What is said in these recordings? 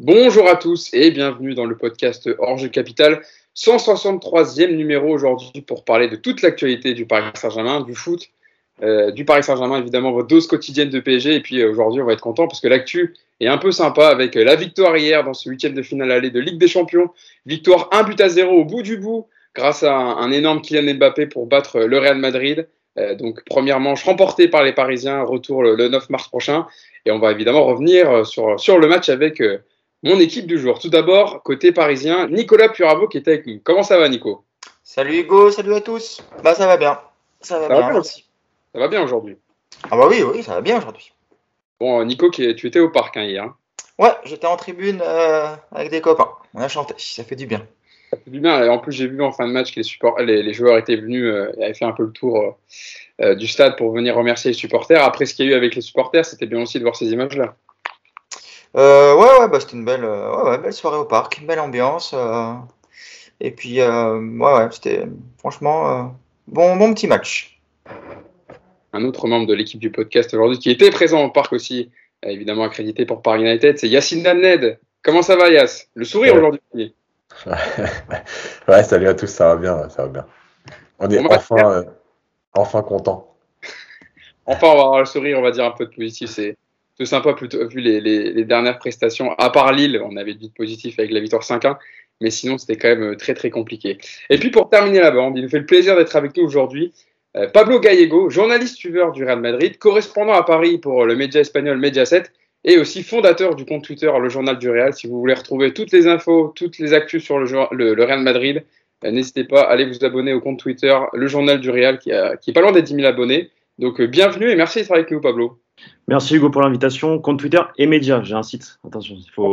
Bonjour à tous et bienvenue dans le podcast Hors-Jeu Capital, 163e numéro aujourd'hui pour parler de toute l'actualité du Paris Saint-Germain, du foot, du Paris Saint-Germain, évidemment votre dose quotidienne de PSG. Et puis aujourd'hui on va être content parce que l'actu est un peu sympa avec la victoire hier dans ce huitième de finale aller de Ligue des Champions. Victoire 1-0 au bout du bout grâce à un énorme Kylian Mbappé pour battre le Real Madrid. Donc première manche remportée par les Parisiens, retour le 9 mars prochain. Et on va évidemment revenir sur le match avec mon équipe du jour. Tout d'abord, côté parisien, Nicolas Puravo qui est avec nous. Comment ça va, Nico ? Salut Hugo, salut à tous. Ça va bien. Ça va bien, merci. Ça va bien aujourd'hui. Ah bah oui, ça va bien aujourd'hui. Bon, Nico, tu étais au parc hier. Ouais, j'étais en tribune avec des copains. On a chanté, ça fait du bien. Ça fait du bien. Et en plus, j'ai vu en fin de match que les joueurs étaient venus et avaient fait un peu le tour du stade pour venir remercier les supporters. Après ce qu'il y a eu avec les supporters, c'était bien aussi de voir ces images-là. C'était une belle soirée au parc, une belle ambiance. Et puis, c'était franchement bon petit match. Un autre membre de l'équipe du podcast aujourd'hui qui était présent au parc aussi, évidemment accrédité pour Paris United, c'est Yacine Damned. Comment ça va, Yass ? Le sourire aujourd'hui. Ouais, salut à tous, ça va bien. On est enfin content. Enfin, on va avoir le sourire, on va dire un peu de positif. C'est tout sympa, plutôt, vu les dernières prestations. À part Lille, on avait du positif avec la victoire 5-1, mais sinon, c'était quand même très, très compliqué. Et puis, pour terminer la bande, il nous fait le plaisir d'être avec nous aujourd'hui. Pablo Gallego, journaliste suiveur du Real Madrid, correspondant à Paris pour le média espagnol Mediaset, et aussi fondateur du compte Twitter Le Journal du Real. Si vous voulez retrouver toutes les infos, toutes les actus sur le Real Madrid, n'hésitez pas à aller vous abonner au compte Twitter Le Journal du Real, qui est pas loin des 10 000 abonnés. Donc bienvenue et merci d'être avec nous, Pablo. Merci Hugo pour l'invitation. Compte Twitter et médias, j'ai un site. Attention,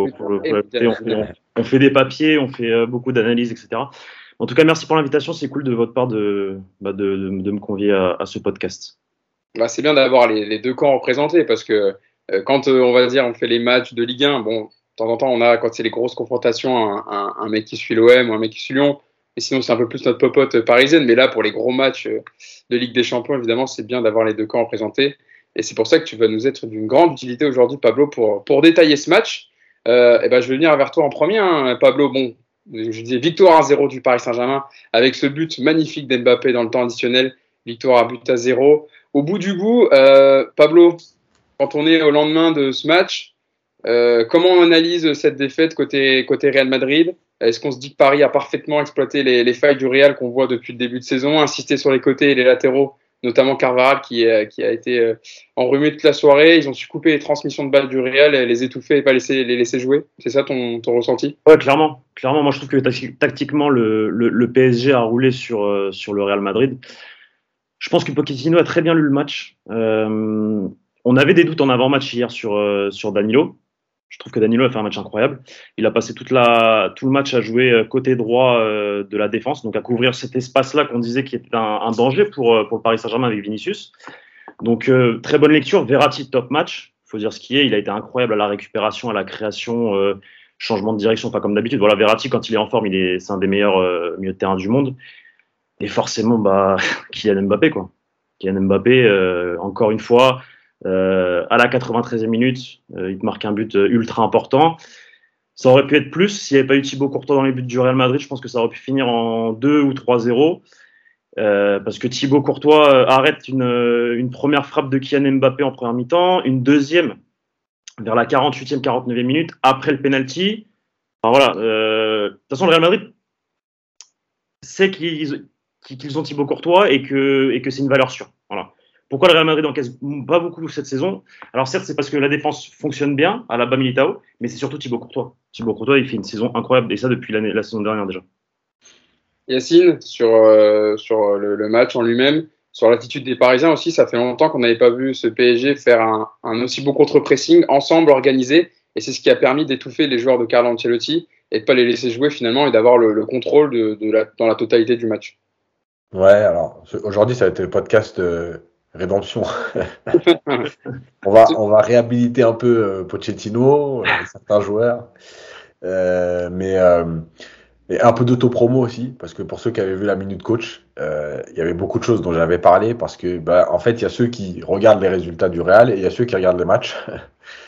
on fait des papiers, on fait beaucoup d'analyses, etc. En tout cas, merci pour l'invitation. C'est cool de votre part de me convier à ce podcast. Bah, c'est bien d'avoir les deux camps représentés parce que quand on va dire on fait les matchs de Ligue 1, bon, de temps en temps on a quand c'est les grosses confrontations un mec qui suit l'OM ou un mec qui suit Lyon. Et sinon, c'est un peu plus notre popote parisienne. Mais là, pour les gros matchs de Ligue des Champions, évidemment, c'est bien d'avoir les deux camps représentés. Et c'est pour ça que tu vas nous être d'une grande utilité aujourd'hui, Pablo, pour détailler ce match. Je vais venir vers toi en premier, hein, Pablo. Bon, je disais victoire 1-0 du Paris Saint-Germain avec ce but magnifique d'Mbappé dans le temps additionnel. Victoire à but à 0. Au bout du bout, Pablo, quand on est au lendemain de ce match, comment on analyse cette défaite côté Real Madrid ? Est-ce qu'on se dit que Paris a parfaitement exploité les failles du Real qu'on voit depuis le début de saison, insisté sur les côtés et les latéraux, notamment Carvajal qui a été enrhumé toute la soirée. Ils ont su couper les transmissions de balles du Real, les étouffer et pas les laisser jouer. C'est ça ton ressenti ? Ouais, clairement. Moi, je trouve que tactiquement, le PSG a roulé sur le Real Madrid. Je pense que Pochettino a très bien lu le match. On avait des doutes en avant-match hier sur Danilo. Je trouve que Danilo a fait un match incroyable. Il a passé tout le match à jouer côté droit de la défense, donc à couvrir cet espace-là qu'on disait qui était un danger pour le Paris Saint-Germain avec Vinicius. Donc très bonne lecture. Verratti top match. Il faut dire ce qui est. Il a été incroyable à la récupération, à la création, changement de direction, pas comme d'habitude. Voilà, Verratti quand il est en forme, c'est un des meilleurs milieux de terrain du monde. Et forcément, Kylian Mbappé quoi. Kylian Mbappé, encore une fois. À la 93e minute, il te marque un but ultra important. Ça aurait pu être plus s'il n'y avait pas eu Thibaut Courtois dans les buts du Real Madrid. Je pense que ça aurait pu finir en 2 ou 3-0 parce que Thibaut Courtois arrête une première frappe de Kylian Mbappé en première mi-temps, une deuxième vers la 48e, 49e minute après le penalty. Enfin, voilà. De toute façon, le Real Madrid sait qu'ils ont Thibaut Courtois et que c'est une valeur sûre. Voilà. Pourquoi le Real Madrid encaisse pas beaucoup cette saison ? Alors certes, c'est parce que la défense fonctionne bien à la bas Militao, mais c'est surtout Thibaut Courtois. Thibaut Courtois, il fait une saison incroyable, et ça depuis la saison dernière déjà. Yacine, sur le match en lui-même, sur l'attitude des Parisiens aussi, ça fait longtemps qu'on n'avait pas vu ce PSG faire un aussi beau contre-pressing, ensemble, organisé, et c'est ce qui a permis d'étouffer les joueurs de Carlo Ancelotti et de ne pas les laisser jouer finalement et d'avoir le contrôle dans la totalité du match. Ouais, alors aujourd'hui, ça va être le podcast rédemption. on va réhabiliter un peu Pochettino, certains joueurs, mais un peu d'autopromo aussi, parce que pour ceux qui avaient vu la Minute Coach, il y avait beaucoup de choses dont j'avais parlé, parce que en fait, il y a ceux qui regardent les résultats du Real et il y a ceux qui regardent les matchs.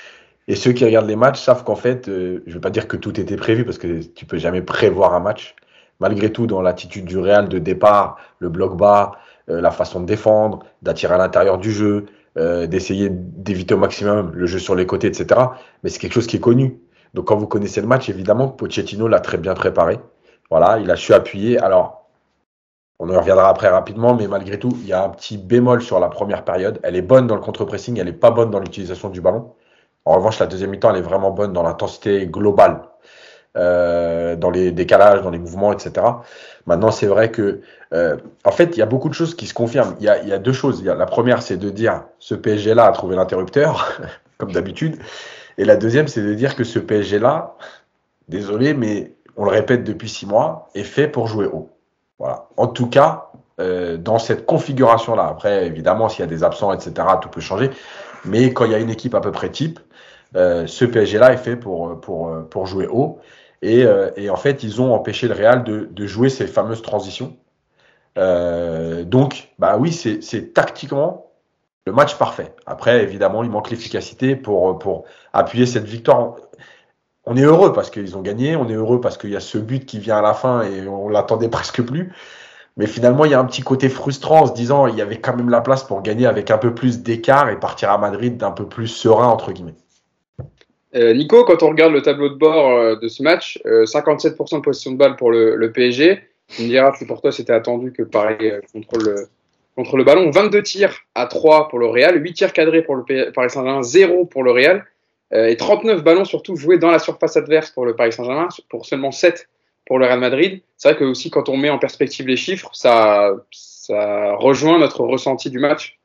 Et ceux qui regardent les matchs savent qu'en fait, je ne veux pas dire que tout était prévu parce que tu peux jamais prévoir un match. Malgré tout, dans l'attitude du Real de départ, le bloc bas, la façon de défendre, d'attirer à l'intérieur du jeu, d'essayer d'éviter au maximum le jeu sur les côtés, etc. Mais c'est quelque chose qui est connu. Donc quand vous connaissez le match, évidemment, Pochettino l'a très bien préparé. Voilà, il a su appuyer. Alors, on y reviendra après rapidement, mais malgré tout, il y a un petit bémol sur la première période. Elle est bonne dans le contre-pressing, elle n'est pas bonne dans l'utilisation du ballon. En revanche, la deuxième mi-temps, elle est vraiment bonne dans l'intensité globale, dans les décalages, dans les mouvements, etc. Maintenant, c'est vrai que, en fait, il y a beaucoup de choses qui se confirment. Il y a deux choses. La première, c'est de dire ce PSG-là a trouvé l'interrupteur, comme d'habitude. Et la deuxième, c'est de dire que ce PSG-là, désolé, mais on le répète depuis 6 mois, est fait pour jouer haut. Voilà. En tout cas, dans cette configuration-là. Après, évidemment, s'il y a des absents, etc., tout peut changer. Mais quand il y a une équipe à peu près type, ce PSG-là est fait pour jouer haut. Et en fait, ils ont empêché le Real de jouer ces fameuses transitions. Donc, bah oui, c'est tactiquement le match parfait. Après, évidemment, il manque l'efficacité pour appuyer cette victoire. On est heureux parce qu'ils ont gagné, on est heureux parce qu'il y a ce but qui vient à la fin et on l'attendait presque plus. Mais finalement, il y a un petit côté frustrant en se disant il y avait quand même la place pour gagner avec un peu plus d'écart et partir à Madrid d'un peu plus serein, entre guillemets. Nico, quand on regarde le tableau de bord de ce match, 57% de possession de balle pour le PSG. Tu me diras que pour toi, c'était attendu que Paris contrôle le ballon. 22 tirs à 3 pour le Real, 8 tirs cadrés pour le Paris Saint-Germain, 0 pour le Real. Et 39 ballons surtout joués dans la surface adverse pour le Paris Saint-Germain, pour seulement 7 pour le Real Madrid. C'est vrai que aussi quand on met en perspective les chiffres, ça rejoint notre ressenti du match.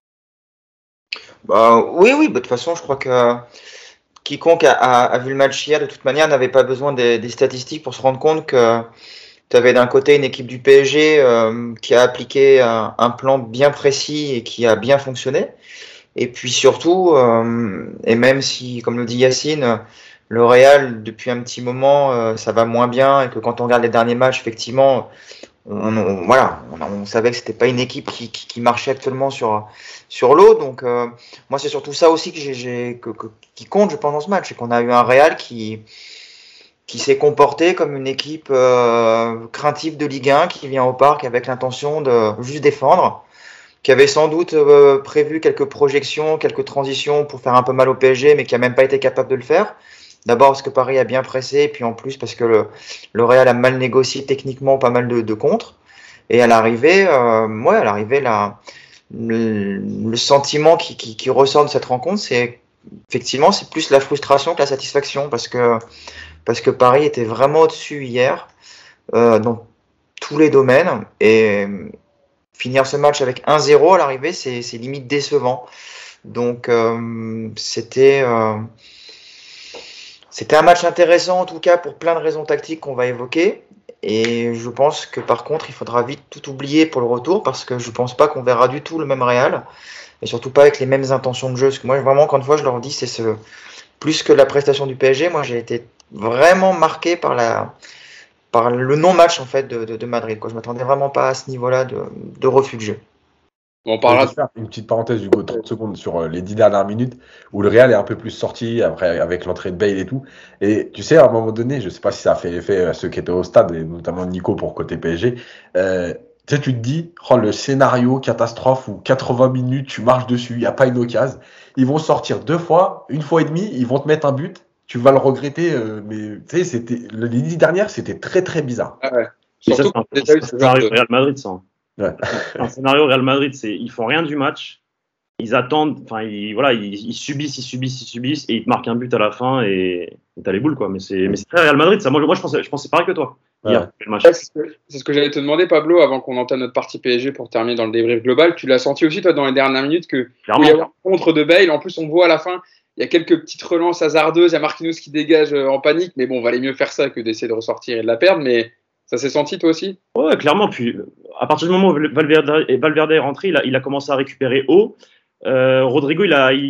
Oui, de toute façon, je crois que quiconque a vu le match hier, de toute manière, n'avait pas besoin des statistiques pour se rendre compte que tu avais d'un côté une équipe du PSG qui a appliqué un plan bien précis et qui a bien fonctionné. Et puis surtout, et même si, comme le dit Yacine, le Real, depuis un petit moment, ça va moins bien et que quand on regarde les derniers matchs, effectivement, on savait que c'était pas une équipe qui marchait actuellement sur l'eau. Donc, moi, c'est surtout ça aussi qui compte, je pense, dans ce match. C'est qu'on a eu un Real qui s'est comporté comme une équipe craintive de Ligue 1 qui vient au parc avec l'intention de juste défendre, qui avait sans doute prévu quelques projections, quelques transitions pour faire un peu mal au PSG, mais qui a même pas été capable de le faire. D'abord parce que Paris a bien pressé, et puis en plus parce que le Real a mal négocié techniquement pas mal de contres. Et à l'arrivée, le sentiment qui ressort de cette rencontre, c'est effectivement c'est plus la frustration que la satisfaction, parce que Paris était vraiment au-dessus hier dans tous les domaines, et finir ce match avec 1-0 à l'arrivée, c'est limite décevant. Donc c'était un match intéressant en tout cas pour plein de raisons tactiques qu'on va évoquer. Et je pense que par contre, il faudra vite tout oublier pour le retour, parce que je pense pas qu'on verra du tout le même Real, et surtout pas avec les mêmes intentions de jeu. Parce que moi, vraiment, encore une fois, je leur dis, c'est plus que la prestation du PSG. Moi, j'ai été vraiment marqué par le non-match en fait de Madrid. Je m'attendais vraiment pas à ce niveau-là de refus de jeu. On parlera de faire une petite parenthèse, Hugo, 30 secondes sur les 10 dernières minutes où le Real est un peu plus sorti après, avec l'entrée de Bale et tout. Et tu sais, à un moment donné, je sais pas si ça a fait effet à ceux qui étaient au stade, et notamment Nico pour côté PSG. Tu sais, tu te dis, le scénario catastrophe où 80 minutes, tu marches dessus, il n'y a pas une occasion. Ils vont sortir 2 fois, 1 fois et demie, ils vont te mettre un but. Tu vas le regretter, mais tu sais, les 10 dernières, c'était très très bizarre. Ah ouais. Surtout, c'est un scénario Real Madrid, ça. Ouais. Un scénario Real Madrid, c'est ils font rien du match, ils attendent, ils subissent et ils te marquent un but à la fin et t'as les boules, quoi. Mais c'est très Real Madrid, ça. Moi je pensais pareil que toi. Ouais. Hier, le match. C'est ce que j'allais te demander, Pablo, avant qu'on entame notre partie PSG pour terminer dans le débrief global. Tu l'as senti aussi, toi, dans les dernières minutes, que il y a un contre de Bale. En plus, on voit à la fin, il y a quelques petites relances hasardeuses. Il y a Marquinhos qui dégage en panique, mais bon, valait mieux faire ça que d'essayer de ressortir et de la perdre. Mais ça s'est senti, toi aussi? Ouais, clairement. Puis, à partir du moment où Valverde est rentré, il a commencé à récupérer haut. Rodrigo, il a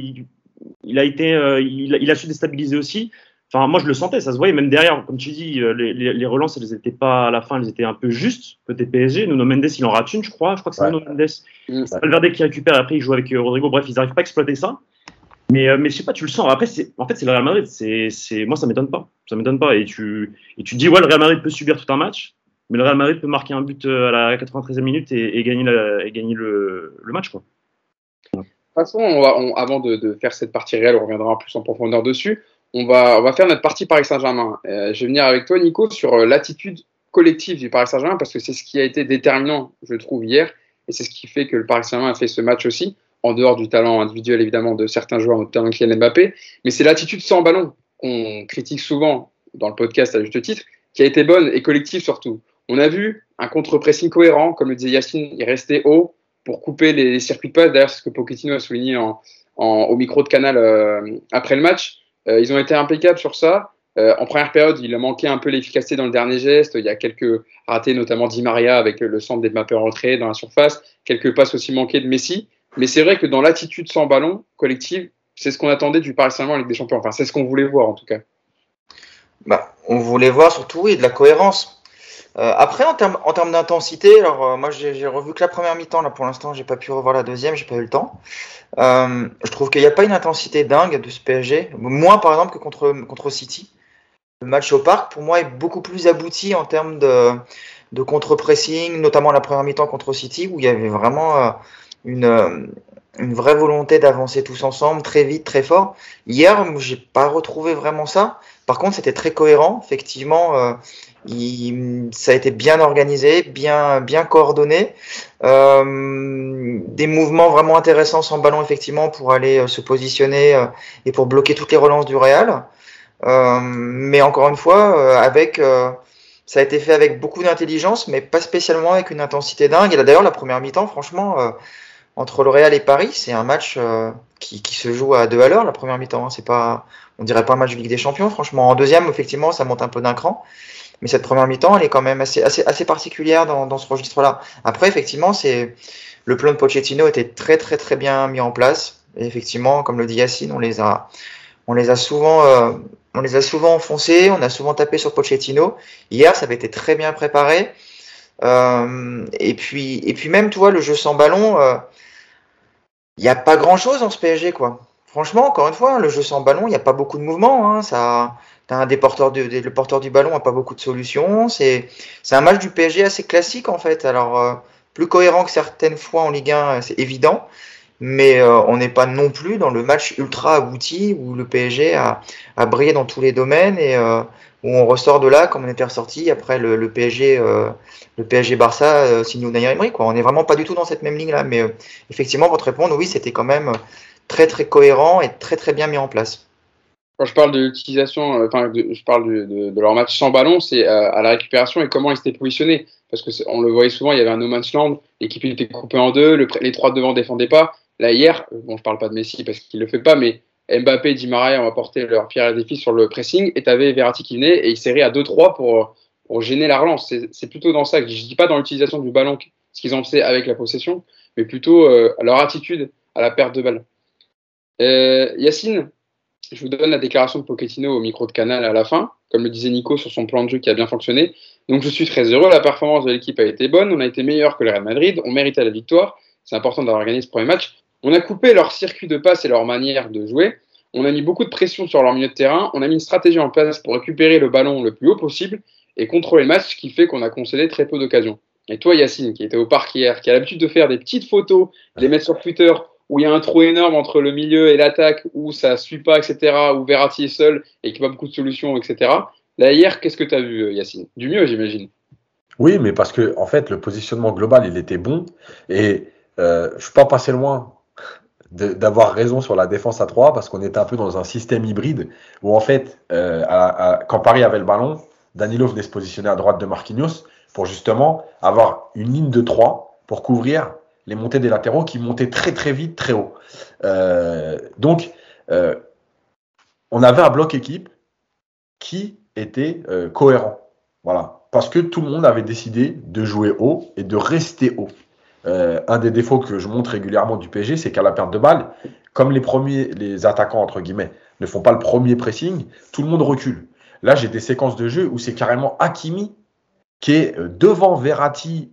su déstabiliser aussi. Enfin, moi, je le sentais, ça se voyait même derrière. Comme tu dis, les relances, elles étaient pas à la fin, elles étaient un peu justes côté PSG. Nuno Mendes, il en rate une, je crois. Je crois que c'est Nuno Mendes. C'est Valverde qui récupère. Après, il joue avec Rodrigo. Bref, ils n'arrivent pas à exploiter ça. Mais je sais pas, tu le sens. Après, c'est le Real Madrid. Moi, ça m'étonne pas. Ça m'étonne pas. Et tu dis, ouais, le Real Madrid peut subir tout un match, mais le Real Madrid peut marquer un but à la 93e minute et gagner le match, quoi. De toute façon, avant de faire cette partie réelle, on reviendra plus en profondeur dessus. On va faire notre partie Paris Saint-Germain. Je vais venir avec toi, Nico, sur l'attitude collective du Paris Saint-Germain, parce que c'est ce qui a été déterminant, je trouve, hier, et c'est ce qui fait que le Paris Saint-Germain a fait ce match aussi, en dehors du talent individuel, évidemment, de certains joueurs, notamment Kylian Mbappé, mais c'est l'attitude sans ballon qu'on critique souvent dans le podcast à juste titre, qui a été bonne et collective surtout. On a vu un contre-pressing cohérent, comme le disait Yacine, il restait haut pour couper les circuits de passe. D'ailleurs, c'est ce que Pochettino a souligné au micro de Canal après le match. Ils ont été impeccables sur ça. En première période, il a manqué un peu l'efficacité dans le dernier geste. Il y a quelques ratés, notamment Di Maria avec le centre d'Mbappé en retrait dans la surface. Quelques passes aussi manquées de Messi. Mais c'est vrai que dans l'attitude sans ballon collective, c'est ce qu'on attendait du Paris Saint-Germain en Ligue des Champions. Enfin, c'est ce qu'on voulait voir en tout cas. On voulait voir surtout de la cohérence. Après, en termes d'intensité, alors moi j'ai revu que la première mi-temps. Là, pour l'instant, j'ai pas pu revoir la deuxième, j'ai pas eu le temps. Je trouve qu'il n'y a pas une intensité dingue de ce PSG, moins par exemple que contre City. Le match au Parc, pour moi, est beaucoup plus abouti en termes de contre-pressing, notamment la première mi-temps contre City, où il y avait vraiment une vraie volonté d'avancer tous ensemble, très vite, très fort. Hier, j'ai pas retrouvé vraiment ça. Par contre, c'était très cohérent. Effectivement, ça a été bien organisé, bien coordonné. Des mouvements vraiment intéressants sans ballon, effectivement, pour aller se positionner et pour bloquer toutes les relances du Real. Mais encore une fois, ça a été fait avec beaucoup d'intelligence, mais pas spécialement avec une intensité dingue. Et là, d'ailleurs, la première mi-temps, franchement, entre le Real et Paris, c'est un match qui se joue à 2 à l'heure, la première mi-temps. C'est pas, on dirait pas un match de Ligue des Champions, franchement. En deuxième, effectivement, ça monte un peu d'un cran. Mais cette première mi-temps, elle est quand même assez particulière dans ce registre-là. Après, effectivement, le plan de Pochettino était très, très, très bien mis en place. Et effectivement, comme le dit Yacine, on les a souvent enfoncés, on a souvent tapé sur Pochettino. Hier, ça avait été très bien préparé. Et puis même, tu vois, le jeu sans ballon, il n'y a pas grand-chose dans ce PSG, quoi. Franchement, encore une fois, le jeu sans ballon, il n'y a pas beaucoup de mouvement. Le porteur du ballon n'a pas beaucoup de solutions. C'est un match du PSG assez classique, en fait. Alors, plus cohérent que certaines fois en Ligue 1, c'est évident. Mais on n'est pas non plus dans le match ultra abouti où le PSG a brillé dans tous les domaines et où on ressort de là comme on était ressorti après le PSG Barça signé Unai Emery, quoi. On n'est vraiment pas du tout dans cette même ligne là, mais effectivement pour te répondre, oui, c'était quand même très très cohérent et très très bien mis en place. Quand je parle de l'utilisation, je parle de leur match sans ballon, c'est à la récupération et comment ils s'étaient positionnés. Parce qu'on le voyait souvent, il y avait un no man's land, l'équipe était coupée en deux, les trois devant ne défendaient pas. Là, hier, je parle pas de Messi parce qu'il le fait pas, mais Mbappé et Di Maria ont apporté leur pierre à l'édifice sur le pressing et tu avais Verratti qui venait et il serrait à 2-3 pour gêner la relance. C'est plutôt dans ça que je dis pas dans l'utilisation du ballon, ce qu'ils ont fait avec la possession, mais plutôt leur attitude à la perte de balle. Yacine, je vous donne la déclaration de Pochettino au micro de Canal à la fin, comme le disait Nico sur son plan de jeu qui a bien fonctionné. Donc je suis très heureux, la performance de l'équipe a été bonne, on a été meilleur que le Real Madrid, on méritait la victoire, c'est important d'avoir gagné ce premier match. On a coupé leur circuit de passe et leur manière de jouer, on a mis beaucoup de pression sur leur milieu de terrain, on a mis une stratégie en place pour récupérer le ballon le plus haut possible et contrôler le match, ce qui fait qu'on a concédé très peu d'occasions. Et toi Yacine, qui était au parc hier, qui a l'habitude de faire des petites photos, les mettre sur Twitter, où il y a un trou énorme entre le milieu et l'attaque, où ça ne suit pas, etc., où Verratti est seul et qu'il n'y a pas beaucoup de solutions, etc. Là, hier, qu'est-ce que tu as vu, Yacine? Du mieux, j'imagine. Oui, mais parce que en fait, le positionnement global, il était bon. Et je ne suis pas passé loin d'avoir raison sur la défense à 3, parce qu'on était un peu dans un système hybride, où en fait, quand Paris avait le ballon, Danilo venait se positionner à droite de Marquinhos, pour justement avoir une ligne de 3 pour couvrir les montées des latéraux qui montaient très très vite, très haut. Donc, on avait un bloc équipe qui était cohérent. Voilà. Parce que tout le monde avait décidé de jouer haut et de rester haut. Un des défauts que je montre régulièrement du PSG, c'est qu'à la perte de balle, comme les attaquants, entre guillemets, ne font pas le premier pressing, tout le monde recule. Là, j'ai des séquences de jeu où c'est carrément Hakimi qui est devant Verratti,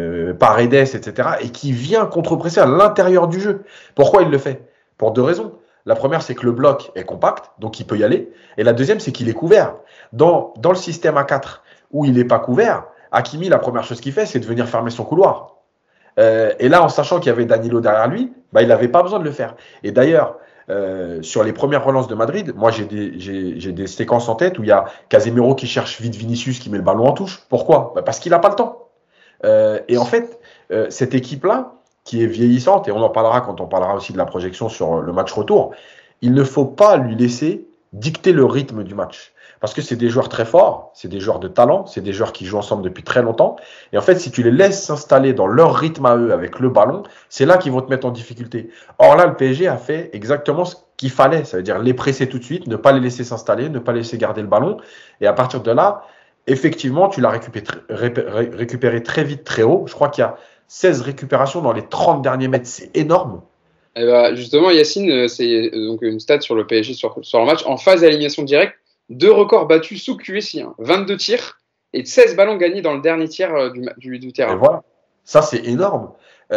Paredes, etc., et qui vient contre-presser à l'intérieur du jeu. Pourquoi il le fait? Pour deux raisons. La première, c'est que le bloc est compact, donc il peut y aller. Et la deuxième, c'est qu'il est couvert. Dans le système A4 où il n'est pas couvert, Hakimi, la première chose qu'il fait, c'est de venir fermer son couloir. Et là, en sachant qu'il y avait Danilo derrière lui, il n'avait pas besoin de le faire. Et d'ailleurs, sur les premières relances de Madrid, moi j'ai des séquences en tête où il y a Casemiro qui cherche vite Vinicius, qui met le ballon en touche. Pourquoi ? Parce qu'il n'a pas le temps. Et en fait, cette équipe-là, qui est vieillissante, et on en parlera quand on parlera aussi de la projection sur le match retour, il ne faut pas lui laisser dicter le rythme du match. Parce que c'est des joueurs très forts, c'est des joueurs de talent, c'est des joueurs qui jouent ensemble depuis très longtemps. Et en fait, si tu les laisses s'installer dans leur rythme à eux avec le ballon, c'est là qu'ils vont te mettre en difficulté. Or là, le PSG a fait exactement ce qu'il fallait. Ça veut dire les presser tout de suite, ne pas les laisser s'installer, ne pas laisser garder le ballon. Et à partir de là, effectivement, tu l'as récupéré très vite, très haut. Je crois qu'il y a 16 récupérations dans les 30 derniers mètres. C'est énorme. Et bah, justement, Yacine, c'est donc une stat sur le PSG sur le match. En phase d'élimination directe, 2 records battus sous QSI, 22 tirs et 16 ballons gagnés dans le dernier tiers du terrain. Et voilà, ça c'est énorme.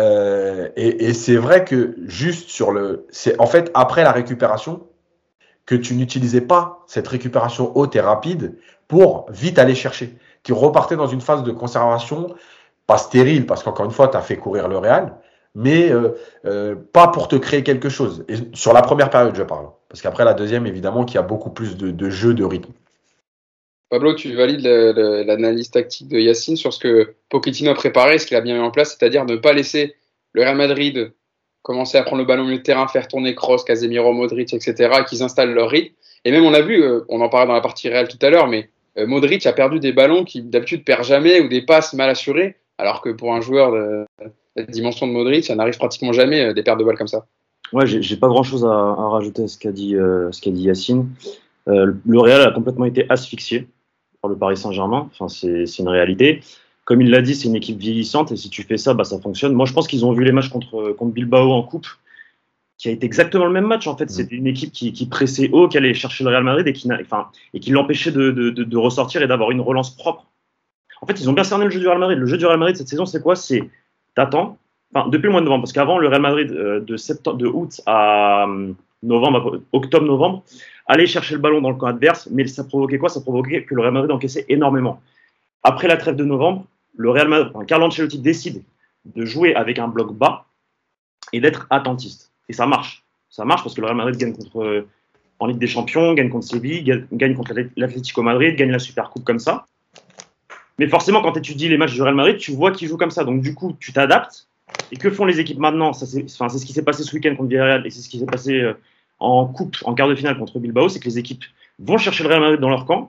Et c'est vrai que juste c'est en fait après la récupération que tu n'utilisais pas cette récupération haute et rapide pour vite aller chercher. Tu repartais dans une phase de conservation, pas stérile, parce qu'encore une fois, tu as fait courir le Real, mais pas pour te créer quelque chose. Et sur la première période, je parle. Parce qu'après la deuxième, évidemment, qu'il y a beaucoup plus de jeu, de rythme. Pablo, tu valides l'analyse tactique de Yacine sur ce que Pochettino a préparé, ce qu'il a bien mis en place, c'est-à-dire ne pas laisser le Real Madrid commencer à prendre le ballon au milieu de terrain, faire tourner Kroos, Casemiro, Modric, etc., qu'ils installent leur rythme. Et même, on a vu, on en parlait dans la partie Real tout à l'heure, mais Modric a perdu des ballons qu'il d'habitude perd jamais ou des passes mal assurées, alors que pour un joueur de la dimension de Modric, ça n'arrive pratiquement jamais des pertes de balles comme ça. Ouais, j'ai pas grand-chose à rajouter à ce qu'a dit Yacine. Le Real a complètement été asphyxié par le Paris Saint-Germain. Enfin, c'est une réalité. Comme il l'a dit, c'est une équipe vieillissante et si tu fais ça, ça fonctionne. Moi, je pense qu'ils ont vu les matchs contre Bilbao en coupe, qui a été exactement le même match. En fait, c'était une équipe qui pressait haut, qui allait chercher le Real Madrid et qui l'empêchait de ressortir et d'avoir une relance propre. En fait, ils ont bien cerné le jeu du Real Madrid. Le jeu du Real Madrid cette saison, c'est quoi ? C'est t'attends. Enfin, depuis le mois de novembre, parce qu'avant, le Real Madrid, de août à octobre-novembre, allait chercher le ballon dans le camp adverse, mais ça provoquait quoi ? Ça provoquait que le Real Madrid encaissait énormément. Après la trêve de novembre, le Real Madrid, Carlo Ancelotti décide de jouer avec un bloc bas et d'être attentiste. Et ça marche. Ça marche parce que le Real Madrid gagne en Ligue des Champions, gagne contre Séville, gagne contre l'Atlético Madrid, gagne la Supercoupe comme ça. Mais forcément, quand tu étudies les matchs du Real Madrid, tu vois qu'ils jouent comme ça. Donc du coup, tu t'adaptes. Et que font les équipes maintenant ? C'est ce qui s'est passé ce week-end contre Villarreal et c'est ce qui s'est passé en coupe, en quart de finale contre Bilbao. C'est que les équipes vont chercher le Real Madrid dans leur camp,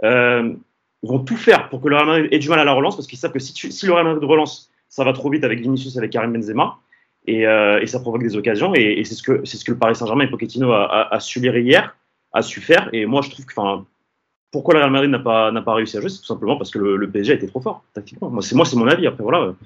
vont tout faire pour que le Real Madrid ait du mal à la relance parce qu'ils savent que si le Real Madrid relance, ça va trop vite avec Vinicius, avec Karim Benzema et ça provoque des occasions. Et c'est ce que le Paris Saint-Germain et Pochettino a su lire hier, a su faire. Et moi, je trouve que pourquoi le Real Madrid n'a pas réussi à jouer, c'est tout simplement parce que le PSG a été trop fort tactiquement. Moi, c'est mon avis. Après, voilà.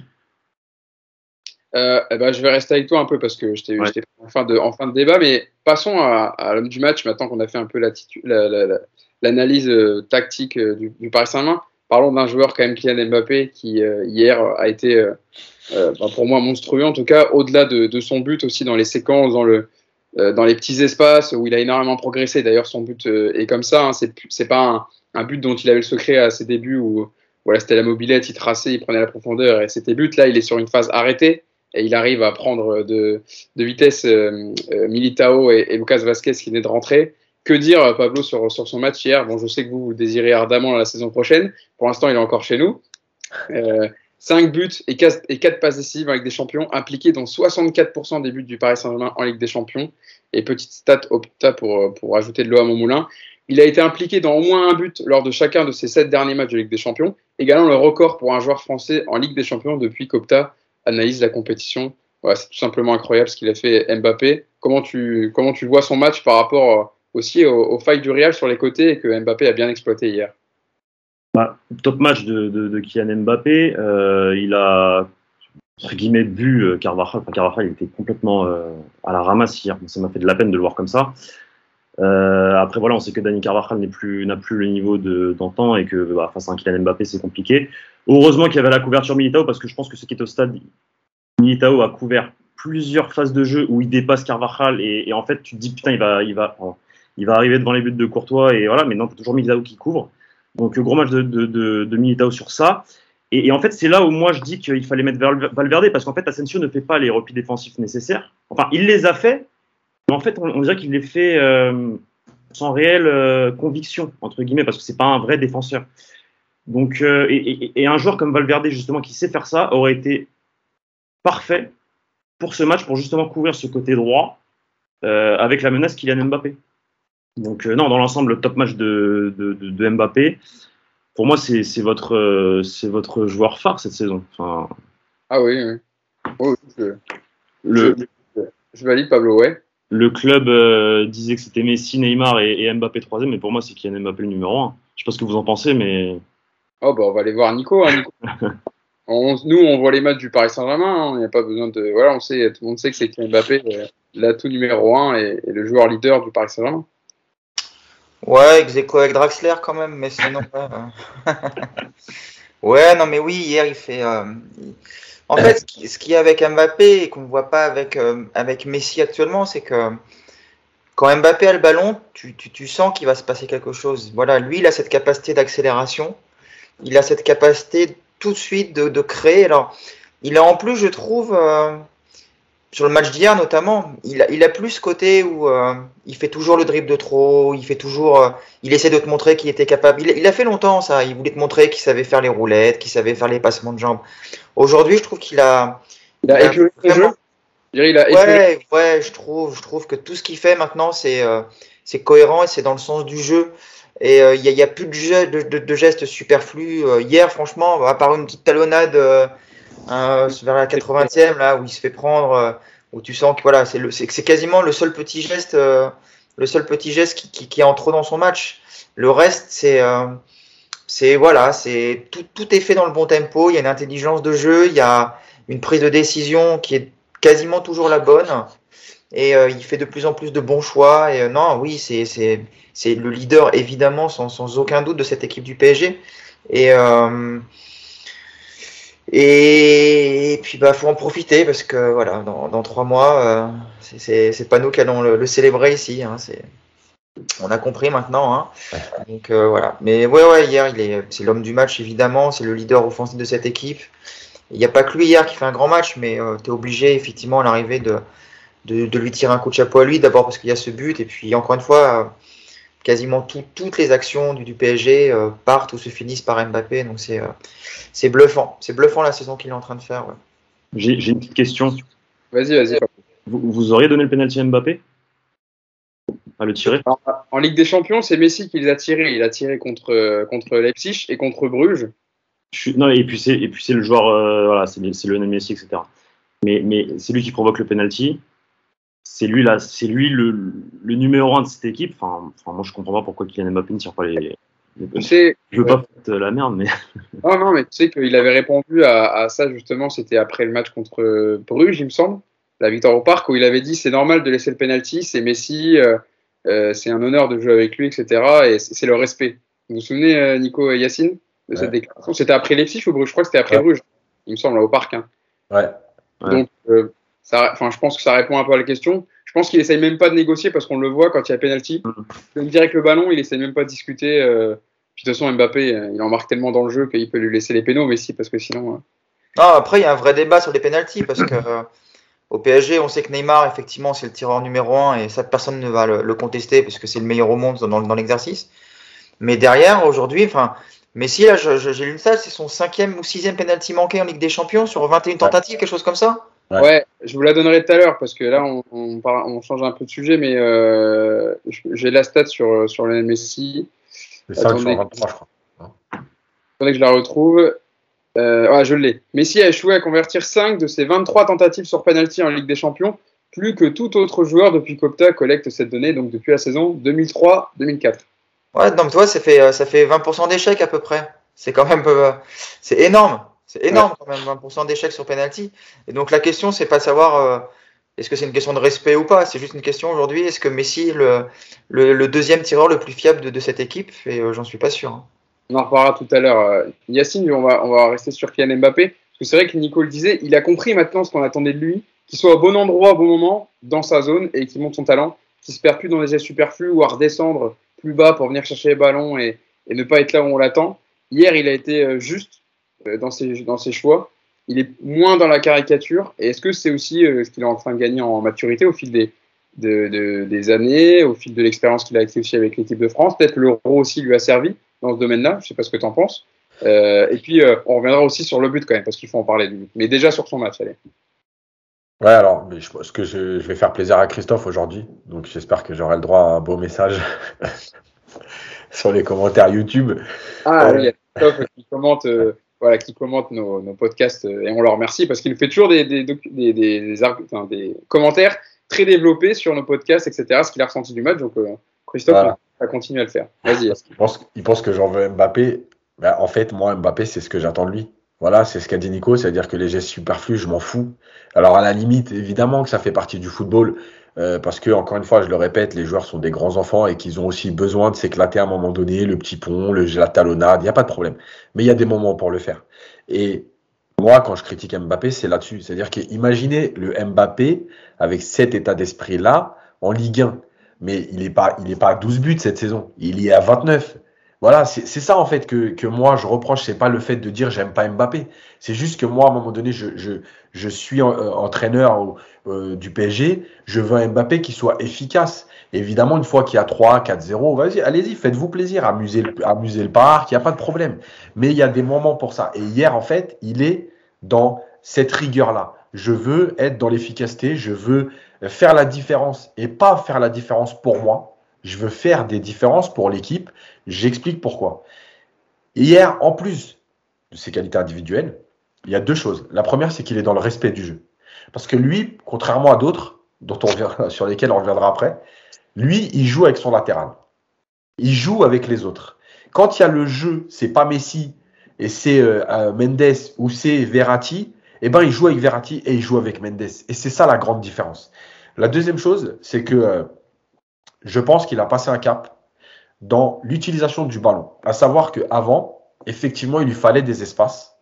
Je vais rester avec toi un peu parce que j'étais en fin de débat, mais passons à l'homme du match maintenant qu'on a fait un peu l'analyse tactique du Paris Saint-Germain. Parlons d'un joueur quand même, Kylian Mbappé, qui hier a été pour moi monstrueux, en tout cas au-delà de son but aussi dans les séquences, dans les petits espaces où il a énormément progressé. D'ailleurs son but est comme ça, hein. C'est pas un but dont il avait le secret à ses débuts où voilà, c'était la mobilette, il traçait, il prenait la profondeur et c'était but. Là il est sur une phase arrêtée et il arrive à prendre de vitesse Militao et Lucas Vazquez qui venait de rentrer. Que dire, Pablo, sur son match hier ? Bon, je sais que vous désirez ardemment la saison prochaine. Pour l'instant, il est encore chez nous. 5 buts et 4 passes décisives avec des champions impliqués dans 64% des buts du Paris Saint-Germain en Ligue des Champions. Et petite stat Opta pour ajouter de l'eau à mon moulin. Il a été impliqué dans au moins un but lors de chacun de ses 7 derniers matchs de Ligue des Champions, égalant le record pour un joueur français en Ligue des Champions depuis qu'Opta analyse la compétition. Voilà, c'est tout simplement incroyable ce qu'il a fait Mbappé. Comment tu vois son match par rapport aussi aux failles du Real sur les côtés et que Mbappé a bien exploité hier? Top match de Kylian Mbappé. Il a, entre guillemets, bu Carvajal. Carvajal, il était complètement à la ramasse hier. Ça m'a fait de la peine de le voir comme ça. Après, voilà, on sait que Dani Carvajal n'a plus le niveau d'antan et que face à un Kylian Mbappé, c'est compliqué. Heureusement qu'il y avait la couverture Militao parce que je pense que ce qui est au stade, Militao a couvert plusieurs phases de jeu où il dépasse Carvajal et en fait tu te dis putain il va arriver devant les buts de Courtois et voilà, mais non, t'as toujours Militao qui couvre. Donc gros match de Militao sur ça. Et en fait c'est là où moi je dis qu'il fallait mettre Valverde parce qu'en fait Asensio ne fait pas les replis défensifs nécessaires. Enfin il les a fait, mais en fait on dirait qu'il les fait sans réelle conviction entre guillemets parce que c'est pas un vrai défenseur. Donc et un joueur comme Valverde justement qui sait faire ça aurait été parfait pour ce match, pour justement couvrir ce côté droit avec la menace Kylian Mbappé. Donc non, dans l'ensemble, top match de Mbappé. Pour moi, c'est votre joueur phare cette saison. Enfin, ah oui. Oh, je valide Pablo, ouais. Le club disait que c'était Messi, Neymar et Mbappé troisième, mais pour moi, c'est Kylian Mbappé le numéro 1. Je sais pas ce que vous en pensez, mais... Oh bah on va aller voir Nico. Nico. Nous, on voit les matchs du Paris Saint-Germain. Il n'y a pas besoin de... Voilà, tout le monde sait que c'est Kylian Mbappé, l'atout numéro 1 et le joueur leader du Paris Saint-Germain. Ouais, ex-aequo avec Draxler quand même, mais sinon... Ouais, non mais oui, hier il fait... En fait, ce qu'il y a avec Mbappé et qu'on ne voit pas avec Messi actuellement, c'est que quand Mbappé a le ballon, tu sens qu'il va se passer quelque chose. Voilà, lui, il a cette capacité d'accélération, il a cette capacité tout de suite de créer. Alors, il a en plus, je trouve, sur le match d'hier notamment, il a plus ce côté où il fait toujours le dribble de trop, il essaie de te montrer qu'il était capable. Il a fait longtemps ça, il voulait te montrer qu'il savait faire les roulettes, qu'il savait faire les passements de jambes. Aujourd'hui, je trouve qu'il a... Il a épuré le jeu. Ouais, je trouve que tout ce qu'il fait maintenant, c'est cohérent et c'est dans le sens du jeu. Et il y a plus de gestes superflus. Hier, franchement, à part une petite talonnade vers la 80e, là, où il se fait prendre, où tu sens que voilà, c'est quasiment le seul petit geste qui est en trop dans son match. Le reste, tout est fait dans le bon tempo. Il y a une intelligence de jeu, il y a une prise de décision qui est quasiment toujours la bonne. Et il fait de plus en plus de bons choix. Et non, oui, c'est le leader évidemment sans aucun doute de cette équipe du PSG. Et puis faut en profiter parce que voilà, dans 3 mois, c'est pas nous qui allons le célébrer ici. Hein, on a compris maintenant. Hein. Donc voilà. Mais ouais, hier c'est l'homme du match évidemment, c'est le leader offensif de cette équipe. Il n'y a pas que lui hier qui fait un grand match, mais tu es obligé effectivement à l'arrivée de lui tirer un coup de chapeau à lui, d'abord parce qu'il y a ce but, et puis encore une fois, quasiment toutes les actions du PSG partent ou se finissent par Mbappé, donc c'est bluffant. C'est bluffant la saison qu'il est en train de faire. Ouais. J'ai une petite question. Vas-y. Vous auriez donné le penalty à Mbappé à le tirer? Alors, en Ligue des Champions, c'est Messi qui les a tirés. Il a tiré contre Leipzig et contre Bruges. Non, et puis c'est le joueur, voilà, c'est Lionel Messi, etc. Mais c'est lui qui provoque le penalty. C'est lui le numéro 1 de cette équipe. Enfin, moi je comprends pas pourquoi Kylian Mbappé ne tire pas les je veux pas foutre la merde, mais non, mais tu sais qu'il avait répondu à ça justement. C'était après le match contre Bruges, il me semble, la victoire au Parc, où il avait dit c'est normal de laisser le penalty, c'est Messi, c'est un honneur de jouer avec lui, etc. Et c'est le respect. Vous vous souvenez, Nico et Yacine, de cette déclaration? C'était après Leipzig ou Bruges? Je crois que c'était après Bruges, il me semble, au Parc. Hein. Ouais. Donc je pense que ça répond un peu à la question. Je pense qu'il essaye même pas de négocier parce qu'on le voit quand il y a penalty. Direct le ballon, il essaye même pas de discuter. Puis de toute façon, Mbappé, il en marque tellement dans le jeu qu'il peut lui laisser les pénaux, Messi, parce que sinon. Non, après, il y a un vrai débat sur les penalties parce que au PSG, on sait que Neymar, effectivement, c'est le tireur numéro 1 et ça, personne ne va le contester parce que c'est le meilleur au monde dans l'exercice. Mais derrière, aujourd'hui, Messi, là, j'ai lu ça, c'est son 5e ou 6e penalty manqué en Ligue des Champions sur 21 tentatives, quelque chose comme ça. Ouais, je vous la donnerai tout à l'heure parce que là, on change un peu de sujet, mais j'ai la stat sur Lionel Messi. C'est 5 sur 23, je crois. Faudrait que je la retrouve. Je l'ai. Messi a échoué à convertir 5 de ses 23 tentatives sur penalty en Ligue des Champions, plus que tout autre joueur depuis qu'Opta collecte cette donnée, donc depuis la saison 2003-2004. Ouais, donc tu vois, ça fait 20% d'échecs à peu près. C'est quand même c'est énorme. C'est énorme quand même, 20% d'échecs sur penalty. Et donc la question, c'est pas savoir est-ce que c'est une question de respect ou pas. C'est juste une question aujourd'hui, est-ce que Messi est le deuxième tireur le plus fiable de cette équipe? Et j'en suis pas sûr. Hein. On en reparlera tout à l'heure. Yacine, on va rester sur Kylian Mbappé. Parce que c'est vrai que Nico le disait, il a compris maintenant ce qu'on attendait de lui. qu'il soit au bon endroit, au bon moment, dans sa zone, et qu'il montre son talent, qu'il se perd plus dans des gestes superflus ou à redescendre plus bas pour venir chercher les ballons et ne pas être là où on l'attend. Hier, il a été juste dans ses choix. Il est moins dans la caricature. Et est-ce que c'est aussi ce qu'il est en train de gagner en maturité au fil des années, au fil de l'expérience qu'il a acquis aussi avec l'équipe de France? Peut-être l'Euro aussi lui a servi dans ce domaine-là. Je ne sais pas ce que tu en penses. Et puis, on reviendra aussi sur le but quand même, parce qu'il faut en parler du but. Mais déjà sur son match, allez. Ouais, alors, mais je pense que je vais faire plaisir à Christophe aujourd'hui. Donc, j'espère que j'aurai le droit à un beau message sur les commentaires YouTube. Ah oui, il y a Christophe qui commente nos podcasts et on le remercie parce qu'il fait toujours des commentaires très développés sur nos podcasts, etc. Ce qu'il a ressenti du match. Donc, Christophe va continuer à le faire. Vas-y. Il pense que j'en veux Mbappé. Ben, en fait, moi, Mbappé, c'est ce que j'attends de lui. Voilà, c'est ce qu'a dit Nico, c'est-à-dire que les gestes superflus, je m'en fous. Alors, à la limite, évidemment que ça fait partie du football, parce que, encore une fois, je le répète, les joueurs sont des grands enfants et qu'ils ont aussi besoin de s'éclater à un moment donné, le petit pont, la talonnade, il n'y a pas de problème. Mais il y a des moments pour le faire. Et moi, quand je critique Mbappé, c'est là-dessus. C'est-à-dire qu'imaginez le Mbappé avec cet état d'esprit-là en Ligue 1. Mais il n'est pas à 12 buts cette saison, il y est à 29. Voilà, c'est ça en fait que moi je reproche, c'est pas le fait de dire j'aime pas Mbappé, c'est juste que moi à un moment donné je suis entraîneur du PSG, je veux un Mbappé qui soit efficace. Évidemment, une fois qu'il y a 3, 4-0, vas-y, allez-y, faites-vous plaisir, amusez le parc, il n'y a pas de problème. Mais il y a des moments pour ça. Et hier, en fait, il est dans cette rigueur-là. Je veux être dans l'efficacité, je veux faire la différence et pas faire la différence pour moi. Je veux faire des différences pour l'équipe. J'explique pourquoi. Hier, en plus de ses qualités individuelles, il y a deux choses. La première, c'est qu'il est dans le respect du jeu. Parce que lui, contrairement à d'autres, sur lesquels on reviendra après, lui, il joue avec son latéral. Il joue avec les autres. Quand il y a le jeu, c'est pas Messi et c'est Mendes ou c'est Verratti, eh ben, il joue avec Verratti et il joue avec Mendes. Et c'est ça la grande différence. La deuxième chose, c'est que je pense qu'il a passé un cap dans l'utilisation du ballon. À savoir qu'avant, effectivement, il lui fallait des espaces.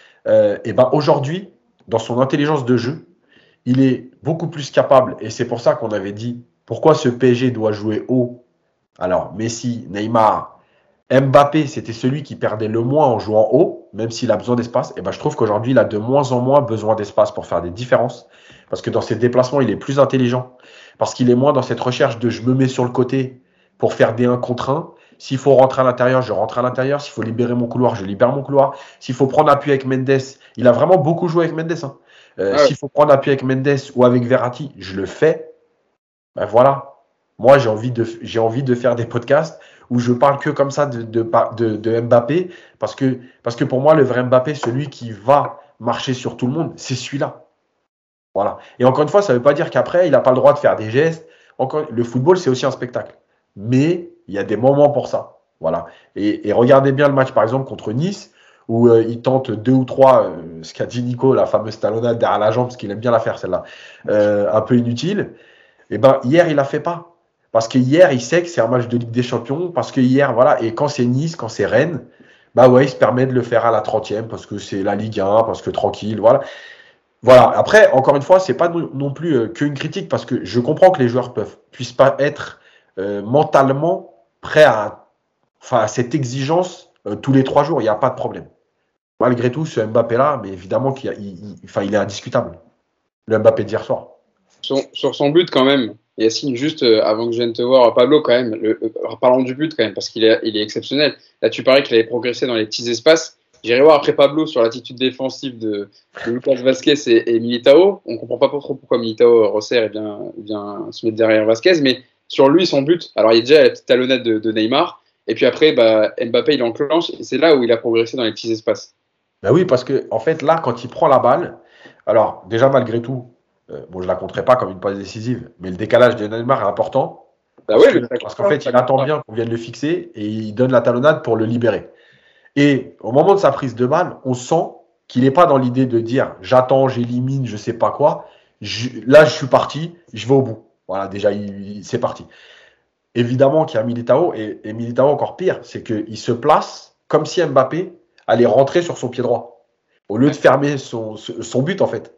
Et ben aujourd'hui, dans son intelligence de jeu, il est beaucoup plus capable. Et c'est pour ça qu'on avait dit pourquoi ce PSG doit jouer haut. Alors, Messi, Neymar, Mbappé, c'était celui qui perdait le moins en jouant haut, même s'il a besoin d'espace. Et ben, je trouve qu'aujourd'hui, il a de moins en moins besoin d'espace pour faire des différences. Parce que dans ses déplacements, il est plus intelligent. Parce qu'il est moins dans cette recherche de je me mets sur le côté pour faire des 1 contre 1. S'il faut rentrer à l'intérieur, je rentre à l'intérieur. S'il faut libérer mon couloir, je libère mon couloir. S'il faut prendre appui avec Mendes, il a vraiment beaucoup joué avec Mendes. Hein. S'il faut prendre appui avec Mendes ou avec Verratti, je le fais. Ben voilà. Moi, j'ai envie de faire des podcasts où je parle que comme ça de Mbappé parce que pour moi, le vrai Mbappé, celui qui va marcher sur tout le monde, c'est celui-là. Voilà. Et encore une fois, ça ne veut pas dire qu'après, il n'a pas le droit de faire des gestes. Le football, c'est aussi un spectacle. Mais il y a des moments pour ça. Voilà. Et regardez bien le match, par exemple, contre Nice, où il tente 2 ou 3, ce qu'a dit Nico, la fameuse talonnade derrière la jambe, parce qu'il aime bien la faire, celle-là, un peu inutile. Et ben hier, il ne la fait pas. Parce que hier, il sait que c'est un match de Ligue des Champions. Parce que hier, voilà, et quand c'est Nice, quand c'est Rennes, bah ouais, il se permet de le faire à la 30e, parce que c'est la Ligue 1, parce que tranquille, voilà. Voilà. Après, encore une fois, c'est pas non plus qu'une critique parce que je comprends que les joueurs puissent pas être mentalement prêts à cette exigence tous les 3 jours. Il n'y a pas de problème. Malgré tout, ce Mbappé-là, mais évidemment qu'il est indiscutable. Le Mbappé d'hier soir. Sur son but, quand même, Yacine, juste avant que je vienne te voir, Pablo, quand même, parlons du but, quand même, parce qu'il est exceptionnel. Là, tu parlais qu'il avait progressé dans les petits espaces. J'irai voir après Pablo sur l'attitude défensive de Lucas Vazquez et Militao. On ne comprend pas trop pourquoi Militao resserre et vient se mettre derrière Vazquez, mais sur lui, son but, alors il y a déjà la petite talonnade de Neymar, et puis après, Mbappé, il enclenche, et c'est là où il a progressé dans les petits espaces. Ben oui, parce que en fait, là, quand il prend la balle, alors déjà, malgré tout, je ne la compterai pas comme une passe décisive, mais le décalage de Neymar est important, parce qu'en fait, il attend bien qu'on vienne le fixer, et il donne la talonnade pour le libérer. Et au moment de sa prise de balle, on sent qu'il n'est pas dans l'idée de dire j'attends, j'élimine, je ne sais pas quoi. Là, je suis parti, je vais au bout. Voilà, déjà, c'est parti. Évidemment qu'il y a Militao, et Militao encore pire, c'est qu'il se place comme si Mbappé allait rentrer sur son pied droit, au lieu de fermer son but, en fait.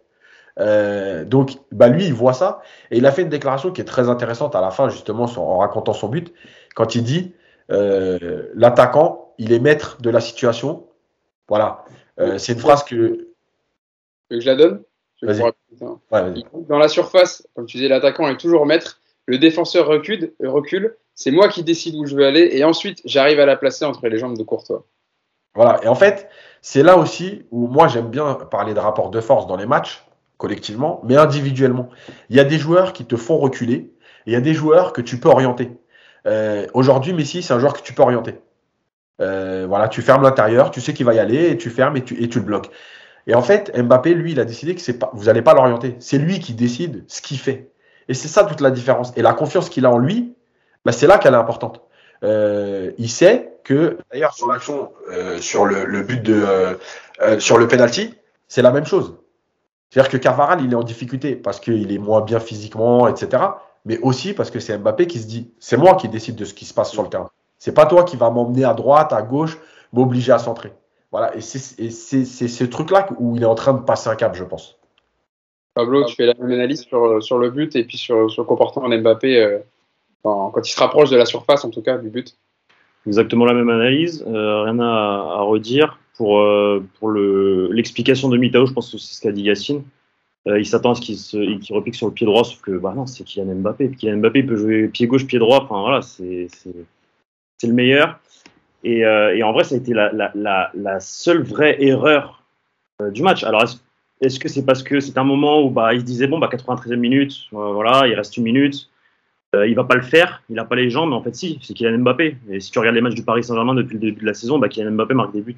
Donc, lui, il voit ça. Et il a fait une déclaration qui est très intéressante à la fin, justement, en racontant son but, quand il dit l'attaquant, il est maître de la situation. Voilà. C'est une phrase que. Que je la donne. Vas-y. Ouais, dans la surface, comme tu disais, l'attaquant est toujours maître. Le défenseur recule. C'est moi qui décide où je veux aller. Et ensuite, j'arrive à la placer entre les jambes de Courtois. Voilà. Et en fait, c'est là aussi où moi, j'aime bien parler de rapport de force dans les matchs, collectivement, mais individuellement. Il y a des joueurs qui te font reculer et il y a des joueurs que tu peux orienter. Aujourd'hui, Messi, c'est un joueur que tu peux orienter. Voilà, tu fermes l'intérieur, tu sais qu'il va y aller, et tu fermes et tu le bloques. Et en fait, Mbappé, lui, il a décidé que vous n'allez pas l'orienter. C'est lui qui décide ce qu'il fait. Et c'est ça toute la différence. Et la confiance qu'il a en lui, c'est là qu'elle est importante. Il sait que, d'ailleurs, sur l'action, sur le but sur le penalty, c'est la même chose. C'est-à-dire que Carvajal, il est en difficulté parce qu'il est moins bien physiquement, etc. Mais aussi parce que c'est Mbappé qui se dit, c'est moi qui décide de ce qui se passe sur le terrain. C'est pas toi qui va m'emmener à droite, à gauche, m'obliger à centrer. Voilà, et c'est ce truc-là où il est en train de passer un cap, je pense. Pablo, tu fais la même analyse sur le but et puis sur le comportement d'Mbappé quand il se rapproche de la surface, en tout cas, du but. Exactement la même analyse, rien à redire. Pour l'explication de Mitao, je pense que c'est ce qu'a dit Yacine. Il s'attend à ce qu'il repique sur le pied droit, sauf que non, c'est Kylian Mbappé. Kylian Mbappé il peut jouer pied gauche, pied droit. Enfin voilà, c'est le meilleur. Et en vrai, ça a été la seule vraie erreur du match. Alors, est-ce que c'est parce que c'est un moment où il se disait 93e minute, voilà, il reste une minute, il va pas le faire, il a pas les jambes, mais en fait si, c'est Kylian Mbappé. Et si tu regardes les matchs du Paris Saint-Germain depuis le début de la saison, Kylian Mbappé marque des buts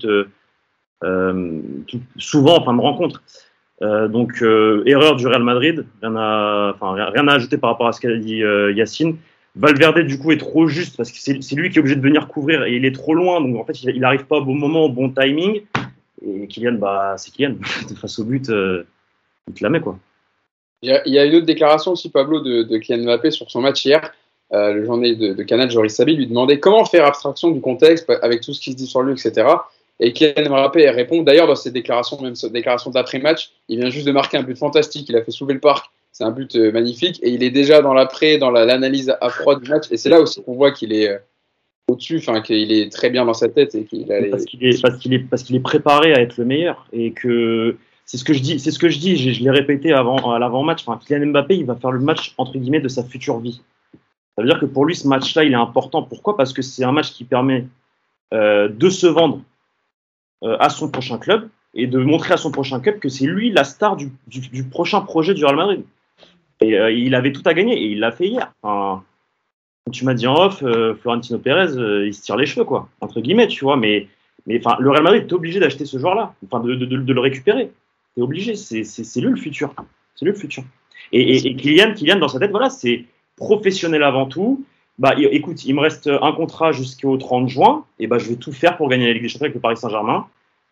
souvent en fin de rencontre. Donc erreur du Real Madrid, rien à ajouter par rapport à ce qu'a dit Yacine. Valverde du coup est trop juste parce que c'est lui qui est obligé de venir couvrir et il est trop loin, donc en fait il n'arrive pas au bon moment, au bon timing. Et Kylian, c'est Kylian face au but, il te la met quoi. Il y a une autre déclaration aussi, Pablo, de Kylian Mbappé sur son match hier. Le journaliste de Canal, Joris Sabi, lui demandait comment faire abstraction du contexte avec tout ce qui se dit sur lui, etc. Et Kylian Mbappé répond, d'ailleurs dans ses déclarations, même ses déclarations d'après-match, il vient juste de marquer un but fantastique, il a fait soulever le parc, c'est un but magnifique, et il est déjà dans l'analyse à froid du match, et c'est là aussi qu'on voit qu'il est au-dessus, qu'il est très bien dans sa tête. Et parce qu'il est préparé à être le meilleur, et que c'est ce que je dis, je l'ai répété à l'avant-match, Kylian Mbappé, il va faire le match, entre guillemets, de sa future vie. Ça veut dire que pour lui, ce match-là, il est important. Pourquoi ? Parce que c'est un match qui permet de se vendre à son prochain club et de montrer à son prochain club que c'est lui la star du prochain projet du Real Madrid. Et il avait tout à gagner et il l'a fait hier. Tu m'as dit en off, Florentino Pérez, il se tire les cheveux, quoi, entre guillemets, tu vois. Mais le Real Madrid est obligé d'acheter ce joueur-là, de le récupérer. C'est obligé, c'est lui le futur. C'est lui le futur. Et Kylian, dans sa tête, voilà, c'est professionnel avant tout. Écoute, il me reste un contrat jusqu'au 30 juin, et je vais tout faire pour gagner la Ligue des Champions avec le Paris Saint-Germain.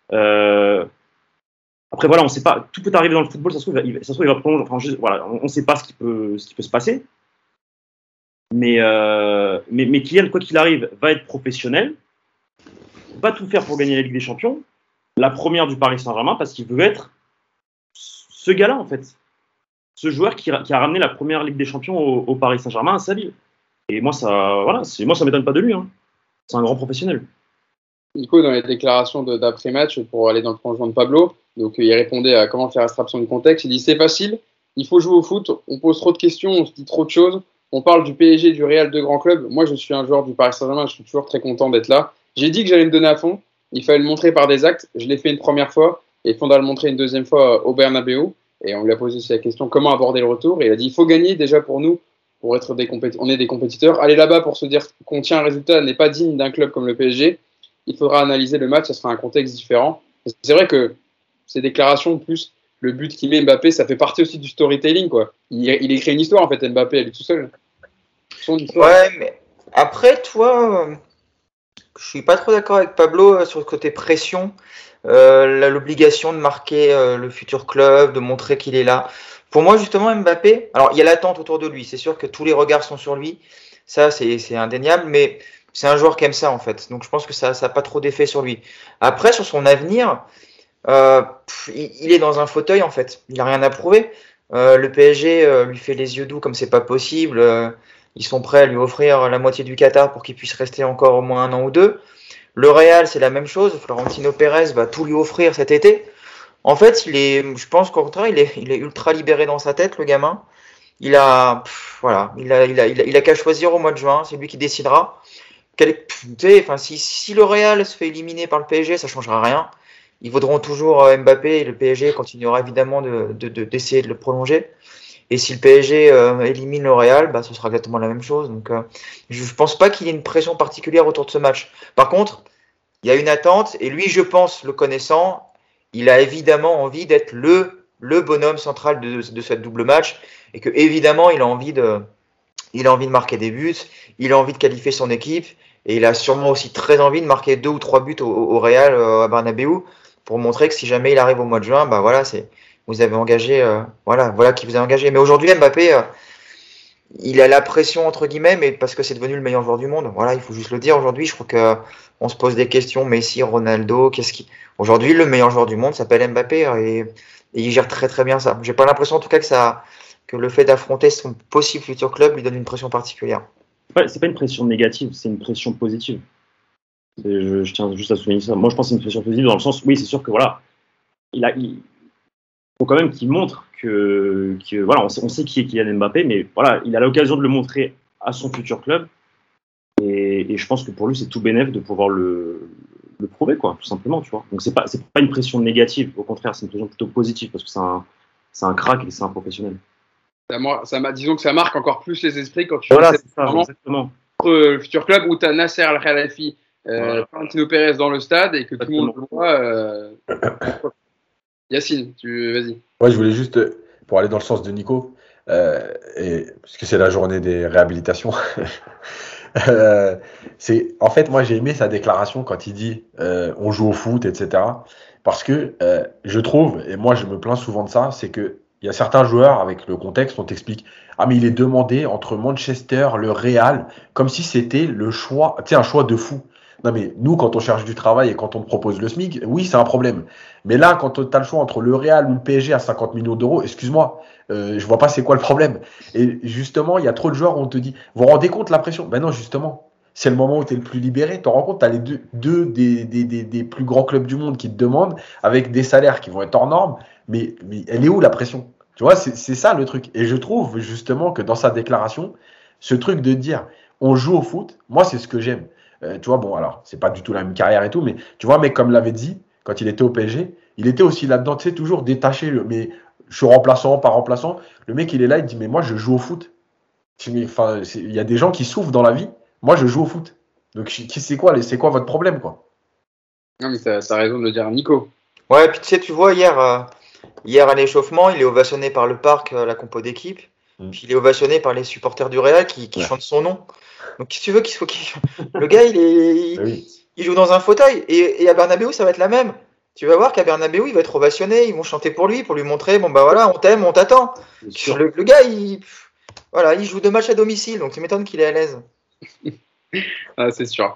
Après, voilà, on ne sait pas, tout peut arriver dans le football, ça se trouve, il va prolonger. Voilà, on ne sait pas ce qui peut se passer. Mais Kylian, quoi qu'il arrive, va être professionnel, va tout faire pour gagner la Ligue des Champions, la première du Paris Saint-Germain, parce qu'il veut être ce gars-là, en fait. Ce joueur qui a ramené la première Ligue des Champions au Paris Saint-Germain à sa ville. Et moi, ça m'étonne pas de lui. Hein. C'est un grand professionnel. Nico, dans les déclarations d'après-match, pour aller dans le prolongement de Pablo, donc il répondait à comment faire abstraction du contexte. Il dit c'est facile, il faut jouer au foot, on pose trop de questions, on se dit trop de choses, on parle du PSG, du Real, de grands clubs. Moi, je suis un joueur du Paris Saint-Germain, je suis toujours très content d'être là. J'ai dit que j'allais me donner à fond, il fallait le montrer par des actes. Je l'ai fait une première fois et il faudra le montrer une deuxième fois au Bernabeu. Et on lui a posé aussi la question comment aborder le retour. Et il a dit il faut gagner déjà pour nous, pour être on est des compétiteurs. Aller là-bas pour se dire qu'on tient un résultat n'est pas digne d'un club comme le PSG. Il faudra analyser le match, ça sera un contexte différent. Et c'est vrai que ces déclarations, plus le but qu'il met Mbappé, ça fait partie aussi du storytelling, quoi. Il écrit une histoire en fait, Mbappé, elle est tout seul. Son histoire. Ouais, mais après, toi, je suis pas trop d'accord avec Pablo sur le côté pression. L'obligation de marquer le futur club, de montrer qu'il est là. Pour moi, justement, Mbappé, alors il y a l'attente autour de lui. C'est sûr que tous les regards sont sur lui. Ça, c'est indéniable, mais c'est un joueur qui aime ça, en fait. Donc, je pense que ça n'a pas trop d'effet sur lui. Après, sur son avenir, il est dans un fauteuil en fait. Il n'a rien à prouver. Le PSG lui fait les yeux doux comme c'est pas possible. Ils sont prêts à lui offrir la moitié du Qatar pour qu'il puisse rester encore au moins 1 an ou 2. Le Real, c'est la même chose. Florentino Pérez va tout lui offrir cet été. En fait, je pense qu'au contraire, il est ultra libéré dans sa tête, le gamin. Il a qu'à choisir au mois de juin. C'est lui qui décidera. Si le Real se fait éliminer par le PSG, ça changera rien. Ils vaudront toujours Mbappé et le PSG continuera évidemment d'essayer de le prolonger. Et si le PSG élimine le Real, ce sera exactement la même chose. Donc, je ne pense pas qu'il y ait une pression particulière autour de ce match. Par contre, il y a une attente et lui, je pense, le connaissant, il a évidemment envie d'être le bonhomme central de cette double match et que évidemment, il a envie de marquer des buts, il a envie de qualifier son équipe et il a sûrement aussi très envie de marquer 2 ou 3 buts au Real à Bernabéu pour montrer que si jamais il arrive au mois de juin, vous avez engagé, voilà qui vous a engagé. Mais aujourd'hui, Mbappé, il a la pression entre guillemets, mais parce que c'est devenu le meilleur joueur du monde. Voilà, il faut juste le dire. Aujourd'hui, je crois que on se pose des questions. Messi, Ronaldo, aujourd'hui le meilleur joueur du monde s'appelle Mbappé et il gère très très bien ça. J'ai pas l'impression en tout cas que le fait d'affronter son possible futur club lui donne une pression particulière. C'est pas une pression négative, c'est une pression positive. Je tiens juste à souligner ça. Moi, je pense que c'est une pression positive dans le sens, oui, c'est sûr que voilà, il faut quand même qu'il montre que voilà, on sait qui est Kylian Mbappé, mais voilà, il a l'occasion de le montrer à son futur club. Et je pense que pour lui, c'est tout bénef de pouvoir le prouver, quoi, tout simplement, tu vois. Donc c'est pas une pression négative, au contraire, c'est une pression plutôt positive parce que c'est un crack et c'est un professionnel. Disons que ça marque encore plus les esprits quand tu voilà, c'est ça, exactement. Le futur club où tu as Nasser Al-Khelaifi, Florentino Pérez dans le stade et que exactement. Tout le monde le voit. Yacine, vas-y. Ouais, je voulais juste, pour aller dans le sens de Nico, puisque c'est la journée des réhabilitations, en fait, moi j'ai aimé sa déclaration quand il dit on joue au foot, etc. Parce que je trouve, et moi je me plains souvent de ça, c'est que il y a certains joueurs, avec le contexte, on t'explique mais il est demandé entre Manchester, le Real, comme si c'était le choix, un choix de fou. Non mais nous, quand on cherche du travail et quand on te propose le SMIC, oui, c'est un problème. Mais là, quand tu as le choix entre le Real ou le PSG à 50 millions d'euros, excuse-moi, je vois pas c'est quoi le problème. Et justement, il y a trop de joueurs où on te dit, vous vous rendez compte la pression ? Ben non, justement, c'est le moment où tu es le plus libéré. Tu te rends compte, tu as les deux des plus grands clubs du monde qui te demandent, avec des salaires qui vont être hors normes. Mais elle est où la pression ? Tu vois, c'est ça le truc. Et je trouve justement que dans sa déclaration, ce truc de dire on joue au foot, moi c'est ce que j'aime. Tu vois, bon, alors, c'est pas du tout la même carrière et tout, mais tu vois, mais comme l'avait dit, quand il était au PSG, il était aussi là-dedans, tu sais, toujours détaché. Mais je suis remplaçant, pas remplaçant. Le mec, il est là, il dit, mais moi, je joue au foot. Enfin, il y a des gens qui souffrent dans la vie. Moi, je joue au foot. Donc, c'est quoi votre problème, quoi ? Non, mais t'as raison de le dire, Nico. Ouais, puis tu sais, tu vois, hier à l'échauffement, il est ovationné par le parc, la compo d'équipe. Puis il est ovationné par les supporters du Real qui chantent son nom. Donc, qu'est-ce que tu veux le gars, il joue dans un fauteuil. Et à Bernabéu, ça va être la même. Tu vas voir qu'à Bernabéu, il va être ovationné. Ils vont chanter pour lui montrer, bon, bah voilà, on t'aime, on t'attend. Le gars, il joue 2 matchs à domicile. Donc, tu m'étonnes qu'il est à l'aise. C'est sûr.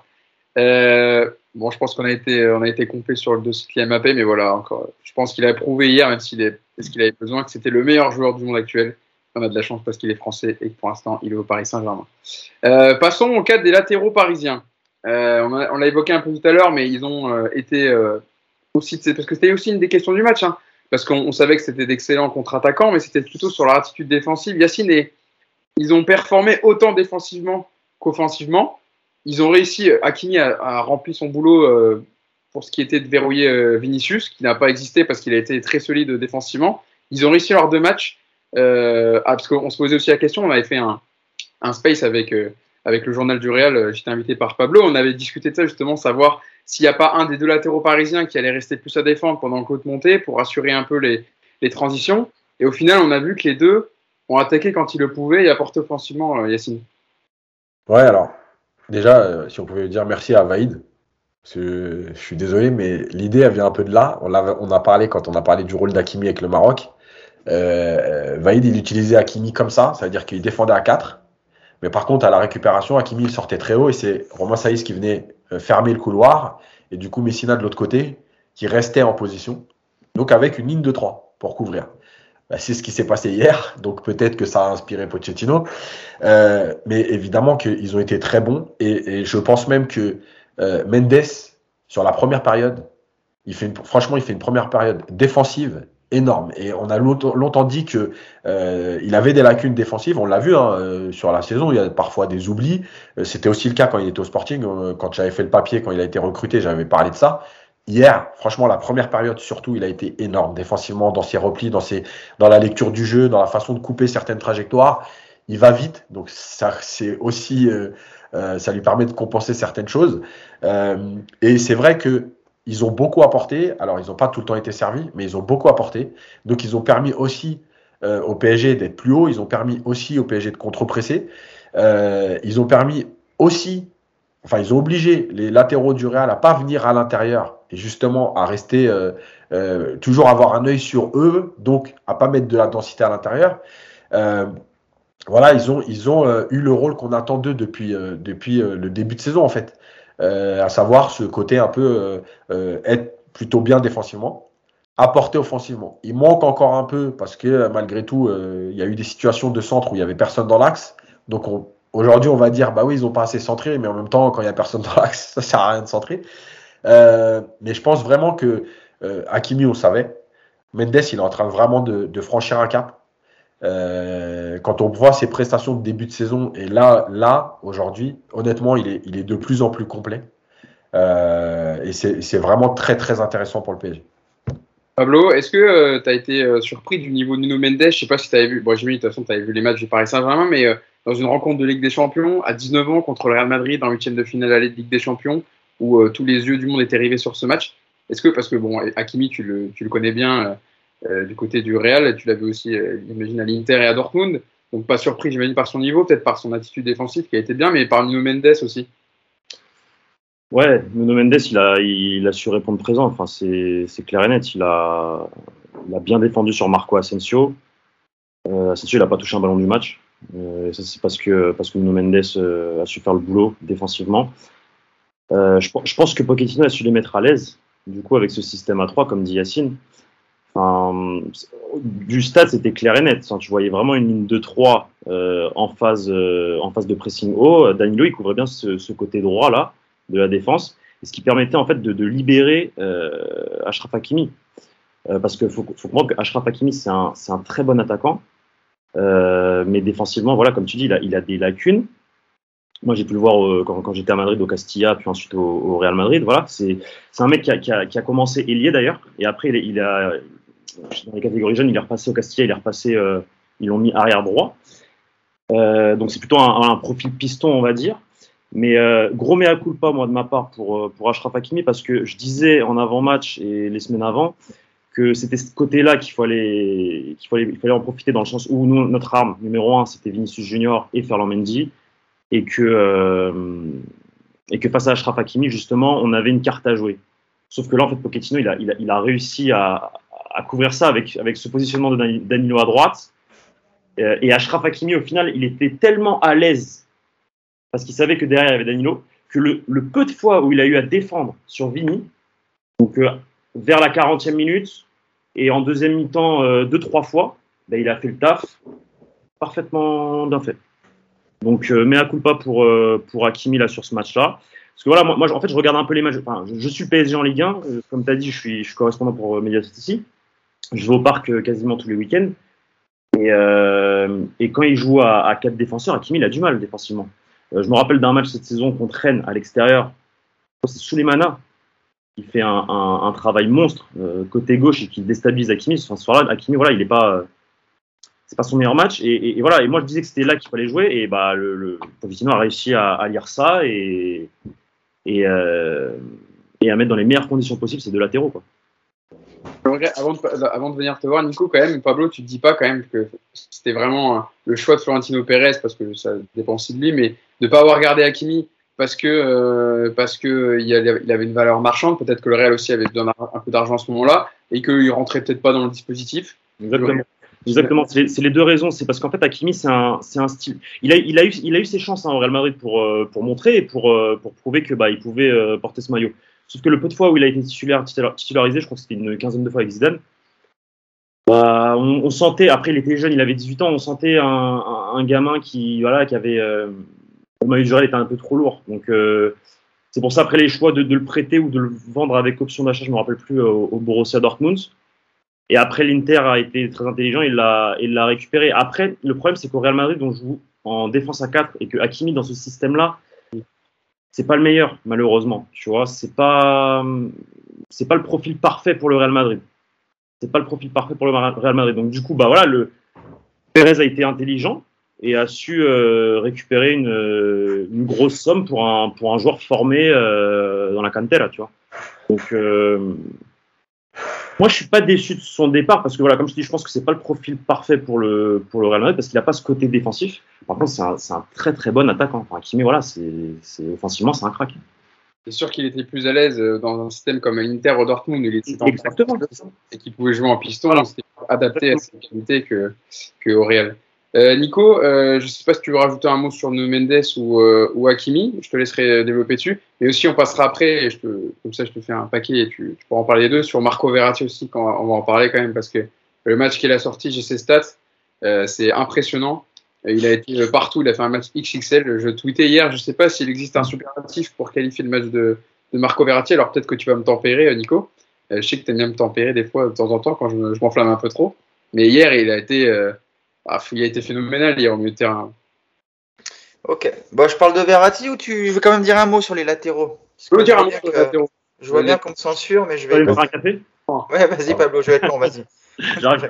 Bon, je pense qu'on a été complet sur le dossier Mbappé, mais voilà, encore, je pense qu'il a prouvé hier, même s'il avait besoin, que c'était le meilleur joueur du monde actuel. On a de la chance parce qu'il est français et que pour l'instant, il est au Paris Saint-Germain. Passons au cadre des latéraux parisiens. On l'a évoqué un peu tout à l'heure, mais ils ont été aussi... Parce que c'était aussi une des questions du match, hein, parce qu'on savait que c'était d'excellents contre-attaquants, mais c'était plutôt sur leur attitude défensive. Yacine, ils ont performé autant défensivement qu'offensivement. Ils ont réussi, Hakimi a rempli son boulot pour ce qui était de verrouiller Vinicius, qui n'a pas existé parce qu'il a été très solide défensivement. Ils ont réussi leurs 2 matchs. Parce qu'on se posait aussi la question, on avait fait un space avec le journal du Real, j'étais invité par Pablo, on avait discuté de ça justement, savoir s'il n'y a pas un des 2 latéraux parisiens qui allait rester plus à défendre pendant que l'autre montait pour assurer un peu les transitions. Et au final, on a vu que les 2 ont attaqué quand ils le pouvaient et apporté offensivement, Yacine. Ouais, alors, déjà, si on pouvait dire merci à Vaïd, parce que je suis désolé, mais l'idée, elle vient un peu de là. On a parlé quand on a parlé du rôle d'Hakimi avec le Maroc. Vaïd, il utilisait Hakimi comme ça veut dire qu'il défendait à 4. Mais par contre, à la récupération, Hakimi il sortait très haut et c'est Romain Saïs qui venait fermer le couloir. Et du coup, Messina de l'autre côté, qui restait en position. Donc avec une ligne de 3 pour couvrir. C'est ce qui s'est passé hier, donc peut-être que ça a inspiré Pochettino. Mais évidemment qu'ils ont été très bons. Et je pense même que Mendes, sur la première période, franchement, il fait une première période défensive énorme. Et on a longtemps dit que il avait des lacunes défensives. On l'a vu sur la saison, il y a parfois des oublis. C'était aussi le cas quand il était au Sporting. Quand j'avais fait le papier, quand il a été recruté, j'avais parlé de ça. Hier, franchement, la première période, surtout, il a été énorme défensivement dans ses replis, dans la lecture du jeu, dans la façon de couper certaines trajectoires. Il va vite, donc ça, c'est aussi, ça lui permet de compenser certaines choses. Et c'est vrai que ils ont beaucoup apporté. Alors, ils n'ont pas tout le temps été servis, mais ils ont beaucoup apporté. Donc, ils ont permis aussi au PSG d'être plus haut. Ils ont permis aussi au PSG de contre-presser. Ils ont permis aussi, enfin, ils ont obligé les latéraux du Real à pas venir à l'intérieur et justement à rester toujours avoir un œil sur eux, donc à pas mettre de la densité à l'intérieur. Voilà, ils ont eu le rôle qu'on attend d'eux depuis le début de saison en fait, à savoir ce côté un peu être plutôt bien défensivement, apporter offensivement. Il manque encore un peu parce que malgré tout, il y a eu des situations de centre où il y avait personne dans l'axe, donc aujourd'hui on va dire bah oui ils ont pas assez centré, mais en même temps quand il y a personne dans l'axe, ça sert à rien de centrer. Mais je pense vraiment que Hakimi, on savait. Mendes, il est en train vraiment de franchir un cap. Quand on voit ses prestations de début de saison, et là aujourd'hui, honnêtement, il est de plus en plus complet. Et c'est vraiment très, très intéressant pour le PSG. Pablo, est-ce que tu as été surpris du niveau de Nuno Mendes? Je ne sais pas si tu avais vu, bon, j'ai vu, de toute façon, tu avais vu les matchs du Paris Saint-Germain, mais dans une rencontre de Ligue des Champions, à 19 ans, contre le Real Madrid, en 8e de finale aller de Ligue des Champions, où tous les yeux du monde étaient rivés sur ce match. Est-ce que, parce que bon, Hakimi, tu le connais bien du côté du Real, tu l'as vu aussi, j'imagine, à l'Inter et à Dortmund, donc pas surpris, j'imagine, par son niveau, peut-être par son attitude défensive qui a été bien, mais par Nuno Mendes aussi. Ouais, Nuno Mendes, il a su répondre présent. Enfin, c'est clair et net. Il a bien défendu sur Marco Asensio. Asensio, il n'a pas touché un ballon du match. Ça, c'est parce que Nuno Mendes a su faire le boulot défensivement. Je pense que Pochettino a su les mettre à l'aise, du coup, avec ce système à 3, comme dit Yacine. Enfin, du stade, c'était clair et net. Tu voyais vraiment une ligne de 3 en phase de pressing haut. Danilo, il couvrait bien ce côté droit là de la défense, et ce qui permettait en fait de libérer Achraf Hakimi. Parce qu'il faut comprendre qu'Achraf Hakimi, c'est un très bon attaquant, mais défensivement, voilà, comme tu dis, il a des lacunes. Moi, j'ai pu le voir quand j'étais à Madrid, au Castilla, puis ensuite au Real Madrid. Voilà, c'est un mec qui a commencé ailier d'ailleurs, et après il a dans les catégories jeunes, il est repassé au Castilla, ils l'ont mis arrière droit. Donc c'est plutôt un profil piston, on va dire. Mais gros mea culpa, moi, de ma part, pour Achraf Hakimi, parce que je disais en avant-match et les semaines avant que c'était ce côté-là qu'il fallait en profiter, dans le sens où nous, notre arme numéro 1, c'était Vinicius Junior et Ferland Mendy, et que face à Achraf Hakimi, justement, on avait une carte à jouer. Sauf que là, en fait, Pochettino, il a réussi à couvrir ça avec ce positionnement de Danilo à droite. Et Achraf Hakimi, au final, il était tellement à l'aise parce qu'il savait que derrière, il y avait Danilo, que le peu de fois où il a eu à défendre sur Vini, donc vers la 40e minute, et en deuxième mi-temps 2-3 fois, ben, il a fait le taf parfaitement bien fait. Donc, mea culpa pour Hakimi là, sur ce match-là. Parce que voilà, moi en fait, je regarde un peu les matchs. Enfin, je suis PSG en Ligue 1. Comme tu as dit, je suis correspondant pour Mediaset ici. Je vais au parc quasiment tous les week-ends. Et quand il joue à 4 défenseurs, Hakimi, il a du mal défensivement. Je me rappelle d'un match cette saison contre Rennes à l'extérieur. C'est Souleymana qui fait un travail monstre côté gauche et qui déstabilise Hakimi. Enfin, ce soir-là, Hakimi, voilà, c'est pas son meilleur match. Et voilà. Et moi, je disais que c'était là qu'il fallait jouer. Et bah, le Pochettino a réussi à lire ça et à mettre dans les meilleures conditions possibles ces deux latéraux, quoi. Avant de venir te voir, Nico, quand même, Pablo, tu te dis pas quand même que c'était vraiment le choix de Florentino Pérez, parce que ça dépend aussi de lui, mais de pas avoir gardé Hakimi parce que il avait une valeur marchande. Peut-être que le Real aussi avait besoin un peu d'argent à ce moment-là et qu'il rentrait peut-être pas dans le dispositif. Exactement. C'est les deux raisons. C'est parce qu'en fait, Hakimi, c'est un style. Il a eu ses chances au Real Madrid pour montrer et pour prouver que il pouvait porter ce maillot. Sauf que le peu de fois où il a été titularisé, je crois que c'était une quinzaine de fois avec Zidane, bah, on sentait, après il était jeune, il avait 18 ans, on sentait un gamin qui avait. Le maillot de Jurel était un peu trop lourd. Donc c'est pour ça, après les choix de le prêter ou de le vendre avec option d'achat, je ne me rappelle plus, au Borussia Dortmund. Et après, l'Inter a été très intelligent, il l'a récupéré. Après, le problème, c'est qu'au Real Madrid, on joue en défense à 4 et que Hakimi, dans ce système-là, c'est pas le meilleur, malheureusement. Tu vois, c'est pas le profil parfait pour le Real Madrid. C'est pas le profil parfait pour le Real Madrid. Donc, du coup, bah voilà, Pérez a été intelligent et a su récupérer une grosse somme pour un joueur formé dans la cantera, tu vois. Donc, moi, je suis pas déçu de son départ parce que voilà, comme je dis, je pense que c'est pas le profil parfait pour le Real Madrid parce qu'il a pas ce côté défensif. Par contre, c'est un très très bon attaquant. Enfin, Hakimi, voilà, offensivement, c'est un crack. C'est sûr qu'il était plus à l'aise dans un système comme l'Inter ou Dortmund où il était exactement et qu'il pouvait jouer en piston. Voilà. C'était adapté à ses qualités que au Real. Nico, je ne sais pas si tu veux rajouter un mot sur Nuno Mendes ou Hakimi, je te laisserai développer dessus, mais aussi on passera après, et comme ça je te fais un paquet et tu pourras en parler des deux, sur Marco Verratti aussi, quand on va en parler quand même, parce que le match qu'il a sorti, j'ai ses stats, c'est impressionnant, il a été partout, il a fait un match XXL, je tweetais hier, je ne sais pas s'il existe un superlatif pour qualifier le match de Marco Verratti, alors peut-être que tu vas me tempérer, Nico, je sais que tu aimes bien me tempérer des fois, de temps en temps, quand je m'enflamme un peu trop, mais hier il a été phénoménal hier au milieu de terrain. Ok. Bon, je parle de Verratti ou tu veux quand même dire un mot sur les latéraux? Je veux dire un mot sur les latéraux. Je vois bien qu'on me censure, mais je vais. Tu vas me faire un café? Ouais, vas-y Pablo, je vais être long, vas-y. J'arrive.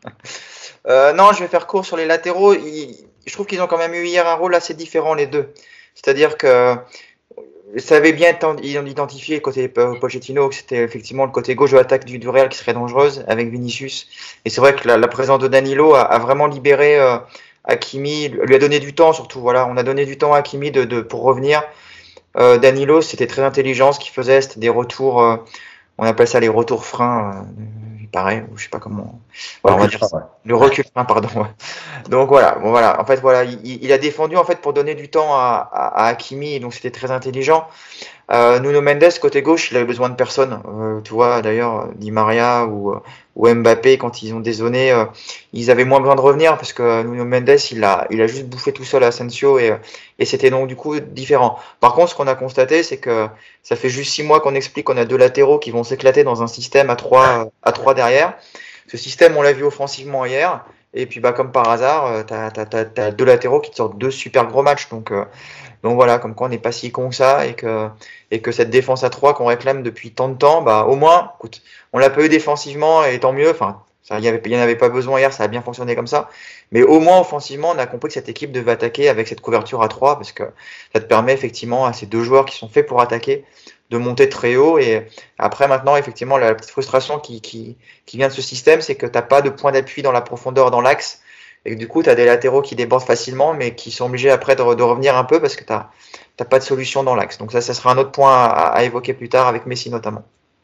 Non, je vais faire court sur les latéraux. Je trouve qu'ils ont quand même eu hier un rôle assez différent les deux. C'est-à-dire que ça avait bien identifié côté Pochettino que c'était effectivement le côté gauche de l'attaque du Real qui serait dangereuse avec Vinicius. Et c'est vrai que la présence de Danilo a vraiment libéré Hakimi, lui a donné du temps surtout. Voilà, on a donné du temps à Hakimi pour revenir. Danilo, c'était très intelligent ce qu'il faisait, c'était des retours, on appelle ça les retours freins, il paraît, ou je sais pas comment. Voilà, on va dire ça. Le recul frein, pardon. Ouais. Donc voilà, bon voilà, en fait voilà, il a défendu en fait pour donner du temps à Hakimi, donc c'était très intelligent. Nuno Mendes côté gauche, il avait besoin de personne. Tu vois d'ailleurs Di Maria ou Mbappé quand ils ont dézonné, ils avaient moins besoin de revenir parce que Nuno Mendes il a juste bouffé tout seul à Asensio et c'était donc du coup différent. Par contre, ce qu'on a constaté, c'est que ça fait juste 6 mois qu'on explique qu'on a deux latéraux qui vont s'éclater dans un système à 3 derrière. Ce système, on l'a vu offensivement hier. Et puis, bah, comme par hasard, t'as deux latéraux qui te sortent deux super gros matchs. Donc voilà, comme quoi on n'est pas si con que ça et que cette défense à 3 qu'on réclame depuis tant de temps, bah, au moins, écoute, on l'a pas eu défensivement et tant mieux. Enfin, il n'y en avait pas besoin hier, ça a bien fonctionné comme ça. Mais au moins, offensivement, on a compris que cette équipe devait attaquer avec cette couverture à 3 parce que ça te permet effectivement à ces deux joueurs qui sont faits pour attaquer de monter très haut. Et après, maintenant, effectivement, la petite frustration qui vient de ce système, c'est que tu n'as pas de point d'appui dans la profondeur, dans l'axe. Et que du coup, tu as des latéraux qui débordent facilement, mais qui sont obligés après de revenir un peu parce que tu n'as pas de solution dans l'axe. Donc ça sera un autre point à évoquer plus tard avec Messi notamment.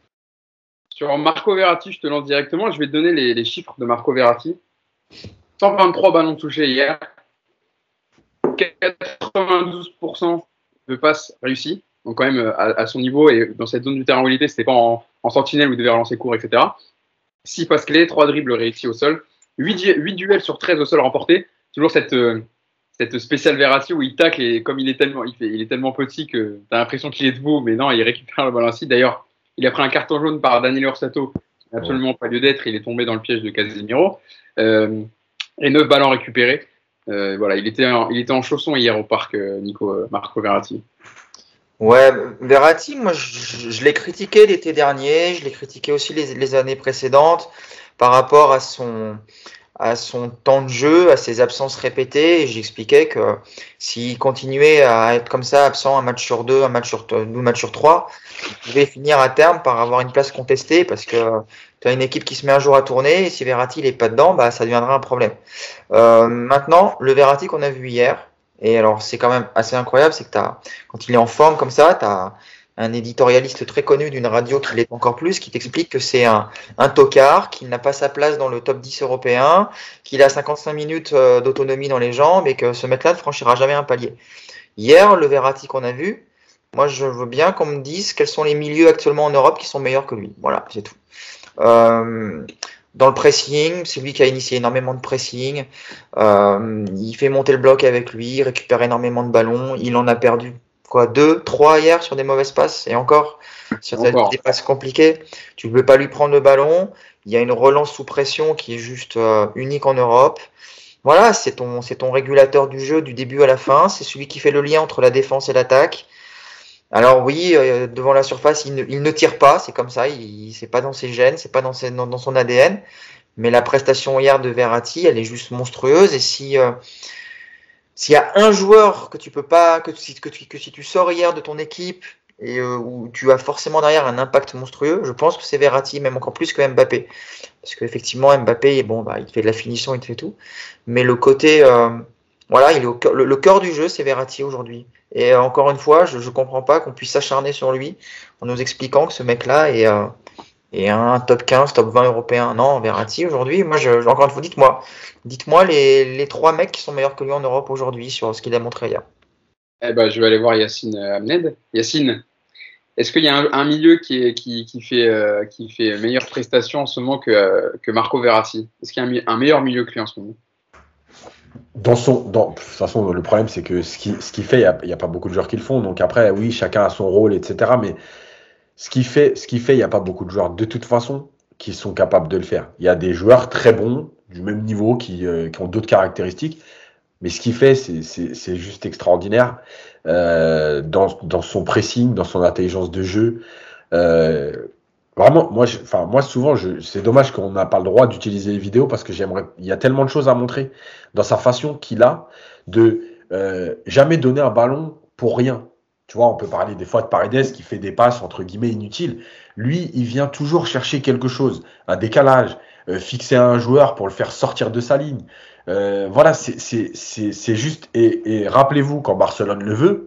Sur Marco Verratti, je te lance directement. Je vais te donner les chiffres de Marco Verratti. 123 ballons touchés hier. 92% de passes réussies. Donc quand même à son niveau et dans cette zone du terrain où il était, c'était pas en sentinelle où il devait relancer court, etc. 6 passes clés, 3 dribbles réussis au sol. 8 duels sur 13 au sol remportés. Toujours cette spéciale Verratti où il tacle et comme il est tellement petit que tu as l'impression qu'il est debout, mais non, il récupère le ballon ainsi. D'ailleurs, il a pris un carton jaune par Daniel Orsato, qui n'a absolument pas lieu d'être. Il est tombé dans le piège de Casemiro. Et 9 ballons récupérés. Voilà, il était en chausson hier au parc, Marco Verratti. Ouais, Verratti, moi je l'ai critiqué l'été dernier, je l'ai critiqué aussi les années précédentes par rapport à son temps de jeu, à ses absences répétées. Et j'expliquais que s'il continuait à être comme ça, absent un match sur 2, un match sur 3, il pouvait finir à terme par avoir une place contestée parce que tu as une équipe qui se met un jour à tourner et si Verratti il est pas dedans, bah ça deviendra un problème. Maintenant, le Verratti qu'on a vu hier, et alors c'est quand même assez incroyable, c'est que quand il est en forme comme ça, tu as un éditorialiste très connu d'une radio qui l'est encore plus, qui t'explique que c'est un tocard, qu'il n'a pas sa place dans le top 10 européen, qu'il a 55 minutes d'autonomie dans les jambes et que ce mec-là ne franchira jamais un palier. Hier, le Verratti qu'on a vu, Moi, je veux bien qu'on me dise quels sont les milieux actuellement en Europe qui sont meilleurs que lui. Voilà, c'est tout. Dans le pressing, c'est lui qui a initié énormément de pressing. Il fait monter le bloc avec lui, il récupère énormément de ballons. Il en a perdu 2, 3 hier sur des mauvaises passes et encore sur des passes compliquées. Tu ne peux pas lui prendre le ballon. Il y a une relance sous pression qui est juste unique en Europe. Voilà, c'est ton régulateur du jeu du début à la fin. C'est celui qui fait le lien entre la défense et l'attaque. Alors oui, devant la surface, il ne tire pas, c'est comme ça, c'est pas dans ses gènes, c'est pas dans son ADN. Mais la prestation hier de Verratti, elle est juste monstrueuse. Et s'il y a un joueur que tu peux pas, que si tu sors hier de ton équipe et où tu as forcément derrière un impact monstrueux, je pense que c'est Verratti, même encore plus que Mbappé. Parce qu'effectivement, Mbappé, il fait de la finition, il te fait tout. Mais le côté, voilà, il est le cœur du jeu, c'est Verratti aujourd'hui. Et encore une fois, je comprends pas qu'on puisse s'acharner sur lui en nous expliquant que ce mec-là est un top 15, top 20 européen. Non, Verratti aujourd'hui, moi, encore une fois, dites-moi les 3 mecs qui sont meilleurs que lui en Europe aujourd'hui sur ce qu'il a montré hier. Eh ben, je vais aller voir Yacine Amned. Yacine, est-ce qu'il y a un milieu qui fait meilleure prestation en ce moment que Marco Verratti? Est-ce qu'il y a un meilleur milieu que lui en ce moment? De toute façon, le problème, c'est que ce qu'il fait, il n'y a pas beaucoup de joueurs qui le font. Donc après, oui, chacun a son rôle, etc. Mais ce qu'il fait, il n'y a pas beaucoup de joueurs de toute façon qui sont capables de le faire. Il y a des joueurs très bons, du même niveau, qui ont d'autres caractéristiques. Mais ce qu'il fait, c'est juste extraordinaire dans son pressing, dans son intelligence de jeu. Vraiment, moi souvent, c'est dommage qu'on n'a pas le droit d'utiliser les vidéos parce que il y a tellement de choses à montrer dans sa façon qu'il a de jamais donner un ballon pour rien. Tu vois, on peut parler des fois de Paredes qui fait des passes entre guillemets inutiles. Lui, il vient toujours chercher quelque chose, un décalage, fixer un joueur pour le faire sortir de sa ligne. Voilà, c'est juste. Et rappelez-vous quand Barcelone le veut.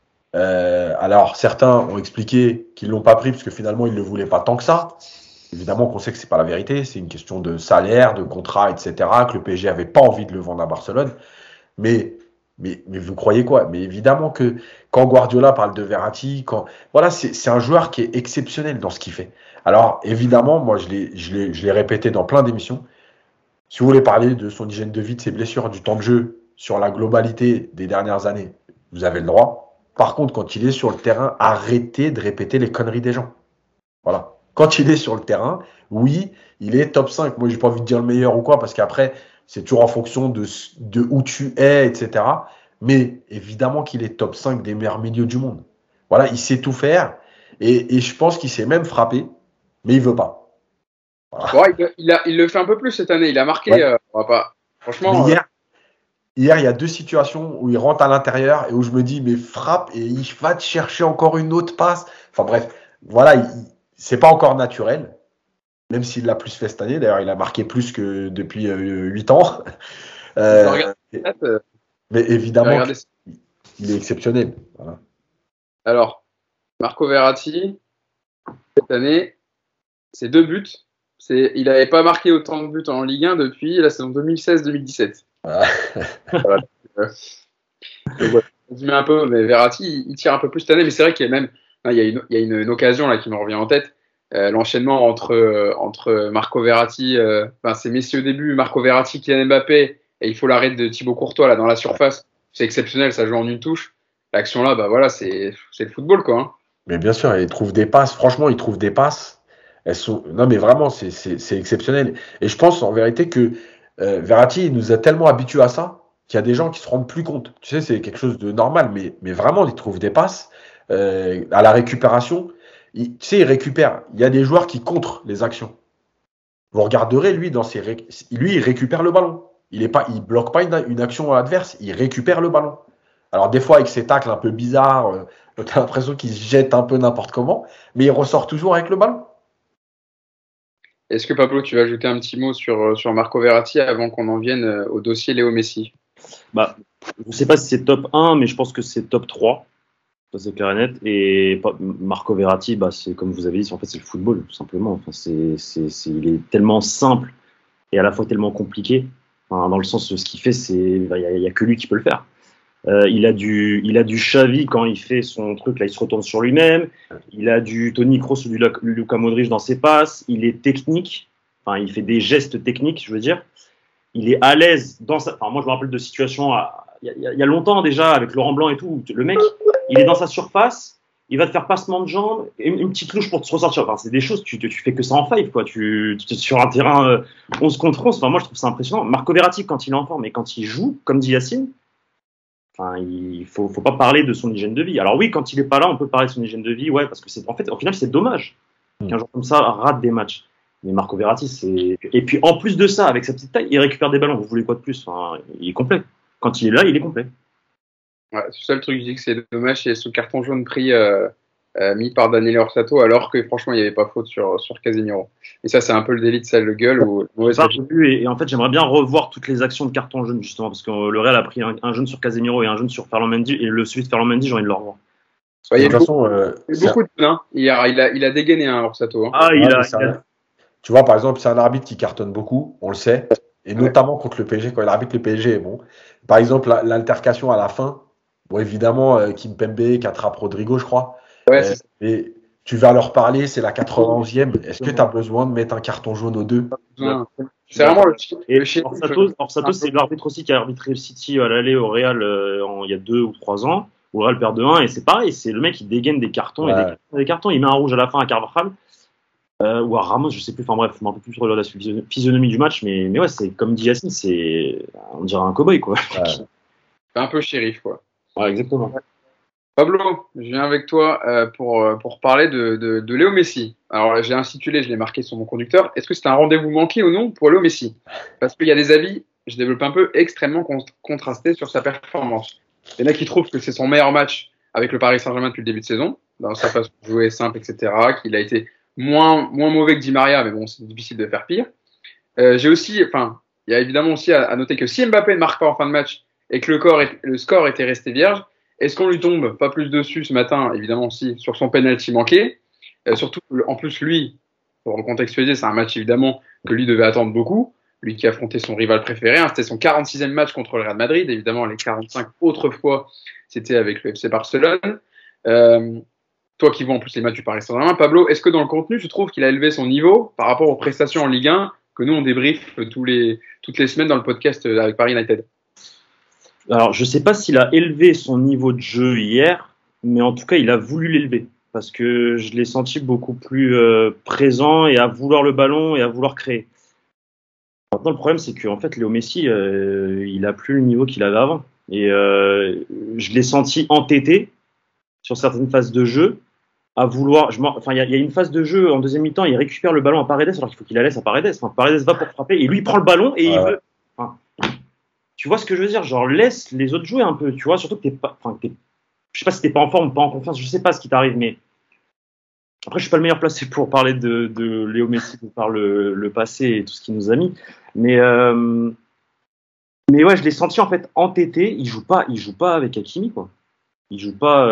Alors certains ont expliqué qu'ils l'ont pas pris parce que finalement ils ne le voulaient pas tant que ça. Évidemment qu'on sait que c'est pas la vérité, c'est une question de salaire, de contrat, etc. Que le PSG avait pas envie de le vendre à Barcelone. Mais vous croyez quoi? Mais évidemment que quand Guardiola parle de Verratti, voilà, c'est un joueur qui est exceptionnel dans ce qu'il fait. Alors évidemment, moi je l'ai répété dans plein d'émissions. Si vous voulez parler de son hygiène de vie, de ses blessures, du temps de jeu sur la globalité des dernières années, vous avez le droit. Par contre, quand il est sur le terrain, arrêtez de répéter les conneries des gens. Voilà. Quand il est sur le terrain, oui, il est top 5. Moi, j'ai pas envie de dire le meilleur ou quoi, parce qu'après, c'est toujours en fonction de où tu es, etc. Mais évidemment qu'il est top 5 des meilleurs milieux du monde. Voilà, il sait tout faire. Et je pense qu'il s'est même frappé, mais il veut pas. Voilà. Ouais, il le fait un peu plus cette année. Il a marqué. Ouais. On va pas. Franchement. Hier, il y a 2 situations où il rentre à l'intérieur et où je me dis, mais frappe et il va te chercher encore une autre passe. Enfin bref, voilà, c'est pas encore naturel, même s'il l'a plus fait cette année. D'ailleurs, il a marqué plus que depuis 8 ans. Mais évidemment, il est exceptionnel. Voilà. Alors, Marco Verratti, cette année, c'est 2 buts. Il n'avait pas marqué autant de buts en Ligue 1 depuis la saison 2016-2017. Voilà. On se met un peu, mais Verratti, il tire un peu plus cette année, mais c'est vrai qu'il y a une occasion là qui me revient en tête. L'enchaînement entre Marco Verratti, c'est Messi au début, Marco Verratti, Kylian Mbappé, et il faut l'arrêt de Thibaut Courtois là dans la surface. C'est exceptionnel, ça joue en une touche. L'action là, voilà, c'est le football quoi. Hein. Mais bien sûr, il trouve des passes. Franchement, il trouve des passes. Non, mais vraiment, c'est exceptionnel. Et je pense en vérité que Verratti il nous a tellement habitués à ça qu'il y a des gens qui se rendent plus compte. Tu sais, c'est quelque chose de normal, mais vraiment, il trouve des passes à la récupération. Tu sais, il récupère. Il y a des joueurs qui contrent les actions. Vous regarderez, lui, il récupère le ballon. Il bloque pas une action adverse, il récupère le ballon. Alors, des fois, avec ses tacles un peu bizarres, tu as l'impression qu'il se jette un peu n'importe comment, mais il ressort toujours avec le ballon. Est-ce que Pablo, tu vas ajouter un petit mot sur Marco Verratti avant qu'on en vienne au dossier Léo Messi? Je ne sais pas si c'est top 1, mais je pense que c'est top 3. Ça, c'est clair et net. Et Marco Verratti, c'est comme vous avez dit, en fait, c'est le football, tout simplement. Enfin, il est tellement simple et à la fois tellement compliqué. Enfin, dans le sens, ce qu'il fait, il n'y a que lui qui peut le faire. Il a du Xavi quand il fait son truc, là, il se retourne sur lui-même. Il a du Toni Kroos ou du Luka Modric dans ses passes. Il est technique. Enfin, il fait des gestes techniques, je veux dire. Il est à l'aise dans sa. Enfin, moi, je me rappelle de situations il y a longtemps déjà avec Laurent Blanc et tout. Le mec, il est dans sa surface. Il va te faire passement de jambes, une petite louche pour te ressortir. Enfin, c'est des choses, tu fais que ça en five, quoi. Tu sur un terrain 11 contre 11. Enfin, moi, je trouve ça impressionnant. Marco Verratti, quand il est en forme, mais quand il joue, comme dit Yacine, enfin, il faut pas parler de son hygiène de vie. Alors oui, quand il est pas là, on peut parler de son hygiène de vie, ouais, parce que en fait, au final, c'est dommage qu'un joueur comme ça rate des matchs. Mais Marco Verratti, c'est. Et puis, en plus de ça, avec sa petite taille, il récupère des ballons. Vous voulez quoi de plus? Enfin, il est complet. Quand il est là, il est complet. Ouais, c'est ça le truc, je dis que c'est dommage, c'est ce carton jaune pris mis par Daniel Orsato, alors que franchement il n'y avait pas faute sur Casemiro. Et ça, c'est un peu le délit de sale de gueule. Et en fait, j'aimerais bien revoir toutes les actions de carton jaune, justement, parce que le Real a pris un jaune sur Casemiro et un jaune sur Ferland Mendy, et celui de Ferland Mendy, j'ai envie de le revoir. Il y a beaucoup de hein. Il a dégainé Orsato. Hein. Tu vois, par exemple, c'est un arbitre qui cartonne beaucoup, on le sait, et notamment contre le PSG, quand il arbitre le PSG. Bon. Par exemple, l'altercation à la fin. Bon, évidemment, Kimpembe qui attrape Rodrigo, je crois. Ouais, mais tu vas leur parler, c'est la 91e. Est-ce que tu as besoin de mettre un carton jaune aux deux? C'est vraiment le chien. Orsato, c'est l'arbitre aussi qui a arbitré City à l'aller au Real il y a 2 ou 3 ans. Où le Real perd 2-1. Et c'est pareil, c'est le mec qui dégaine des cartons et des cartons. Il met un rouge à la fin à Carvajal. Ou à Ramos, je sais plus. Enfin bref, je m'en rappelle plus sur la physionomie du match. Mais ouais, c'est comme dit Yacine, on dirait un cow-boy, quoi. C'est un peu shérif, quoi. Ouais, exactement. Pablo, je viens avec toi pour parler de Léo Messi. Alors, j'ai intitulé, je l'ai marqué sur mon conducteur. Est-ce que c'est un rendez-vous manqué ou non pour Léo Messi? Parce qu'il y a des avis, je développe un peu, extrêmement contrastés sur sa performance. Il y en a qui trouvent que c'est son meilleur match avec le Paris Saint-Germain depuis le début de saison, dans sa façon de jouer simple, etc., qu'il a été moins mauvais que Di Maria, mais bon, c'est difficile de faire pire. Il y a évidemment aussi à noter que si Mbappé ne marque pas en fin de match et que le score était resté vierge, est-ce qu'on lui tombe pas plus dessus ce matin? Évidemment, si, sur son penalty manqué. Surtout, en plus, lui, pour le contextualiser, c'est un match évidemment que lui devait attendre beaucoup. Lui qui affrontait son rival préféré. Hein, c'était son 46e match contre le Real Madrid. Évidemment, les 45 autres fois, c'était avec le FC Barcelone. Toi qui vois en plus les matchs du Paris Saint-Germain, Pablo, est-ce que dans le contenu, tu trouves qu'il a élevé son niveau par rapport aux prestations en Ligue 1 que nous, on débriefe toutes les semaines dans le podcast avec Paris United? Alors, je ne sais pas s'il a élevé son niveau de jeu hier, mais en tout cas, il a voulu l'élever. Parce que je l'ai senti beaucoup plus présent et à vouloir le ballon et à vouloir créer. Maintenant, le problème, c'est qu'en fait, Léo Messi, il n'a plus le niveau qu'il avait avant. Et je l'ai senti entêté sur certaines phases de jeu, à vouloir. Il y a une phase de jeu en deuxième mi-temps, il récupère le ballon à Paredes, alors qu'il faut qu'il la laisse à Paredes. Enfin, Paredes va pour frapper, et lui, il prend le ballon et il veut. Enfin, tu vois ce que je veux dire? Genre, laisse les autres jouer un peu, tu vois, surtout que je sais pas si t'es pas en forme ou pas en confiance, je sais pas ce qui t'arrive, mais après, je suis pas le meilleur placé pour parler de Léo Messi par le passé et tout ce qu'il nous a mis, mais ouais, je l'ai senti en fait entêté. Il joue pas avec Hakimi, quoi. Il joue pas,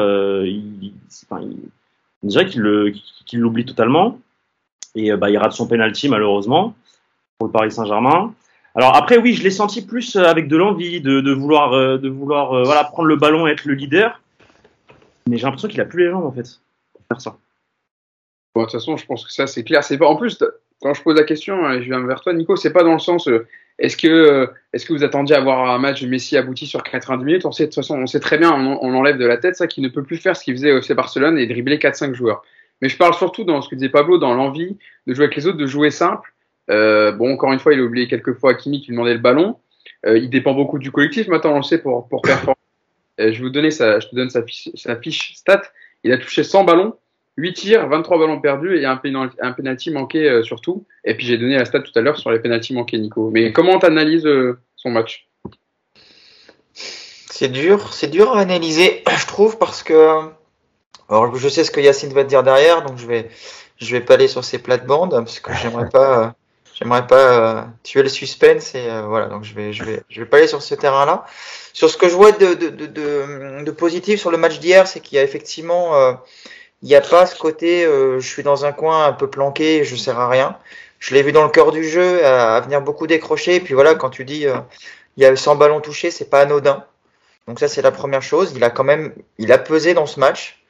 on dirait qu'il l'oublie totalement, et il rate son penalty malheureusement pour le Paris Saint-Germain. Alors après, oui, je l'ai senti plus avec de l'envie de vouloir prendre le ballon et être le leader. Mais j'ai l'impression qu'il a plus les jambes en fait pour faire ça. Bon, de toute façon, je pense que ça c'est clair. C'est pas. En plus, quand je pose la question, je viens vers toi, Nico. C'est pas dans le sens. Est-ce que vous attendiez à voir un match de Messi abouti sur 90 minutes? De toute façon, on sait très bien, on l'enlève de la tête ça, qu'il ne peut plus faire ce qu'il faisait au FC Barcelone et dribbler 4-5 joueurs. Mais je parle surtout dans ce que disait Pablo, dans l'envie de jouer avec les autres, de jouer simple. Encore une fois, il a oublié quelques fois Hakimi qui lui demandait le ballon. Il dépend beaucoup du collectif. Maintenant, on le sait pour performer. Je te donne sa fiche stat. Il a touché 100 ballons, 8 tirs, 23 ballons perdus et un penalty manqué surtout. Et puis j'ai donné la stat tout à l'heure sur les penaltys manqués, Nico. Mais comment tu analyses son match? C'est dur à analyser, je trouve, parce que alors je sais ce que Yacine va te dire derrière, donc je vais pas aller sur ses plates-bandes parce que j'aimerais pas tuer le suspense et voilà, donc je vais pas aller sur ce terrain-là. Sur ce que je vois de positif sur le match d'hier, c'est qu'il y a effectivement il n'y a pas ce côté je suis dans un coin un peu planqué et je sers à rien. Je l'ai vu dans le cœur du jeu à venir beaucoup décrocher, et puis voilà, quand tu dis il y a 100 ballons touchés, c'est pas anodin. Donc ça, c'est la première chose. Il a pesé dans ce match.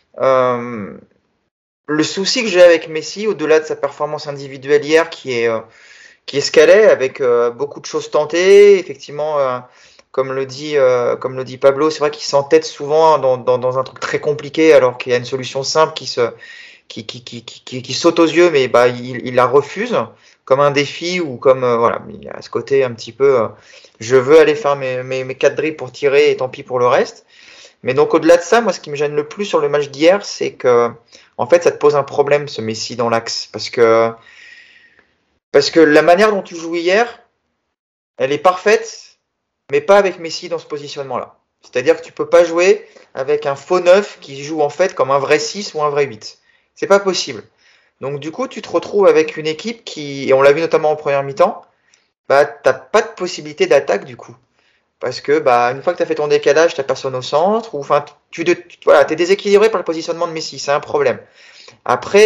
Le souci que j'ai avec Messi, au-delà de sa performance individuelle hier, qui est ce qu'elle est, avec beaucoup de choses tentées, effectivement, comme le dit Pablo, c'est vrai qu'il s'entête souvent dans un truc très compliqué, alors qu'il y a une solution simple qui saute aux yeux, mais il la refuse comme un défi, ou comme voilà, il y a ce côté un petit peu je veux aller faire mes 4 dribbles pour tirer et tant pis pour le reste. Mais donc au-delà de ça, moi ce qui me gêne le plus sur le match d'hier, c'est que en fait ça te pose un problème, ce Messi dans l'axe, parce que la manière dont tu joues hier, elle est parfaite, mais pas avec Messi dans ce positionnement-là. C'est-à-dire que tu peux pas jouer avec un faux 9 qui joue en fait comme un vrai 6 ou un vrai 8. C'est pas possible. Donc du coup, tu te retrouves avec une équipe qui, et on l'a vu notamment en première mi-temps, t'as pas de possibilité d'attaque du coup. Parce que une fois que tu as fait ton décalage, t'as personne au centre, ou enfin t'es déséquilibré par le positionnement de Messi, c'est un problème. Après,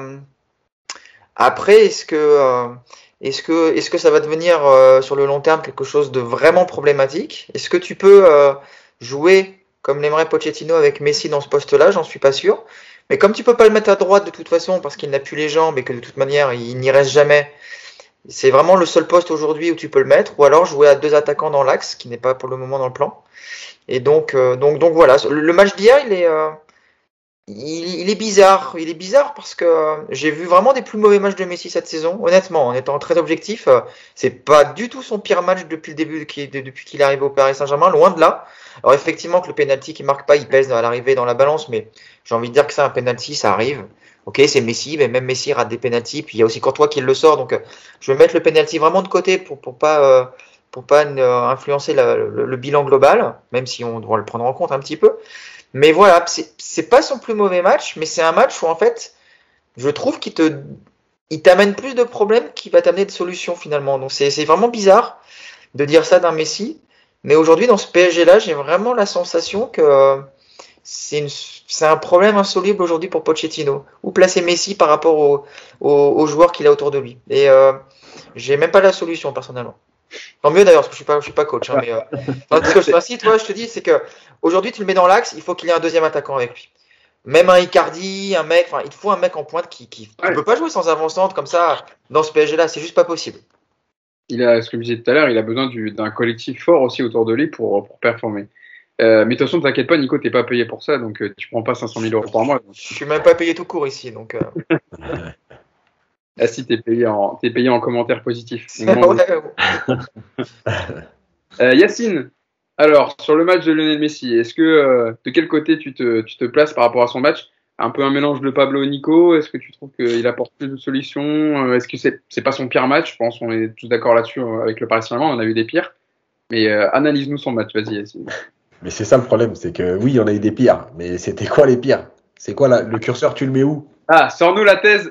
est-ce que ça va devenir sur le long terme quelque chose de vraiment problématique? Est-ce que tu peux jouer comme l'aimerait Pochettino avec Messi dans ce poste-là? J'en suis pas sûr. Mais comme tu peux pas le mettre à droite de toute façon parce qu'il n'a plus les jambes et que de toute manière il n'y reste jamais, c'est vraiment le seul poste aujourd'hui où tu peux le mettre, ou alors jouer à 2 attaquants dans l'axe, qui n'est pas pour le moment dans le plan. Et donc voilà, le match d'hier, il est bizarre. Il est bizarre parce que j'ai vu vraiment des plus mauvais matchs de Messi cette saison. Honnêtement, en étant très objectif, c'est pas du tout son pire match depuis le début, depuis qu'il est arrivé au Paris Saint-Germain, loin de là. Alors effectivement que le penalty qui marque pas, il pèse à l'arrivée dans la balance, mais j'ai envie de dire que ça, un penalty, ça arrive. Ok, c'est Messi, mais même Messi rate des penaltys. Puis il y a aussi Courtois qui le sort, donc je vais mettre le penalty vraiment de côté pour pas influencer le bilan global, même si on doit le prendre en compte un petit peu. Mais voilà, c'est pas son plus mauvais match, mais c'est un match où en fait, je trouve qu'il t'amène plus de problèmes qu'il va t'amener de solutions finalement. Donc c'est vraiment bizarre de dire ça d'un Messi, mais aujourd'hui dans ce PSG là, j'ai vraiment la sensation que c'est un problème insoluble aujourd'hui pour Pochettino. Où placer Messi par rapport aux joueurs qu'il a autour de lui. Et j'ai même pas la solution personnellement. Tant mieux d'ailleurs, parce que je suis pas coach. Hein, mais si toi, je te dis, c'est que aujourd'hui tu le mets dans l'axe, il faut qu'il ait un deuxième attaquant avec lui. Même un Icardi, il te faut un mec en pointe qui ne peut pas jouer sans avant-centre comme ça dans ce PSG là, c'est juste pas possible. Ce que je disais tout à l'heure, il a besoin d'un collectif fort aussi autour de lui pour performer. Mais de toute façon, t'inquiète pas, Nico, t'es pas payé pour ça, donc tu prends pas 500 000 € par mois. Donc. Je suis même pas payé tout court ici, donc. Ah si, t'es payé en commentaires positifs. Yacine, alors sur le match de Lionel Messi, est-ce que de quel côté tu te places par rapport à son match? Un peu un mélange de Pablo et Nico. Est-ce que tu trouves qu'il apporte plus de solutions? Est-ce que c'est pas son pire match? Je pense qu'on est tous d'accord là-dessus avec le Paris Saint-Germain, on en a eu des pires. Mais analyse-nous son match, vas-y Yacine. Mais c'est ça le problème, c'est que oui, on a eu des pires, mais c'était quoi les pires? C'est quoi le curseur, tu le mets où? Ah, sors-nous la thèse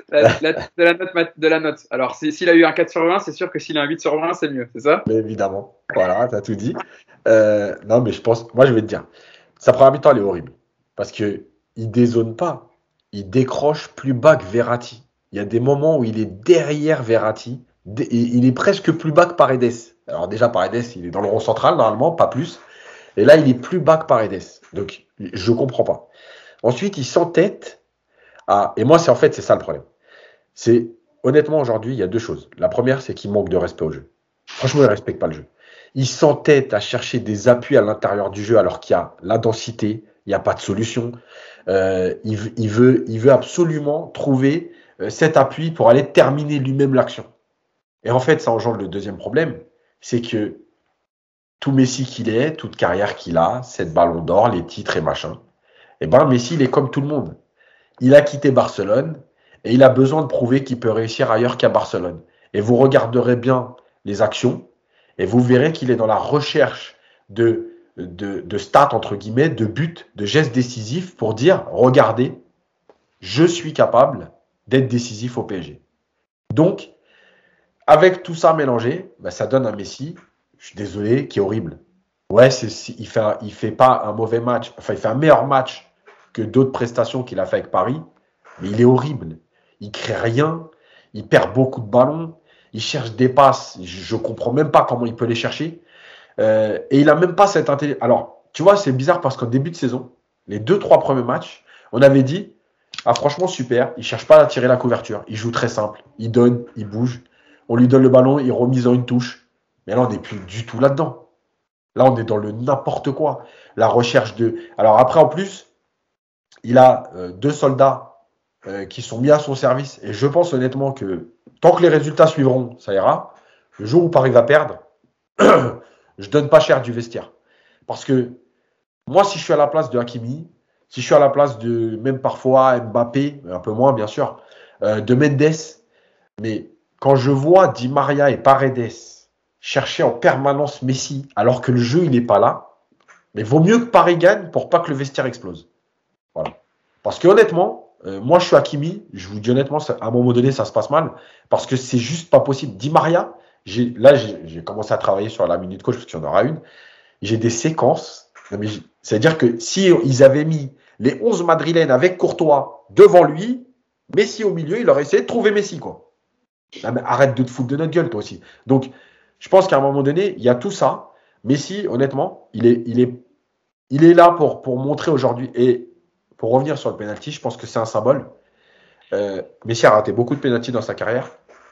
de la note. Alors, s'il a eu un 4 sur 20, c'est sûr que s'il a un 8 sur 20, c'est mieux, c'est ça? Mais évidemment, voilà, t'as tout dit. Non, mais moi je vais te dire, sa première mi-temps, elle est horrible. Parce qu'il dézone pas, il décroche plus bas que Verratti. Il y a des moments où il est derrière Verratti, il est presque plus bas que Paredes. Alors déjà, Paredes, il est dans le rond central, normalement, pas plus. Et là, il est plus bas que Paredes. Donc, je comprends pas. Ensuite, il s'entête à... Et moi, c'est ça le problème. C'est, honnêtement, aujourd'hui, il y a 2 choses. La première, c'est qu'il manque de respect au jeu. Franchement, il ne respecte pas le jeu. Il s'entête à chercher des appuis à l'intérieur du jeu alors qu'il y a la densité, il n'y a pas de solution. Il veut absolument trouver cet appui pour aller terminer lui-même l'action. Et en fait, ça engendre le deuxième problème, c'est que tout Messi qu'il est, toute carrière qu'il a, 7 ballons d'or, les titres et machin, et Messi, il est comme tout le monde. Il a quitté Barcelone et il a besoin de prouver qu'il peut réussir ailleurs qu'à Barcelone. Et vous regarderez bien les actions et vous verrez qu'il est dans la recherche de stats, entre guillemets, de buts, de gestes décisifs pour dire, regardez, je suis capable d'être décisif au PSG. Donc, avec tout ça mélangé, ça donne un Messi, je suis désolé, qui est horrible. Ouais, il fait pas un mauvais match, enfin il fait un meilleur match que d'autres prestations qu'il a fait avec Paris, mais il est horrible. Il crée rien, il perd beaucoup de ballons, il cherche des passes, je comprends même pas comment il peut les chercher. Et il a même pas cette intelligence. Alors, tu vois, c'est bizarre parce qu'en début de saison, les 2-3 premiers matchs, on avait dit, ah franchement super, il cherche pas à tirer la couverture, il joue très simple, il donne, il bouge, on lui donne le ballon, il remise en une touche. Mais là, on n'est plus du tout là-dedans. Là, on est dans le n'importe quoi. La recherche de... Alors après, en plus, il a 2 soldats qui sont mis à son service. Et je pense honnêtement que tant que les résultats suivront, ça ira. Le jour où Paris va perdre, je donne pas cher du vestiaire. Parce que moi, si je suis à la place de Hakimi, si je suis à la place de même parfois Mbappé, un peu moins bien sûr, de Mendes, mais quand je vois Di Maria et Paredes chercher en permanence Messi alors que le jeu il n'est pas là, mais vaut mieux que Paris gagne pour pas que le vestiaire explose. Voilà. Parce que honnêtement, moi je suis Hakimi, je vous dis honnêtement, à un moment donné ça se passe mal parce que c'est juste pas possible. Di Maria, j'ai commencé à travailler sur la minute coach parce qu'il y en aura une. J'ai des séquences. C'est-à-dire que si ils avaient mis les 11 madrilènes avec Courtois devant lui, Messi au milieu, il aurait essayé de trouver Messi, quoi. Non, mais arrête de te foutre de notre gueule, toi aussi. Donc, je pense qu'à un moment donné, il y a tout ça. Messi, honnêtement, il est là pour montrer aujourd'hui. Et pour revenir sur le penalty, je pense que c'est un symbole. Messi a raté beaucoup de penalty dans sa carrière.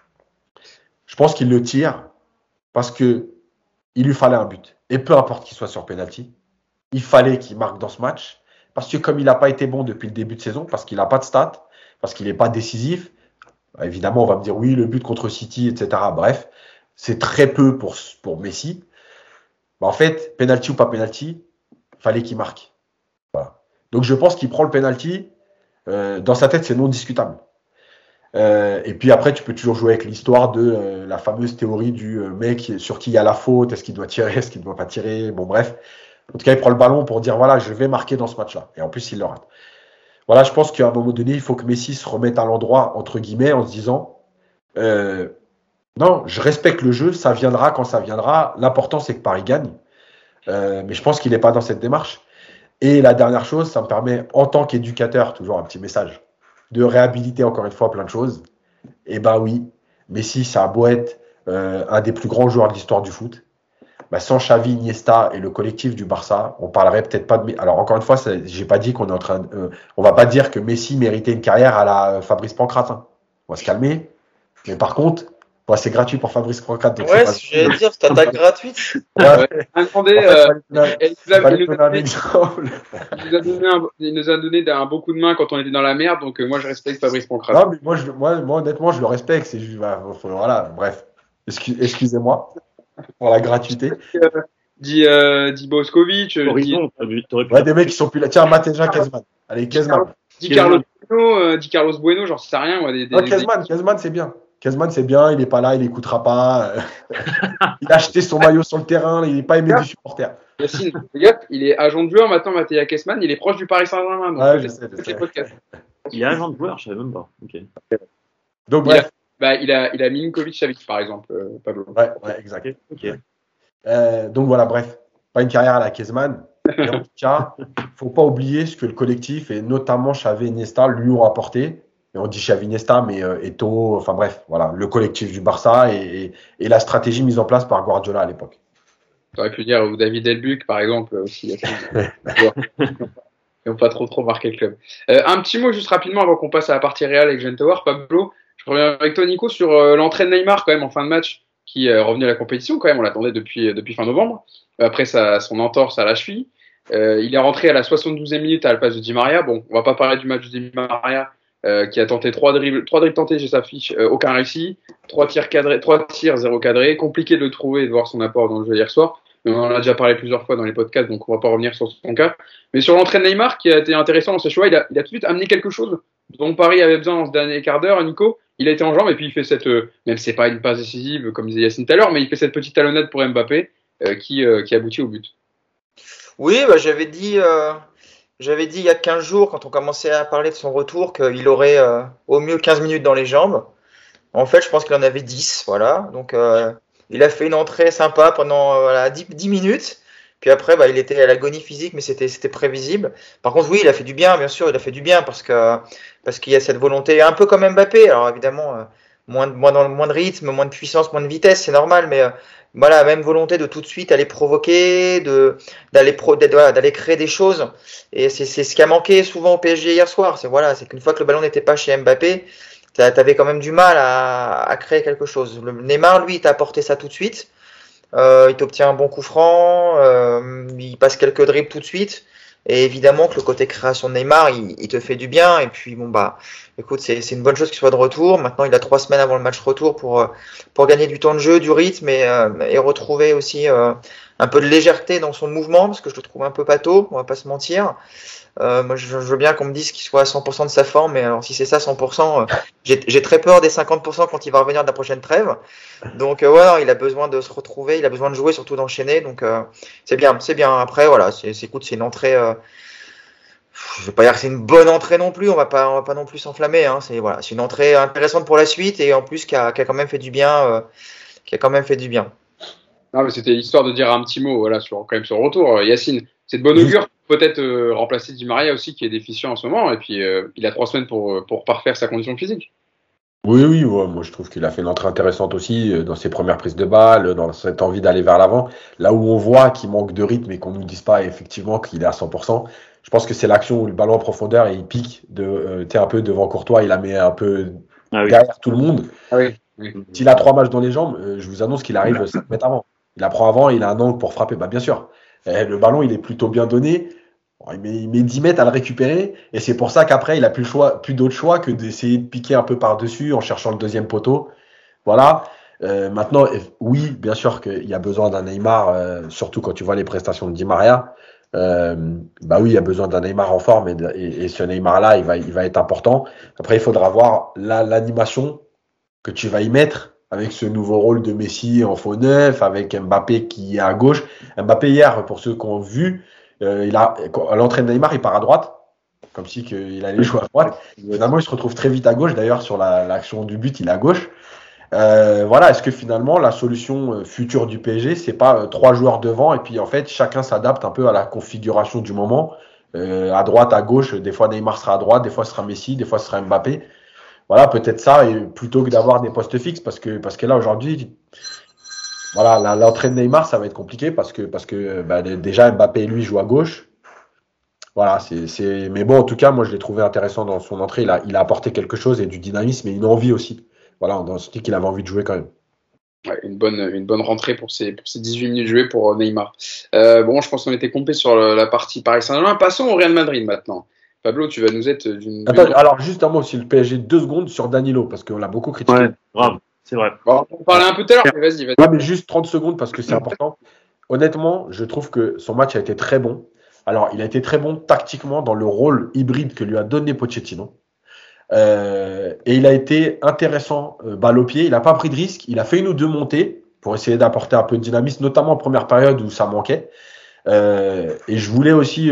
Je pense qu'il le tire parce que il lui fallait un but. Et peu importe qu'il soit sur penalty, il fallait qu'il marque dans ce match. Parce que comme il n'a pas été bon depuis le début de saison, parce qu'il n'a pas de stats, parce qu'il n'est pas décisif, évidemment, on va me dire oui, le but contre City, etc. Bref, c'est très peu pour Messi. En fait, penalty ou pas penalty, fallait qu'il marque. Voilà. Donc je pense qu'il prend le penalty. Dans sa tête, c'est non discutable. Et puis après, tu peux toujours jouer avec l'histoire de la fameuse théorie du mec sur qui il y a la faute, est-ce qu'il doit tirer, est-ce qu'il ne doit pas tirer. Bon, bref. En tout cas, il prend le ballon pour dire voilà, je vais marquer dans ce match-là. Et en plus, il le rate. Voilà, je pense qu'à un moment donné, il faut que Messi se remette à l'endroit, entre guillemets, en se disant non, je respecte le jeu, ça viendra quand ça viendra. L'important, c'est que Paris gagne. Mais je pense qu'il n'est pas dans cette démarche. Et la dernière chose, ça me permet, en tant qu'éducateur, toujours un petit message, de réhabiliter encore une fois plein de choses. Et ben oui, Messi, ça a beau être un des plus grands joueurs de l'histoire du foot. Bah, sans Xavi, Iniesta et le collectif du Barça, on parlerait peut-être pas de. Alors encore une fois, j'ai pas dit qu'on est en train. On va pas dire que Messi méritait une carrière à la Fabrice Pancrate. Hein. On va se calmer. Mais par contre, bah, c'est gratuit pour Fabrice Pancrate. Donc ouais, j'allais dire, c'est attaque gratuite. Attendez, il nous a donné un beau coup de main quand on était dans la merde. Donc moi, je respecte Fabrice Pancrate. Non, mais moi, honnêtement, je le respecte. C'est juste, voilà, bref. Excusez-moi. Pour la gratuité. Dit Boskovic. Ouais, des mecs qui sont plus là. Tiens, Mateja, Kezman. Allez, Kezman. Dit Carlos Bueno, j'en sais rien. Moi, Kezman, c'est bien. Kezman, c'est bien. Il n'est pas là, il n'écoutera pas. Il a acheté son maillot sur le terrain. Il n'est pas aimé du supporter. Yacine, il est agent de joueur maintenant, Mateja Kezman. Il est proche du Paris Saint-Germain. Ouais, je sais. Il est agent de joueur, je ne savais même pas. Okay. Donc, bref. Il a Milinkovic-Savic, par exemple, Pablo. Ouais, exact. Okay. Donc voilà, bref, pas une carrière à la Kezman. Et en tout cas, il ne faut pas oublier ce que le collectif, et notamment Xavi et Iniesta, lui ont apporté. Et on dit Xavi Iniesta, mais Eto'o, enfin bref, voilà, le collectif du Barça et la stratégie mise en place par Guardiola à l'époque. Tu aurais pu dire David Elbuc, par exemple, aussi. Ils n'ont pas trop marqué le club. Un petit mot juste rapidement avant qu'on passe à la partie réelle avec Jean Tower. Pablo, je reviens avec toi, Nico, sur l'entrée de Neymar quand même en fin de match, qui est revenu à la compétition quand même. On l'attendait depuis fin novembre. Après son entorse à la cheville. Il est rentré à la 72e minute à la place de Di Maria. Bon, on va pas parler du match de Di Maria qui a tenté 3 dribbles tentés, j'ai sa fiche, aucun réussi. 3 tirs, 0 cadré. Compliqué de le trouver et de voir son apport dans le jeu hier soir. Mais on en a déjà parlé plusieurs fois dans les podcasts, donc on va pas revenir sur son cas. Mais sur l'entrée de Neymar, qui a été intéressant dans ce choix, il a tout de suite amené quelque chose dont Paris avait besoin dans ce dernier quart d'heure. Nico, il a été en jambes et puis il fait cette, même si c'est pas une passe décisive comme disait Yacine tout à l'heure, mais il fait cette petite talonnade pour Mbappé qui aboutit au but. Oui, j'avais dit il y a 15 jours, quand on commençait à parler de son retour, qu'il aurait au mieux 15 minutes dans les jambes. En fait, je pense qu'il en avait 10, voilà. Donc, il a fait une entrée sympa pendant 10 minutes. Puis après, il était à l'agonie physique, mais c'était prévisible. Par contre, oui, il a fait du bien, bien sûr, il a fait du bien parce qu'il y a cette volonté, un peu comme Mbappé. Alors évidemment, moins de rythme, moins de puissance, moins de vitesse, c'est normal, mais voilà, même volonté de tout de suite aller provoquer, d'aller créer des choses. Et c'est ce qui a manqué souvent au PSG hier soir. C'est qu'une fois que le ballon n'était pas chez Mbappé, t'avais quand même du mal à créer quelque chose. Le Neymar, lui, il t'a apporté ça tout de suite. Il t'obtient un bon coup franc, il passe quelques dribbles tout de suite. Et évidemment que le côté création de Neymar, il te fait du bien. Et puis bon bah, écoute, c'est une bonne chose qu'il soit de retour. Maintenant, il a 3 semaines avant le match retour pour gagner du temps de jeu, du rythme et retrouver aussi un peu de légèreté dans son mouvement, parce que je le trouve un peu pâteau, on va pas se mentir. Moi, je veux bien qu'on me dise qu'il soit à 100% de sa forme, mais alors si c'est ça 100%, j'ai très peur des 50% quand il va revenir de la prochaine trêve. Donc ouais, non, il a besoin de se retrouver, il a besoin de jouer, surtout d'enchaîner. Donc c'est bien. Après voilà, écoute, c'est une entrée. Je vais pas dire que c'est une bonne entrée non plus. On va pas non plus s'enflammer. Hein. C'est une entrée intéressante pour la suite et en plus qui a quand même fait du bien. Qui a quand même fait du bien. Non, mais c'était histoire de dire un petit mot, voilà, quand même sur le retour. Yacine, c'est de bon augure. Peut-être remplacer Di Maria aussi, qui est déficient en ce moment. Et puis il a 3 semaines pour parfaire sa condition physique. Oui, ouais, moi je trouve qu'il a fait une entrée intéressante aussi dans ses premières prises de balle, dans cette envie d'aller vers l'avant. Là où on voit qu'il manque de rythme et qu'on ne nous dise pas effectivement qu'il est à 100%, je pense que c'est l'action où le ballon en profondeur et il pique un peu devant Courtois, il la met un peu derrière tout le monde. Ah oui. S'il a 3 matchs dans les jambes, je vous annonce qu'il arrive 5 mètres avant. Il apprend avant, il a un angle pour frapper, bah bien sûr. Le ballon il est plutôt bien donné. Il met 10 mètres à le récupérer et c'est pour ça qu'après il a plus d'autre choix que d'essayer de piquer un peu par-dessus en cherchant le deuxième poteau. Voilà. Maintenant, oui, bien sûr qu'il y a besoin d'un Neymar, surtout quand tu vois les prestations de Di Maria. Bah oui, il y a besoin d'un Neymar en forme et ce Neymar-là, il va être important. Après, il faudra voir l'animation que tu vas y mettre avec ce nouveau rôle de Messi en faux neuf, avec Mbappé qui est à gauche. Mbappé hier, pour ceux qui ont vu, à l'entrée de Neymar, il part à droite, comme si il allait jouer à droite. Finalement, il se retrouve très vite à gauche. D'ailleurs, sur l'action du but, il est à gauche. Voilà, est-ce que finalement, la solution future du PSG, c'est pas 3 joueurs devant et puis en fait, chacun s'adapte un peu à la configuration du moment. À droite, à gauche, des fois Neymar sera à droite, des fois ce sera Messi, des fois ce sera Mbappé. Voilà, peut-être ça, et plutôt que d'avoir des postes fixes, parce que là, aujourd'hui, voilà, l'entrée de Neymar, ça va être compliqué parce que déjà Mbappé lui joue à gauche. Voilà, mais bon, en tout cas, moi je l'ai trouvé intéressant dans son entrée. Il a apporté quelque chose et du dynamisme et une envie aussi. Voilà, on se dit qu'il avait envie de jouer quand même. Ouais, une bonne rentrée pour ces 18 minutes jouées pour Neymar. Bon, je pense qu'on était complet sur la partie Paris Saint-Germain. Passons au Real Madrid maintenant. Pablo, tu vas nous être d'une. Attends, alors juste un mot aussi, le PSG, 2 secondes sur Danilo, parce qu'on l'a beaucoup critiqué. Ouais, grave, c'est vrai. Bon, on parlait un peu tout à l'heure, mais vas-y. Ouais, mais juste 30 secondes parce que c'est important. Honnêtement, je trouve que son match a été très bon. Alors, il a été très bon tactiquement dans le rôle hybride que lui a donné Pochettino. Et il a été intéressant balle au pied. Il n'a pas pris de risque. Il a fait 1 ou 2 montées pour essayer d'apporter un peu de dynamisme, notamment en première période où ça manquait. Et je voulais aussi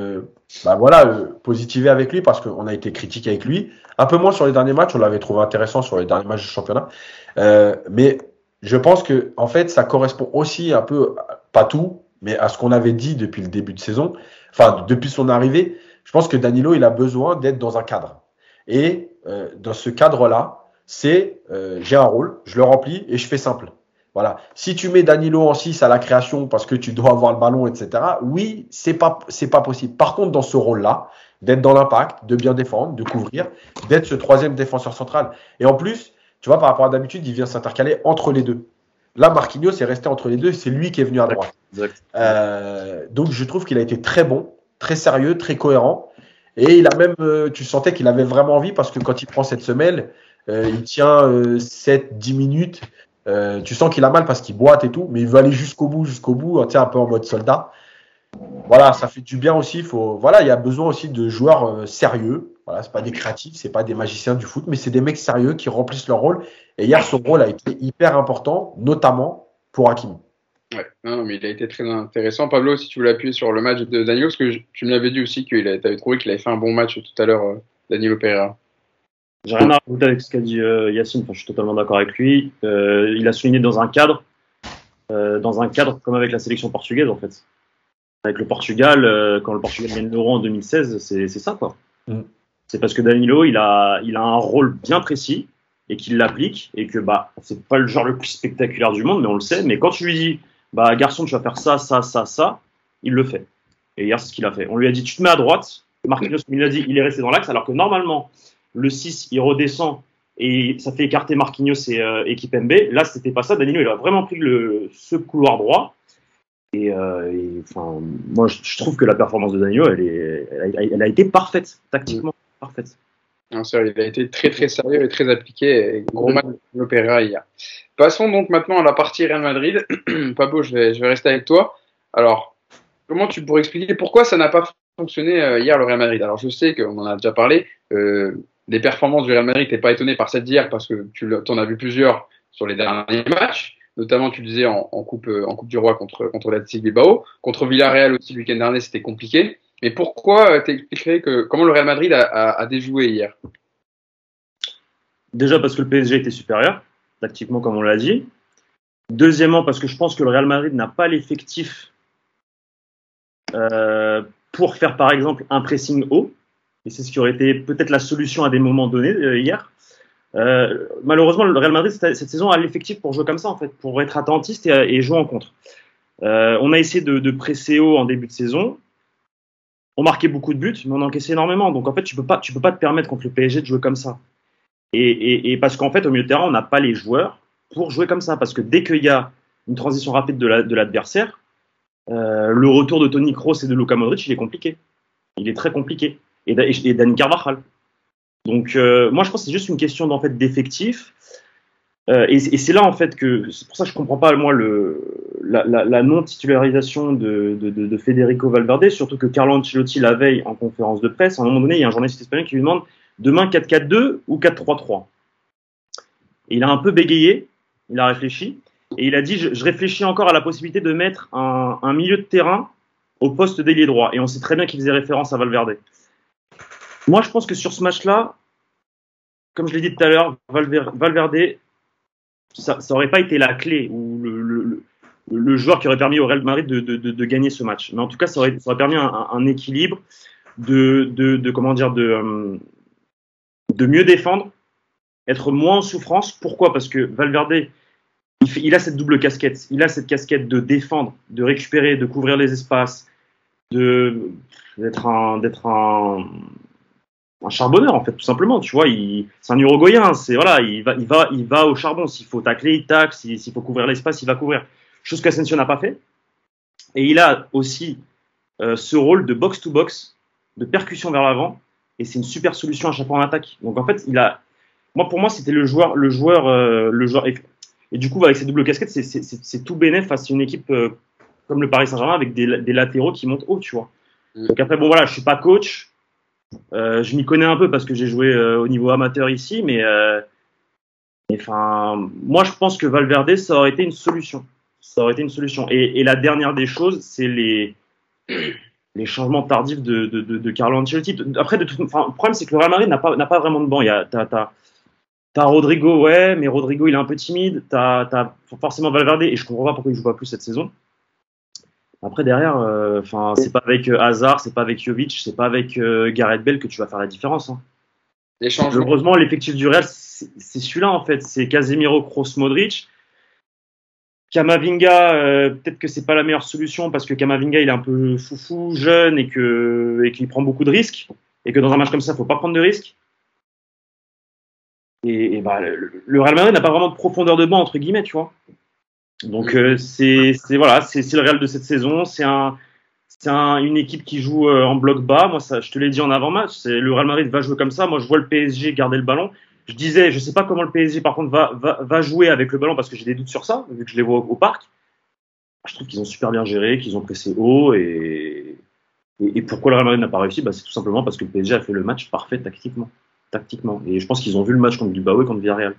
positiver avec lui parce qu'on a été critiqué avec lui. Un peu moins sur les derniers matchs. On l'avait trouvé intéressant sur les derniers matchs du championnat. Mais je pense que en fait, ça correspond aussi un peu, pas tout, mais à ce qu'on avait dit depuis le début de saison. Enfin, depuis son arrivée, je pense que Danilo, il a besoin d'être dans un cadre. Et dans ce cadre-là, c'est j'ai un rôle, je le remplis et je fais simple. Voilà. Si tu mets Danilo en 6 à la création parce que tu dois avoir le ballon, etc., oui, c'est pas possible. Par contre, dans ce rôle-là, d'être dans l'impact, de bien défendre, de couvrir, d'être ce 3e défenseur central. Et en plus, tu vois, par rapport à d'habitude, il vient s'intercaler entre les deux. Là, Marquinhos est resté entre les deux, c'est lui qui est venu à droite. Donc, je trouve qu'il a été très bon, très sérieux, très cohérent. Et il a même, tu sentais qu'il avait vraiment envie parce que quand il prend cette semelle, il tient 7-10 minutes. Tu sens qu'il a mal parce qu'il boite et tout, mais il veut aller jusqu'au bout, un peu en mode soldat. Voilà, ça fait du bien aussi. Il y a besoin aussi de joueurs sérieux. Voilà, c'est pas des créatifs, c'est pas des magiciens du foot, mais c'est des mecs sérieux qui remplissent leur rôle. Et hier, son rôle a été hyper important, notamment pour Hakimi. Ouais, non, mais il a été très intéressant. Pablo, si tu voulais appuyer sur le match de Danilo, parce que tu me l'avais dit aussi que tu avais trouvé qu'il avait fait un bon match tout à l'heure, Danilo Pereira. J'ai rien à rajouter avec ce qu'a dit Yacine, je suis totalement d'accord avec lui. Il a souligné dans un cadre comme avec la sélection portugaise en fait. Avec le Portugal, quand le Portugal gagne l'Euro en 2016, c'est ça quoi. C'est parce que Danilo, il a un rôle bien précis et qu'il l'applique et que c'est pas le genre le plus spectaculaire du monde, mais on le sait. Mais quand tu lui dis garçon, tu vas faire ça, ça, ça, ça, il le fait. Et hier, c'est ce qu'il a fait. On lui a dit tu te mets à droite. Marquinhos, il a dit, il est resté dans l'axe, alors que normalement le 6 il redescend et ça fait écarter Marquinhos et Kipembe. Là, c'était pas ça. Danilo, il a vraiment pris ce couloir droit. Et moi, je trouve que la performance de Danilo, elle a été parfaite, tactiquement parfaite. Non, il a été très très sérieux et très appliqué. Gros match de Pereira hier. Passons donc maintenant à la partie Real Madrid. Pablo, je vais rester avec toi. Alors, comment tu pourrais expliquer pourquoi ça n'a pas fonctionné hier le Real Madrid? Alors, je sais qu'on en a déjà parlé. Les performances du Real Madrid, t'es pas étonné par celle d'hier parce que tu en as vu plusieurs sur les derniers matchs. Notamment, tu le disais en coupe du Roi contre l'Athletic Bilbao, contre Villarreal aussi le week-end dernier, c'était compliqué. Mais pourquoi t'expliquerais comment le Real Madrid a déjoué hier? Déjà parce que le PSG était supérieur, tactiquement comme on l'a dit. Deuxièmement parce que je pense que le Real Madrid n'a pas l'effectif pour faire par exemple un pressing haut. Et c'est ce qui aurait été peut-être la solution à des moments donnés hier. Malheureusement, le Real Madrid cette saison a l'effectif pour jouer comme ça en fait, pour être attentiste et jouer en contre. On a essayé de presser haut en début de saison. On marquait beaucoup de buts, mais on encaissait énormément. Donc en fait, tu peux pas te permettre contre le PSG de jouer comme ça. Et parce qu'en fait, au milieu de terrain, on n'a pas les joueurs pour jouer comme ça. Parce que dès qu'il y a une transition rapide de l'adversaire, le retour de Toni Kroos et de Luka Modric, il est compliqué. Il est très compliqué. Et Dani Carvajal. Donc moi, je pense que c'est juste une question en fait d'effectif. Et c'est là en fait que c'est pour ça que je comprends pas moi la non titularisation de Federico Valverde, surtout que Carlo Ancelotti la veille en conférence de presse, à un moment donné il y a un journaliste espagnol qui lui demande demain 4-4-2 ou 4-3-3. Et il a un peu bégayé, il a réfléchi et il a dit je réfléchis encore à la possibilité de mettre un milieu de terrain au poste d'ailier droit. Et on sait très bien qu'il faisait référence à Valverde. Moi je pense que sur ce match-là, comme je l'ai dit tout à l'heure, Valverde ça aurait pas été la clé ou le joueur qui aurait permis au Real Madrid de gagner ce match. Mais en tout cas, ça aurait permis un équilibre comment dire de mieux défendre, être moins en souffrance. Pourquoi? Parce que Valverde, il a cette double casquette. Il a cette casquette de défendre, de récupérer, de couvrir les espaces, d'être un charbonneur en fait, tout simplement. Tu vois, c'est un Uruguayen. Il va au charbon. S'il faut tacler, il tacle. S'il faut couvrir l'espace, il va couvrir. Chose qu'Asensio n'a pas fait. Et il a aussi ce rôle de box to box, de percussion vers l'avant. Et c'est une super solution à chaque fois en attaque. Donc en fait, pour moi, c'était le joueur. Et du coup, avec ces doubles casquettes, c'est tout bénef face à une équipe comme le Paris Saint-Germain avec des latéraux qui montent haut, tu vois. Donc après, bon voilà, je suis pas coach. Je m'y connais un peu parce que j'ai joué au niveau amateur ici, mais moi je pense que Valverde ça aurait été une solution. Et la dernière des choses, c'est les changements tardifs de Carlo Ancelotti. Après, le problème c'est que le Real Madrid n'a pas vraiment de banc. T'as Rodrigo, ouais, mais Rodrigo il est un peu timide. T'as forcément Valverde et je comprends pas pourquoi il joue pas plus cette saison. Après derrière, c'est pas avec Hazard, c'est pas avec Jovic, c'est pas avec Gareth Bale que tu vas faire la différence. Hein. Heureusement, l'effectif du Real, c'est celui-là en fait. C'est Casemiro, Kroos, Modric. Camavinga, peut-être que c'est pas la meilleure solution parce que Camavinga il est un peu foufou, jeune et qu'il prend beaucoup de risques et que dans un match comme ça, faut pas prendre de risques. Et le Real Madrid n'a pas vraiment de profondeur de banc entre guillemets, tu vois. Donc c'est le Real de cette saison. C'est une équipe qui joue en bloc bas. Moi, je te l'ai dit en avant-match. Le Real Madrid va jouer comme ça. Moi, je vois le PSG garder le ballon. Je sais pas comment le PSG par contre va jouer avec le ballon parce que j'ai des doutes sur ça vu que je les vois au parc. Je trouve qu'ils ont super bien géré, qu'ils ont pressé haut et pourquoi le Real Madrid n'a pas réussi? C'est tout simplement parce que le PSG a fait le match parfait tactiquement. Et je pense qu'ils ont vu le match contre Bilbao et contre Villarreal.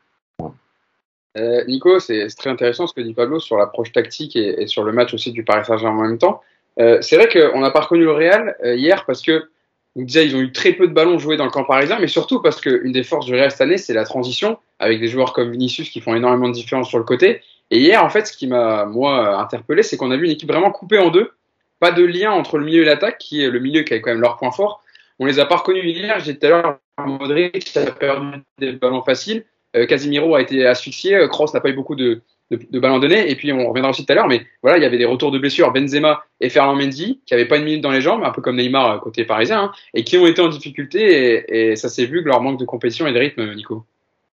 Nico, c'est très intéressant ce que dit Pablo sur l'approche tactique et sur le match aussi du Paris Saint-Germain en même temps. C'est vrai qu'on n'a pas reconnu le Real hier parce que déjà ils ont eu très peu de ballons joués dans le camp parisien, mais surtout parce qu'une des forces du Real cette année, c'est la transition avec des joueurs comme Vinicius qui font énormément de différence sur le côté. Et hier, en fait, ce qui m'a interpellé, c'est qu'on a vu une équipe vraiment coupée en deux, pas de lien entre le milieu et l'attaque, qui est le milieu qui a quand même leur point fort. On les a pas reconnus hier. J'ai dit tout à l'heure, Modric a perdu des ballons faciles. Casemiro a été asphyxié, Kroos n'a pas eu beaucoup de ballons donnés, et puis on reviendra aussi tout à l'heure, mais voilà, il y avait des retours de blessures, Benzema et Ferland Mendy, qui n'avaient pas une minute dans les jambes, un peu comme Neymar côté parisien, hein, et qui ont été en difficulté, et ça s'est vu que leur manque de compétition et de rythme, Nico.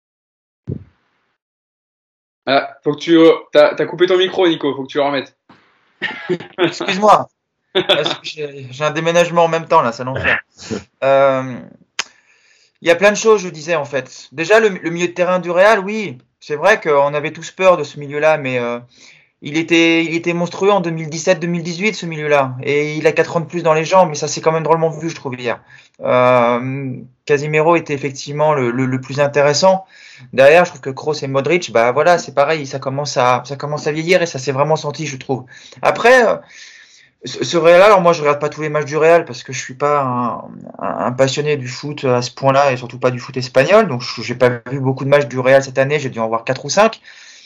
Ah, faut que t'as coupé ton micro, Nico, faut que tu le remettes. Excuse-moi. J'ai un déménagement en même temps, là, c'est l'enfer. Il y a plein de choses, je disais, en fait. Déjà, le milieu de terrain du Real, oui, c'est vrai qu'on avait tous peur de ce milieu-là, mais il était monstrueux en 2017-2018, ce milieu-là. Et il a 4 ans de plus dans les jambes, mais ça s'est quand même drôlement vu, je trouve, hier. Casemiro était effectivement le plus intéressant. Derrière, je trouve que Kroos et Modric, bah voilà, c'est pareil, ça commence à vieillir et ça s'est vraiment senti, je trouve. Après, ce Real, alors moi je regarde pas tous les matchs du Real parce que je suis pas un passionné du foot à ce point-là et surtout pas du foot espagnol, donc j'ai pas vu beaucoup de matchs du Real cette année, j'ai dû en voir 4 ou 5.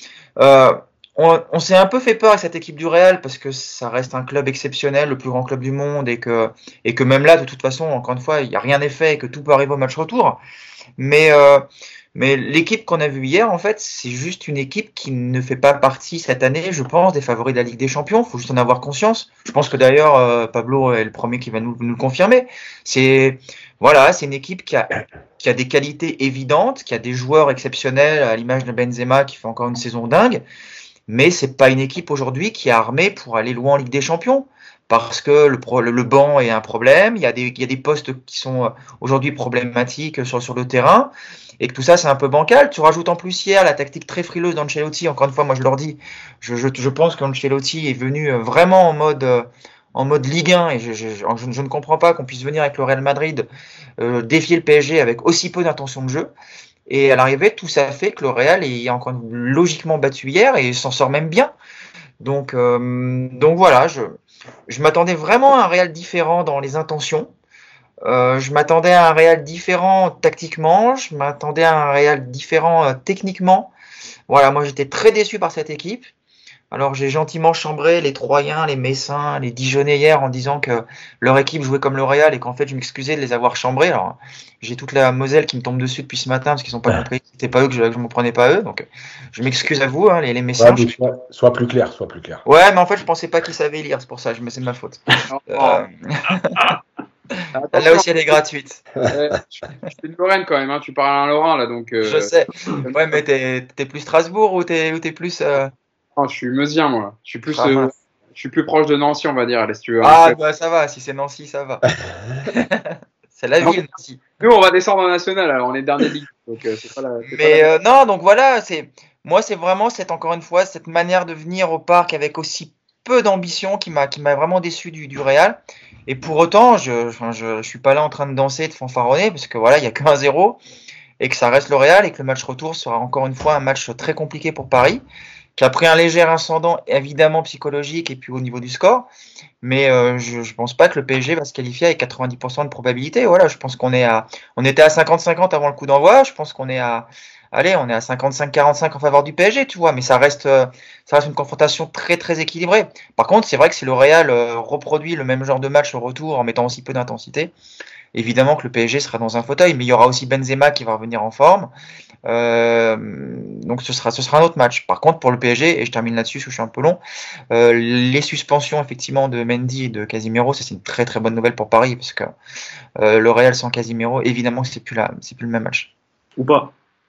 On s'est un peu fait peur avec cette équipe du Real parce que ça reste un club exceptionnel, le plus grand club du monde et que même là de toute façon, encore une fois, il y a rien n'est fait et que tout peut arriver au match retour. Mais l'équipe qu'on a vue hier, en fait, c'est juste une équipe qui ne fait pas partie cette année, je pense, des favoris de la Ligue des Champions. Faut juste en avoir conscience. Je pense que d'ailleurs, Pablo est le premier qui va nous le confirmer. C'est une équipe qui a des qualités évidentes, qui a des joueurs exceptionnels à l'image de Benzema qui fait encore une saison dingue. Mais c'est pas une équipe aujourd'hui qui est armée pour aller loin en Ligue des Champions. Parce que le banc est un problème, il y a des postes qui sont aujourd'hui problématiques sur le terrain, et que tout ça c'est un peu bancal. Tu rajoutes en plus hier la tactique très frileuse d'Ancelotti, encore une fois moi je leur dis, je pense qu'Ancelotti est venu vraiment en mode Ligue 1, et je ne comprends pas qu'on puisse venir avec le Real Madrid défier le PSG avec aussi peu d'intention de jeu. Et à l'arrivée, tout ça fait que le Real est encore logiquement battu hier et s'en sort même bien. Donc voilà, je m'attendais vraiment à un Real différent dans les intentions. Je m'attendais à un Real différent tactiquement. Je m'attendais à un Real différent techniquement. Voilà, moi j'étais très déçu par cette équipe. Alors j'ai gentiment chambré les Troyens, les Messins, les Dijonais hier en disant que leur équipe jouait comme le Real et qu'en fait je m'excusais de les avoir chambrés. Alors j'ai toute la Moselle qui me tombe dessus depuis ce matin parce qu'ils n'ont pas compris que c'était pas eux que je me prenais pas eux. Donc je m'excuse à vous, hein, les Messins. Ouais, sois plus clair. Ouais, mais en fait je pensais pas qu'ils savaient lire, c'est pour ça, c'est de ma faute. Là aussi elle est gratuite. Je suis de Lorraine quand même, hein. Tu parles à un Lorrain là donc. Je sais. Ouais, mais t'es plus Strasbourg ou t'es plus. Non, je suis meusien, moi. Je suis plus proche de Nancy, on va dire. Allez, si tu veux. Ah, bah ça va, si c'est Nancy, ça va. C'est la ville, Nancy. Nous, on va descendre en national, alors on est dernier ligue. Donc, c'est pas la. Mais non, donc voilà, moi, c'est vraiment encore une fois, cette manière de venir au parc avec aussi peu d'ambition qui m'a vraiment déçu du Real. Et pour autant, je suis pas là en train de danser, de fanfaronner, parce que voilà, il y a que 1-0 et que ça reste le Real et que le match retour sera encore une fois un match très compliqué pour Paris, qui a pris un léger ascendant évidemment psychologique et puis au niveau du score, mais je pense pas que le PSG va se qualifier avec 90% de probabilité. Voilà, je pense on était à 50-50 avant le coup d'envoi, je pense qu'on est à 55-45 en faveur du PSG, tu vois, mais ça reste une confrontation très très équilibrée. Par contre, c'est vrai que si le Real reproduit le même genre de match au retour en mettant aussi peu d'intensité, évidemment que le PSG sera dans un fauteuil, mais il y aura aussi Benzema qui va revenir en forme. Donc ce sera un autre match. Par contre, pour le PSG, et je termine là-dessus parce que je suis un peu long, les suspensions effectivement de Mendy et de Casemiro, c'est une très très bonne nouvelle pour Paris parce que le Real sans Casemiro, évidemment, c'est plus le même match. Ou pas.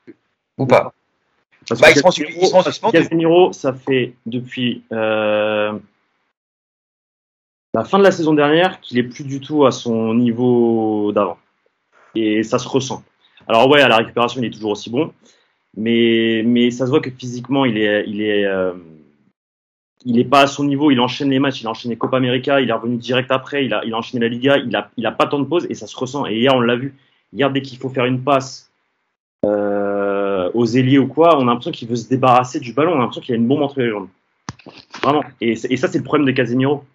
Parce que ils seront suspendus. Casemiro, ça fait depuis la fin de la saison dernière qu'il est plus du tout à son niveau d'avant. Et ça se ressent. Alors ouais, à la récupération, il est toujours aussi bon, mais ça se voit que physiquement, il est pas à son niveau. Il enchaîne les matchs, il a enchaîné Copa América, il est revenu direct après, il a enchaîné la Liga, il a pas tant de pause et ça se ressent. Et hier, on l'a vu. Hier, dès qu'il faut faire une passe aux ailiers ou quoi, on a l'impression qu'il veut se débarrasser du ballon. On a l'impression qu'il y a une bombe entre les jambes. Vraiment. Et ça, c'est le problème de Casemiro.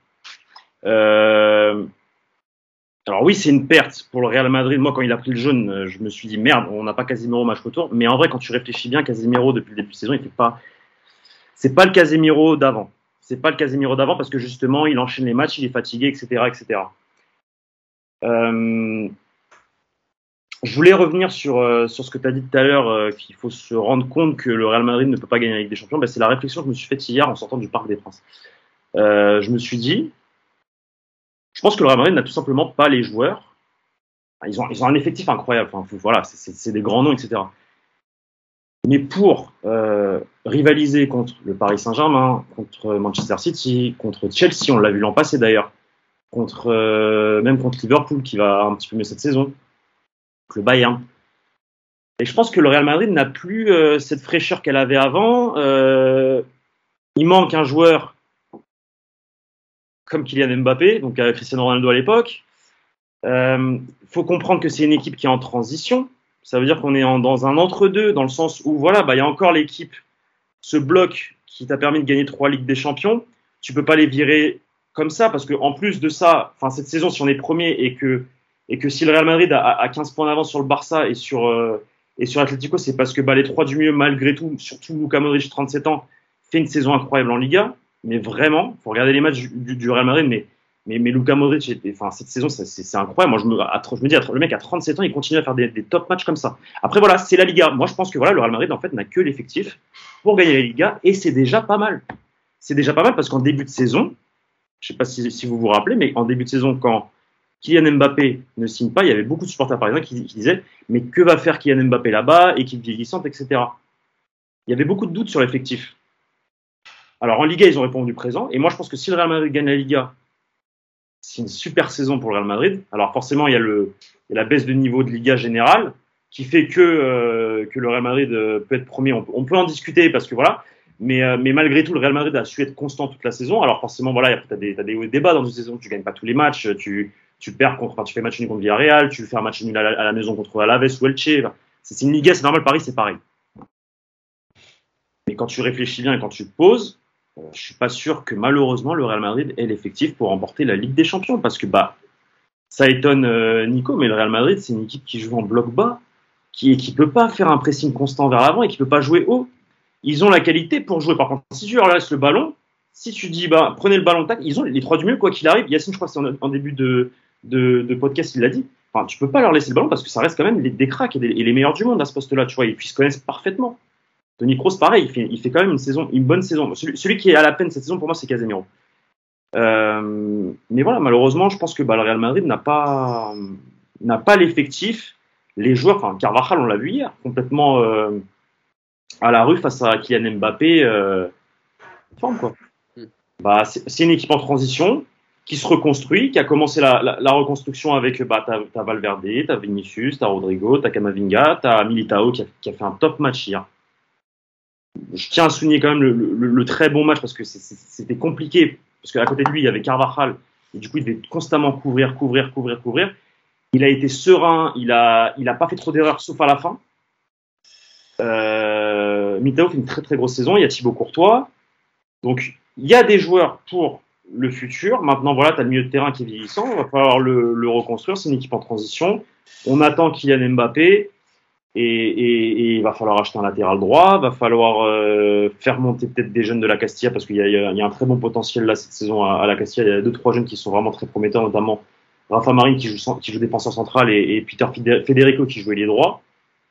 Alors oui, c'est une perte pour le Real Madrid. Moi, quand il a pris le jaune, je me suis dit merde, on n'a pas Casemiro au match retour. Mais en vrai, quand tu réfléchis bien, Casemiro depuis le début de saison, c'est pas le Casemiro d'avant. C'est pas le Casemiro d'avant parce que justement, il enchaîne les matchs, il est fatigué, etc., etc. Je voulais revenir sur ce que tu as dit tout à l'heure, qu'il faut se rendre compte que le Real Madrid ne peut pas gagner la Ligue des Champions. C'est la réflexion que je me suis faite hier en sortant du Parc des Princes. Je me suis dit, je pense que le Real Madrid n'a tout simplement pas les joueurs. Ils ont un effectif incroyable. Enfin, voilà, c'est des grands noms, etc. Mais pour rivaliser contre le Paris Saint-Germain, contre Manchester City, contre Chelsea, on l'a vu l'an passé d'ailleurs, même contre Liverpool qui va un petit peu mieux cette saison, le Bayern. Et je pense que le Real Madrid n'a plus cette fraîcheur qu'elle avait avant. Il manque un joueur comme Kylian Mbappé, donc avec Cristiano Ronaldo à l'époque. Faut comprendre que c'est une équipe qui est en transition. Ça veut dire qu'on est dans un entre-deux, dans le sens où voilà, il y a encore l'équipe, ce bloc qui t'a permis de gagner 3 Ligues des Champions. Tu peux pas les virer comme ça, parce que en plus de ça, cette saison, si on est premier et que si le Real Madrid a 15 points d'avance sur le Barça et sur Atlético, c'est parce que les 3 du milieu, malgré tout, surtout Luka Modric, 37 ans, fait une saison incroyable en Liga. Mais vraiment, faut regarder les matchs du Real Madrid, mais Luka Modric, cette saison, c'est incroyable. Moi, je me dis, le mec à 37 ans, il continue à faire des top matchs comme ça. Après, voilà, c'est la Liga. Moi, je pense que voilà, le Real Madrid, en fait, n'a que l'effectif pour gagner la Liga, et c'est déjà pas mal. C'est déjà pas mal parce qu'en début de saison, je sais pas si vous vous rappelez, mais en début de saison, quand Kylian Mbappé ne signe pas, il y avait beaucoup de supporters parisiens qui disaient, mais que va faire Kylian Mbappé là-bas, équipe vieillissante, etc. Il y avait beaucoup de doutes sur l'effectif. Alors, en Liga, ils ont répondu présent, et moi, je pense que si le Real Madrid gagne la Liga, c'est une super saison pour le Real Madrid. Alors forcément, il y a la baisse de niveau de Liga générale qui fait que le Real Madrid peut être premier. On peut en discuter parce que voilà, mais malgré tout, le Real Madrid a su être constant toute la saison. Alors forcément, voilà, t'as des hauts et des bas dans une saison. Tu gagnes pas tous les matchs, tu perds tu fais match nul contre Villarreal, tu fais un match nul à la maison contre Alaves ou Elche. C'est une Liga, c'est normal. Paris, c'est pareil. Mais quand tu réfléchis bien et quand tu te poses, je suis pas sûr que malheureusement le Real Madrid ait l'effectif pour remporter la Ligue des Champions, parce que ça étonne Nico, mais le Real Madrid c'est une équipe qui joue en bloc bas, qui peut pas faire un pressing constant vers l'avant et qui peut pas jouer haut. Ils ont la qualité pour jouer. Par contre, si tu leur laisses le ballon, si tu dis prenez le ballon, tac, ils ont les 3 du mieux quoi qu'il arrive. Yacine, je crois que c'est en début de podcast, il l'a dit. Enfin, tu peux pas leur laisser le ballon parce que ça reste quand même des cracks et les meilleurs du monde à ce poste-là. Tu vois, ils se connaissent parfaitement. Toni Kroos, pareil, il fait quand même une bonne saison. Celui qui est à la peine cette saison, pour moi, c'est Casemiro. Mais voilà, malheureusement, je pense que le Real Madrid n'a pas l'effectif. Les joueurs, Carvajal, on l'a vu hier, complètement à la rue face à Kylian Mbappé. Forme, quoi. C'est une équipe en transition qui se reconstruit, qui a commencé la reconstruction avec t'as Valverde, t'as Vinicius, t'as Rodrigo, t'as Camavinga, t'as Militao qui a fait un top match hier. Je tiens à souligner quand même le très bon match parce que c'était compliqué, parce qu'à côté de lui il y avait Carvajal et du coup il devait constamment couvrir. Il a été serein, il a pas fait trop d'erreurs sauf à la fin. Militao fait une très très grosse saison, il y a Thibaut Courtois, donc il y a des joueurs pour le futur. Maintenant voilà, t'as le milieu de terrain qui est vieillissant, il va falloir le reconstruire, c'est une équipe en transition, on attend Kylian Mbappé. Et il va falloir acheter un latéral droit, va falloir faire monter peut-être des jeunes de la Castilla parce qu'il y a un très bon potentiel là cette saison à la Castilla. Il y a 2-3 jeunes qui sont vraiment très prometteurs, notamment Rafa Marín qui joue défenseur central et Peter Federico qui joue ailier droit.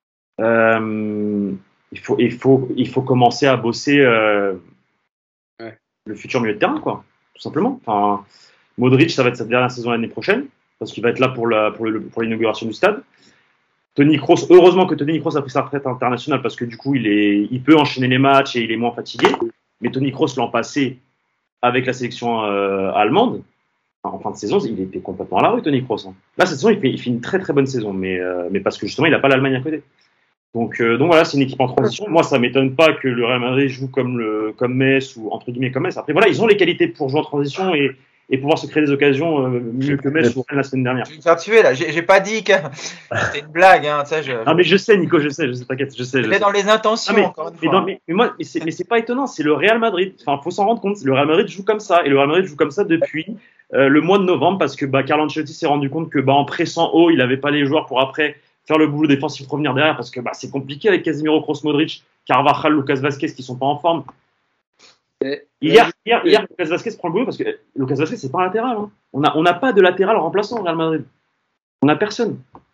Il faut commencer à bosser le futur milieu de terrain, quoi, tout simplement. Modric, ça va être sa dernière saison l'année prochaine parce qu'il va être là pour l'inauguration du stade. Toni Kroos, heureusement que Toni Kroos a pris sa retraite internationale parce que du coup il peut enchaîner les matchs et il est moins fatigué. Mais Toni Kroos l'an passé avec la sélection allemande, en fin de saison, il était complètement à la rue, Toni Kroos. Là cette saison il fait une très très bonne saison, mais parce que justement il n'a pas l'Allemagne à côté. Donc voilà, c'est une équipe en transition. Moi ça m'étonne pas que le Real Madrid joue comme Metz ou entre guillemets comme Metz. Après voilà, ils ont les qualités pour jouer en transition et pouvoir se créer des occasions mieux que Metz ou Rennes la semaine dernière. Je vais me faire tuer là, j'ai pas dit que c'était une blague. Non mais je sais Nico, je sais, t'inquiète, je sais. C'était dans les intentions encore une fois. Mais c'est pas étonnant, c'est le Real Madrid. Faut s'en rendre compte, le Real Madrid joue comme ça et le Real Madrid joue comme ça depuis le mois de novembre parce que Carlo Ancelotti s'est rendu compte que en pressant haut, il avait pas les joueurs pour après faire le boulot défensif, revenir derrière parce que c'est compliqué avec Casemiro, Kroos, Modric, Carvajal, Lucas Vazquez qui sont pas en forme. Hier, Lucas Vazquez prend le boulot parce que Lucas Vazquez c'est pas un latéral. On n'a pas de latéral remplaçant au Real Madrid. On n'a personne.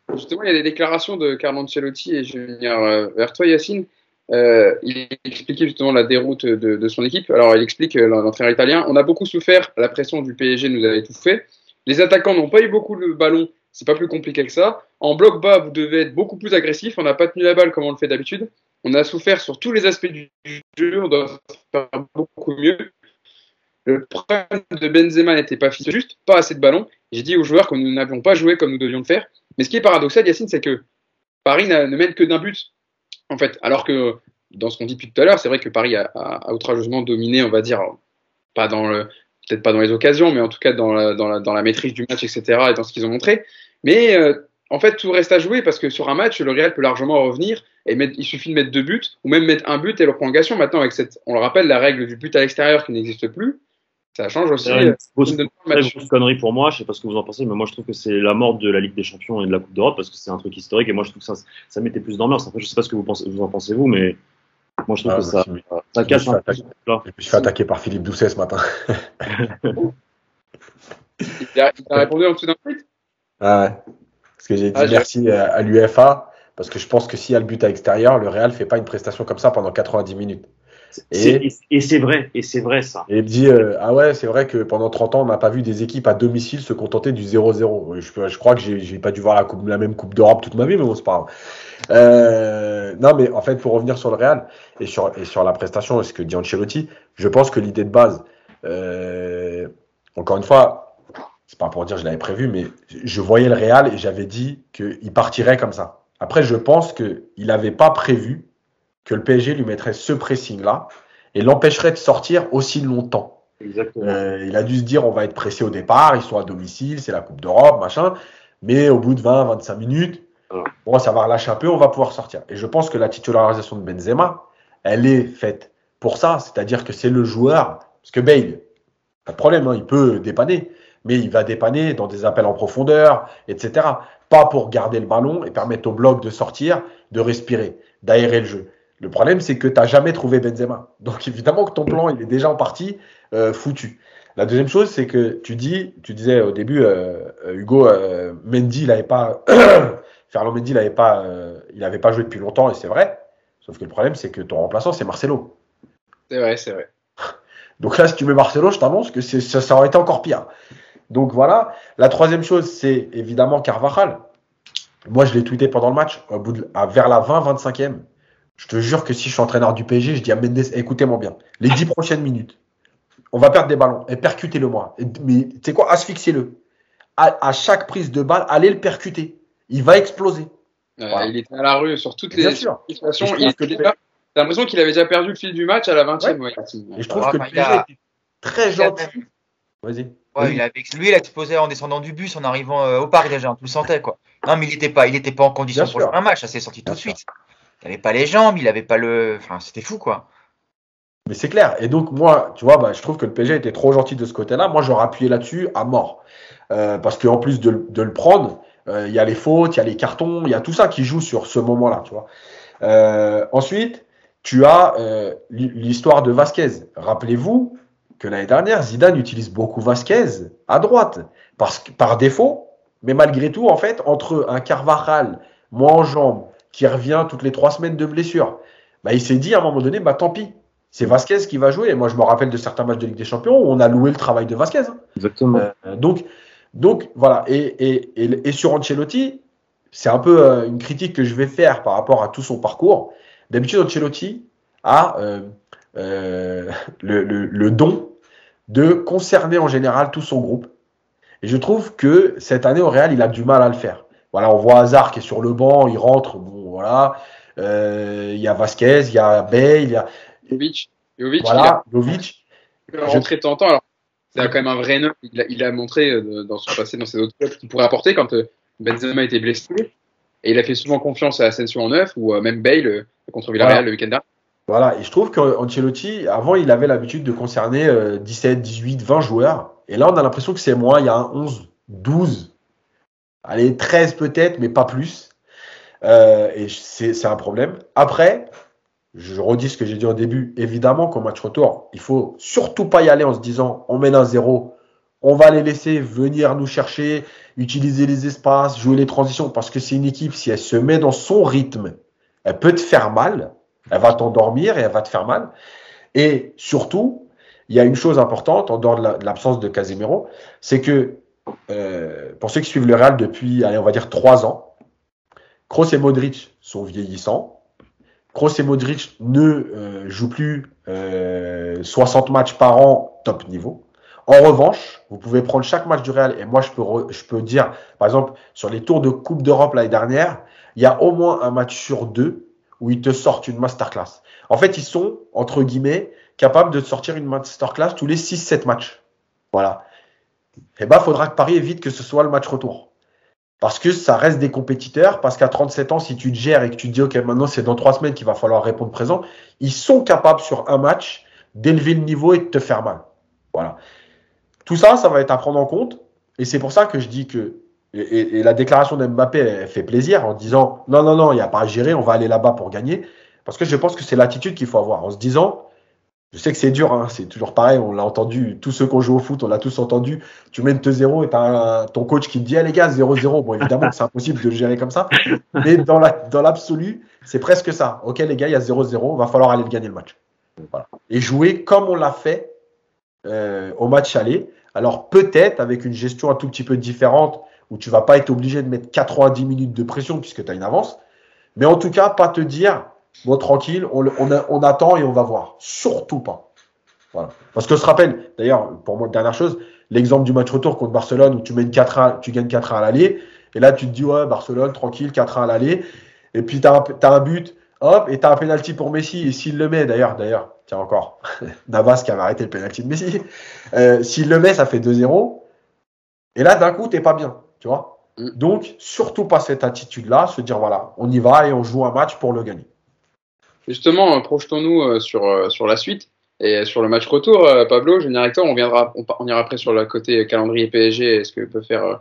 Justement, il y a des déclarations de Carlo Ancelotti et je vais venir vers toi, Yacine. Il expliquait justement la déroute de son équipe. Alors, il explique, l'entraîneur italien, on a beaucoup souffert, la pression du PSG nous a étouffés. Les attaquants n'ont pas eu beaucoup le ballon, c'est pas plus compliqué que ça. En bloc bas, vous devez être beaucoup plus agressif, on n'a pas tenu la balle comme on le fait d'habitude. On a souffert sur tous les aspects du jeu, on doit faire beaucoup mieux. Le problème de Benzema n'était pas juste pas assez de ballons. J'ai dit aux joueurs que nous n'avions pas joué comme nous devions le faire. Mais ce qui est paradoxal, Yacine, c'est que Paris ne mène que d'un but, en fait. Alors que, dans ce qu'on dit depuis tout à l'heure, c'est vrai que Paris a outrageusement dominé, on va dire, peut-être pas dans les occasions, mais en tout cas dans la maîtrise du match, etc., et dans ce qu'ils ont montré. Mais en fait, tout reste à jouer parce que sur un match, le Real peut largement revenir et il suffit de mettre 2 buts ou même mettre un but et leur prolongation. Maintenant, avec on le rappelle, la règle du but à l'extérieur qui n'existe plus, ça change aussi. C'est une grosse connerie pour moi. Je sais pas ce que vous en pensez, mais moi je trouve que c'est la mort de la Ligue des Champions et de la Coupe d'Europe parce que c'est un truc historique et moi je trouve que ça mettait plus d'ambiance. Après, je sais pas ce que vous en pensez vous, mais moi je trouve que ça casse un peu. Je me suis fait attaquer par Philippe Doucet ce matin. Il a répondu en dessous d'un tweet. Ah ouais. Parce que j'ai dit merci à l'UEFA parce que je pense que s'il y a le but à l'extérieur, le Real fait pas une prestation comme ça pendant 90 minutes. Et c'est vrai ça. Et il me dit ah ouais, c'est vrai que pendant 30 ans, on n'a pas vu des équipes à domicile se contenter du 0-0. Je crois que j'ai pas dû voir la même Coupe d'Europe toute ma vie, mais bon, c'est pas grave. Non, mais en fait, pour revenir sur le Real et sur la prestation et ce que dit Ancelotti, je pense que l'idée de base, encore une fois, c'est pas pour dire que je l'avais prévu, mais je voyais le Real et j'avais dit qu'il partirait comme ça. Après, je pense qu'il n'avait pas prévu que le PSG lui mettrait ce pressing-là et l'empêcherait de sortir aussi longtemps. Exactement. Il a dû se dire, on va être pressé au départ, ils sont à domicile, c'est la Coupe d'Europe, machin, mais au bout de 20-25 minutes, bon, ça va relâcher un peu, on va pouvoir sortir. Et je pense que la titularisation de Benzema, elle est faite pour ça, c'est-à-dire que c'est le joueur, parce que Bale, pas de problème, hein, il peut dépanner, mais il va dépanner dans des appels en profondeur, etc. Pas pour garder le ballon et permettre au bloc de sortir, de respirer, d'aérer le jeu. Le problème, c'est que tu n'as jamais trouvé Benzema. Donc, évidemment que ton plan, il est déjà en partie foutu. La deuxième chose, c'est que tu disais au début, Hugo, Mendy, Ferland Mendy, il n'avait pas joué depuis longtemps, et c'est vrai. Sauf que le problème, c'est que ton remplaçant, c'est Marcelo. C'est vrai. Donc là, si tu mets Marcelo, je t'annonce que ça aurait été encore pire. Donc voilà. La troisième chose, c'est évidemment Carvajal. Moi, je l'ai tweeté pendant le match, vers la 20-25e. Je te jure que si je suis entraîneur du PSG, je dis à Mendes, écoutez-moi bien, les 10 prochaines minutes, on va perdre des ballons, et percutez-le-moi. Mais tu sais quoi, asphyxiez-le. À chaque prise de balle, allez le percuter. Il va exploser. Voilà. Il était à la rue sur toutes les situations. T'as l'impression qu'il avait déjà perdu le fil du match à la 20e. Ouais. Et je trouve que le PSG était très gentil. Vas-y. Ouais, lui, il a explosé en descendant du bus, en arrivant au parc déjà, on le sentait, quoi. Non, mais il était pas en condition pour jouer un match, ça s'est sorti tout de suite. Il n'avait pas les jambes, il n'avait pas enfin, c'était fou, quoi. Mais c'est clair. Et donc, moi, tu vois, je trouve que le PSG était trop gentil de ce côté-là. Moi, j'aurais appuyé là-dessus à mort. Parce qu'en plus de le prendre, il y a les fautes, il y a les cartons, il y a tout ça qui joue sur ce moment-là, tu vois. Ensuite, tu as l'histoire de Vasquez. Rappelez-vous que l'année dernière, Zidane utilise beaucoup Vasquez à droite. Par défaut, mais malgré tout, en fait, entre un Carvajal, moins en jambes, qui revient toutes les 3 semaines de blessure, il s'est dit à un moment donné, tant pis, c'est Vasquez qui va jouer. Et moi, je me rappelle de certains matchs de Ligue des Champions où on a loué le travail de Vasquez. Hein. Exactement. Donc voilà. Et sur Ancelotti, c'est un peu une critique que je vais faire par rapport à tout son parcours. D'habitude, Ancelotti a le don de concerner en général tout son groupe. Et je trouve que cette année au Real, il a du mal à le faire. Voilà, on voit Hazard qui est sur le banc, il rentre, bon voilà. Il y a Vasquez, il y a Bale, il y a Jovic. Voilà, Jovic. Il a rentré de temps en temps. Alors, c'est quand même un vrai neuf. Il a montré dans son passé, dans ses autres clubs, qu'il pourrait apporter quand Benzema était blessé. Et il a fait souvent confiance à Asensio en neuf ou même Bale contre Villarreal le week-end dernier. Voilà, et je trouve qu'Ancelotti, avant, il avait l'habitude de concerner 17, 18, 20 joueurs. Et là, on a l'impression que c'est moins. Il y a un 11, 12. Allez, 13 peut-être, mais pas plus. Et c'est un problème. Après, je redis ce que j'ai dit au début. Évidemment qu'au match retour, il faut surtout pas y aller en se disant on mène 1-0, on va les laisser venir nous chercher, utiliser les espaces, jouer les transitions, parce que c'est une équipe, si elle se met dans son rythme, elle peut te faire mal, elle va t'endormir et elle va te faire mal. Et surtout, il y a une chose importante, en dehors de l'absence de Casemiro, c'est que, pour ceux qui suivent le Real depuis, allez, on va dire 3 ans, Kroos et Modric sont vieillissants. Kroos et Modric ne jouent plus 60 matchs par an top niveau. En revanche, vous pouvez prendre chaque match du Real et moi je peux dire, par exemple, sur les tours de Coupe d'Europe l'année dernière, il y a au moins un match sur 2 où ils te sortent une masterclass. En fait, ils sont, entre guillemets, capables de te sortir une masterclass tous les 6-7 matchs. Voilà. Et ben, il faudra que Paris évite que ce soit le match retour. Parce que ça reste des compétiteurs, parce qu'à 37 ans, si tu te gères et que tu te dis, OK, maintenant c'est dans 3 semaines qu'il va falloir répondre présent, ils sont capables sur un match d'élever le niveau et de te faire mal. Voilà. Tout ça, ça va être à prendre en compte. Et c'est pour ça que je dis que, et la déclaration d'Mbappé, elle fait plaisir en disant, non, il n'y a pas à gérer, on va aller là-bas pour gagner. Parce que je pense que c'est l'attitude qu'il faut avoir en se disant, je sais que c'est dur, hein, c'est toujours pareil, on l'a entendu, tous ceux qui ont joué au foot, on l'a tous entendu, tu mènes 2-0 et tu as ton coach qui te dit, les gars, 0-0. Bon, évidemment, c'est impossible de le gérer comme ça, mais dans l'absolu, c'est presque ça. OK, les gars, il y a 0-0, va falloir aller le gagner le match. Voilà. Et jouer comme on l'a fait au match aller. Alors peut-être avec une gestion un tout petit peu différente, où tu vas pas être obligé de mettre 90 minutes de pression puisque tu as une avance, mais en tout cas, pas te dire, bon, tranquille, on attend et on va voir. Surtout pas. Voilà. Parce que je te rappelle, d'ailleurs, pour moi, dernière chose, l'exemple du match retour contre Barcelone où tu gagnes 4-1 à l'aller, et là tu te dis, ouais, Barcelone, tranquille, 4-1 à l'aller, et puis tu as un but, hop, et tu as un penalty pour Messi, et s'il le met, d'ailleurs, tiens encore, Navas qui avait arrêté le penalty de Messi, s'il le met, ça fait 2-0, et là, d'un coup, t'es pas bien, tu vois. Donc, surtout pas cette attitude-là, se dire, voilà, on y va et on joue un match pour le gagner. Justement, projetons-nous sur la suite et sur le match retour. Pablo, je vais venir avec toi. On ira après sur le côté calendrier PSG et ce que peut faire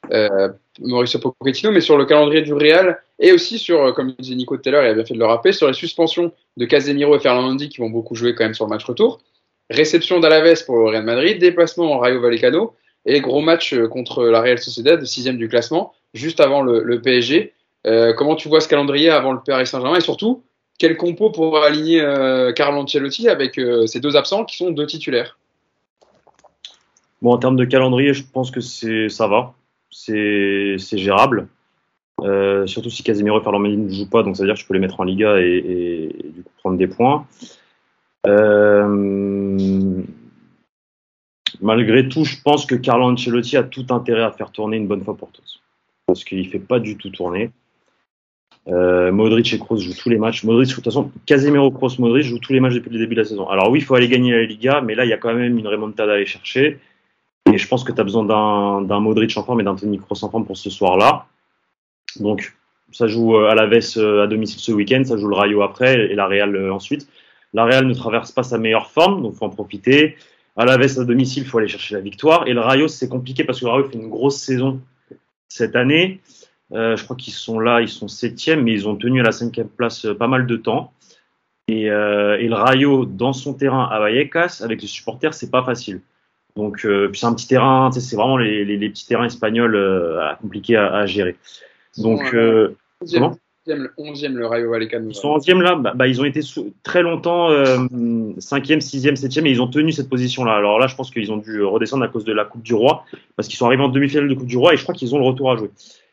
Mauricio Pochettino, mais sur le calendrier du Real et aussi sur, comme disait Nico tout à l'heure, il a bien fait de le rappeler, sur les suspensions de Casemiro et Ferland Mendy qui vont beaucoup jouer quand même sur le match retour. Réception d'Alaves pour le Real Madrid, déplacement en Rayo Vallecano et gros match contre la Real Sociedad, 6e du classement, juste avant le PSG. Comment tu vois ce calendrier avant le Paris Saint-Germain et surtout, quel compo pour aligner Carlo Ancelotti avec ces 2 absents qui sont 2 titulaires? Bon, en termes de calendrier, je pense que ça va. C'est gérable. Surtout si Casemiro et Ferland Mendy ne jouent pas, donc ça veut dire que je peux les mettre en Liga et du coup prendre des points. Malgré tout, je pense que Carlo Ancelotti a tout intérêt à faire tourner une bonne fois pour toutes. Parce qu'il ne fait pas du tout tourner. Modric et Kroos jouent tous les matchs. Modric, de toute façon, Casemiro, Kroos, Modric jouent tous les matchs depuis le début de la saison. Alors oui, il faut aller gagner la Liga, mais là, il y a quand même une remontada à aller chercher. Et je pense que tu as besoin d'un Modric en forme et d'un Toni Kroos en forme pour ce soir-là. Donc, ça joue Alaves à domicile ce week-end, ça joue le Rayo après et la Real ensuite. La Real ne traverse pas sa meilleure forme, donc il faut en profiter. Alaves à domicile, il faut aller chercher la victoire. Et le Rayo, c'est compliqué parce que le Rayo fait une grosse saison cette année. Je crois qu'ils sont là, ils sont 7e, mais ils ont tenu à la 5e place pas mal de temps. Et le Rayo, dans son terrain à Vallecas, avec les supporters, c'est pas facile. Donc, puis c'est un petit terrain, c'est vraiment les petits terrains espagnols compliqués à gérer. Donc, comment 11e le Rayo Vallecano. Ils sont 11e là, ils ont été très longtemps 5e, 6e, 7e et ils ont tenu cette position-là. Alors là, je pense qu'ils ont dû redescendre à cause de la Coupe du Roi parce qu'ils sont arrivés en demi-finale de Coupe du Roi et je crois qu'ils ont le retour à jouer.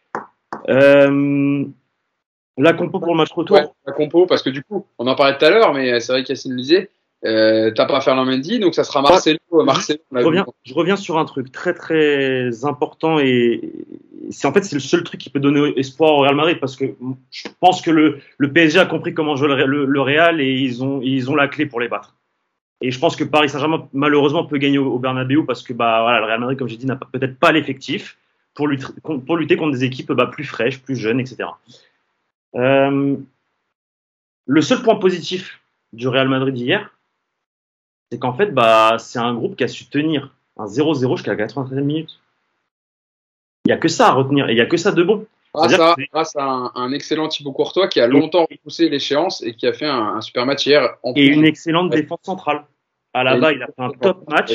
La compo pour le match retour. Ouais, la compo, parce que du coup, on en parlait tout à l'heure, mais c'est vrai qu'Yacine le disait, t'as pas Ferland Mendy, donc ça sera Marcelo. Je reviens sur un truc très très important et c'est le seul truc qui peut donner espoir au Real Madrid parce que je pense que le PSG a compris comment jouer le Real et ils ont la clé pour les battre. Et je pense que Paris Saint-Germain malheureusement peut gagner au Bernabéu parce que le Real Madrid, comme j'ai dit, n'a peut-être pas l'effectif pour lutter contre des équipes plus fraîches, plus jeunes, etc. Le seul point positif du Real Madrid hier, c'est qu'en fait, c'est un groupe qui a su tenir un 0-0 jusqu'à la 93e minute. Il n'y a que ça à retenir et il n'y a que ça de bon. Grâce à un excellent Thibaut Courtois qui a longtemps repoussé l'échéance et qui a fait un super match hier. Et une excellente défense centrale. Alaba, il a fait un top match.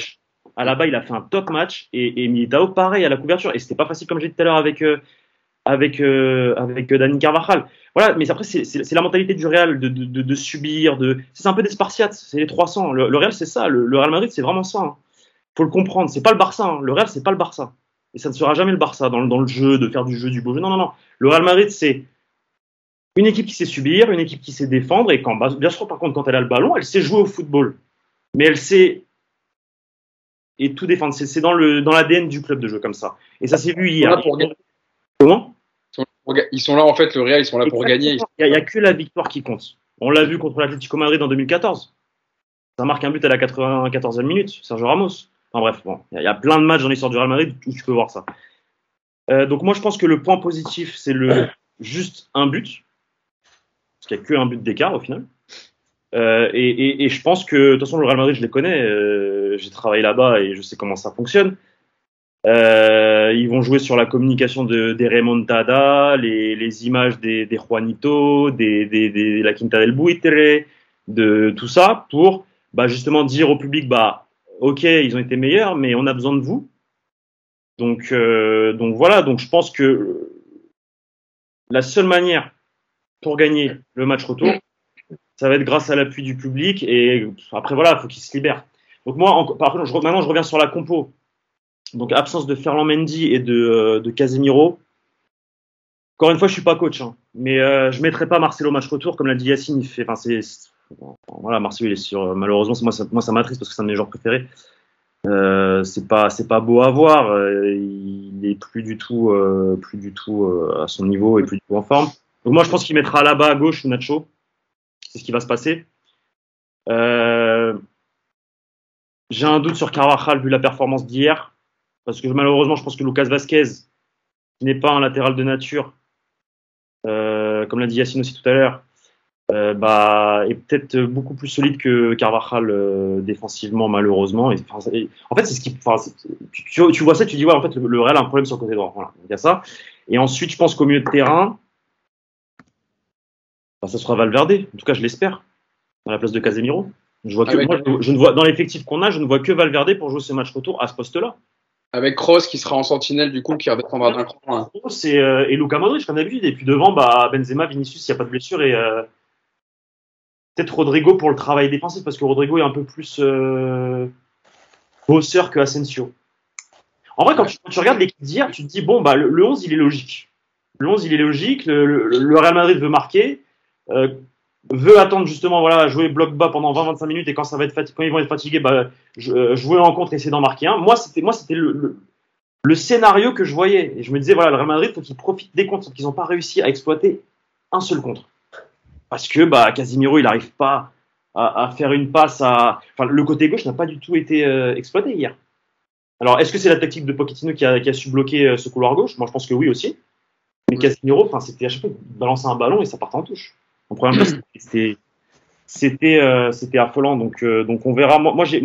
Alaba, il a fait un top match et Militao, pareil à la couverture. Et c'était pas facile, comme j'ai dit tout à l'heure, avec Dani Carvajal. Voilà, mais après, c'est la mentalité du Real de subir. C'est un peu des Spartiates, c'est les 300. Le Real, c'est ça. Le Real Madrid, c'est vraiment ça. Hein. Faut le comprendre. C'est pas le Barça. Hein. Le Real, c'est pas le Barça. Et ça ne sera jamais le Barça dans le jeu, de faire du jeu, du beau jeu. Non, non, non. Le Real Madrid, c'est une équipe qui sait subir, une équipe qui sait défendre. Et bien sûr, par contre, quand elle a le ballon, elle sait jouer au football. Mais elle sait et tout défendre. C'est dans l'ADN du club de jeu comme ça. Et ça s'est vu hier. Comment ? Ils sont là, en fait, le Real, ils sont là pour gagner. Il n'y a que la victoire qui compte. On l'a vu contre l'Atlético Madrid en 2014. Ça marque un but à la 94e minute, Sergio Ramos. Enfin bref, bon, il y a plein de matchs dans l'histoire du Real Madrid où tu peux voir ça. Donc moi, je pense que le point positif, c'est juste un but. Parce qu'il n'y a qu'un but d'écart au final. Et je pense que, de toute façon, le Real Madrid, je les connais. J'ai travaillé là-bas et je sais comment ça fonctionne. Ils vont jouer sur la communication des remontadas, les images des Juanito, de la Quinta del Buitre, de tout ça pour justement dire au public ok, ils ont été meilleurs, mais on a besoin de vous. Donc voilà, donc je pense que la seule manière pour gagner le match retour, ça va être grâce à l'appui du public et après voilà, il faut qu'ils se libèrent. Donc moi, par contre, maintenant je reviens sur la compo. Donc absence de Ferland Mendy et de Casemiro. Encore une fois, je suis pas coach, hein, mais je mettrai pas Marcelo match retour comme l'a dit Yacine. Voilà, Marcelo il est sur. Malheureusement, moi ça m'attriste parce que c'est un de mes joueurs préférés. C'est pas beau à voir. Il est plus du tout à son niveau et plus du tout en forme. Donc moi je pense qu'il mettra là-bas à gauche Nacho. C'est ce qui va se passer. J'ai un doute sur Carvajal vu la performance d'hier. Parce que malheureusement, je pense que Lucas Vazquez, qui n'est pas un latéral de nature, comme l'a dit Yacine aussi tout à l'heure, est peut-être beaucoup plus solide que Carvajal défensivement, malheureusement. En fait, c'est ce qui. Tu vois ça, tu dis, ouais, en fait, le Real a un problème sur le côté droit. Voilà, il y a ça. Et ensuite, je pense qu'au milieu de terrain, ça sera Valverde. En tout cas, je l'espère, à la place de Casemiro. Je ne vois, dans l'effectif qu'on a, je ne vois que Valverde pour jouer ce match retour à ce poste-là. Avec Kroos qui sera en sentinelle, du coup, qui redescendra d'un cran. Hein. Kroos et Luka Modric, comme d'habitude. Et puis devant, Benzema, Vinicius, s'il n'y a pas de blessure. Et peut-être Rodrigo pour le travail défensif, parce que Rodrigo est un peu plus bosseur que Asensio. En vrai, quand tu regardes l'équipe d'hier, tu te dis, bon, le 11, il est logique. Le 11, il est logique. Le Real Madrid veut marquer. Veut attendre justement jouer bloc bas pendant 20-25 minutes et quand ils vont être fatigués jouer en contre et essayer d'en marquer un. Moi c'était le scénario que je voyais et je me disais le Real Madrid faut qu'ils profitent des contres qu'ils n'ont pas réussi à exploiter un seul contre parce que Casemiro il n'arrive pas à faire une passe le côté gauche n'a pas du tout été exploité hier. Alors est-ce que c'est la tactique de Pochettino qui a su bloquer ce couloir gauche? Moi je pense que oui aussi, mais Casemiro c'était à chaque fois il balançait un ballon et ça partait en touche. En première place, c'était affolant. Donc on verra. Moi j'ai.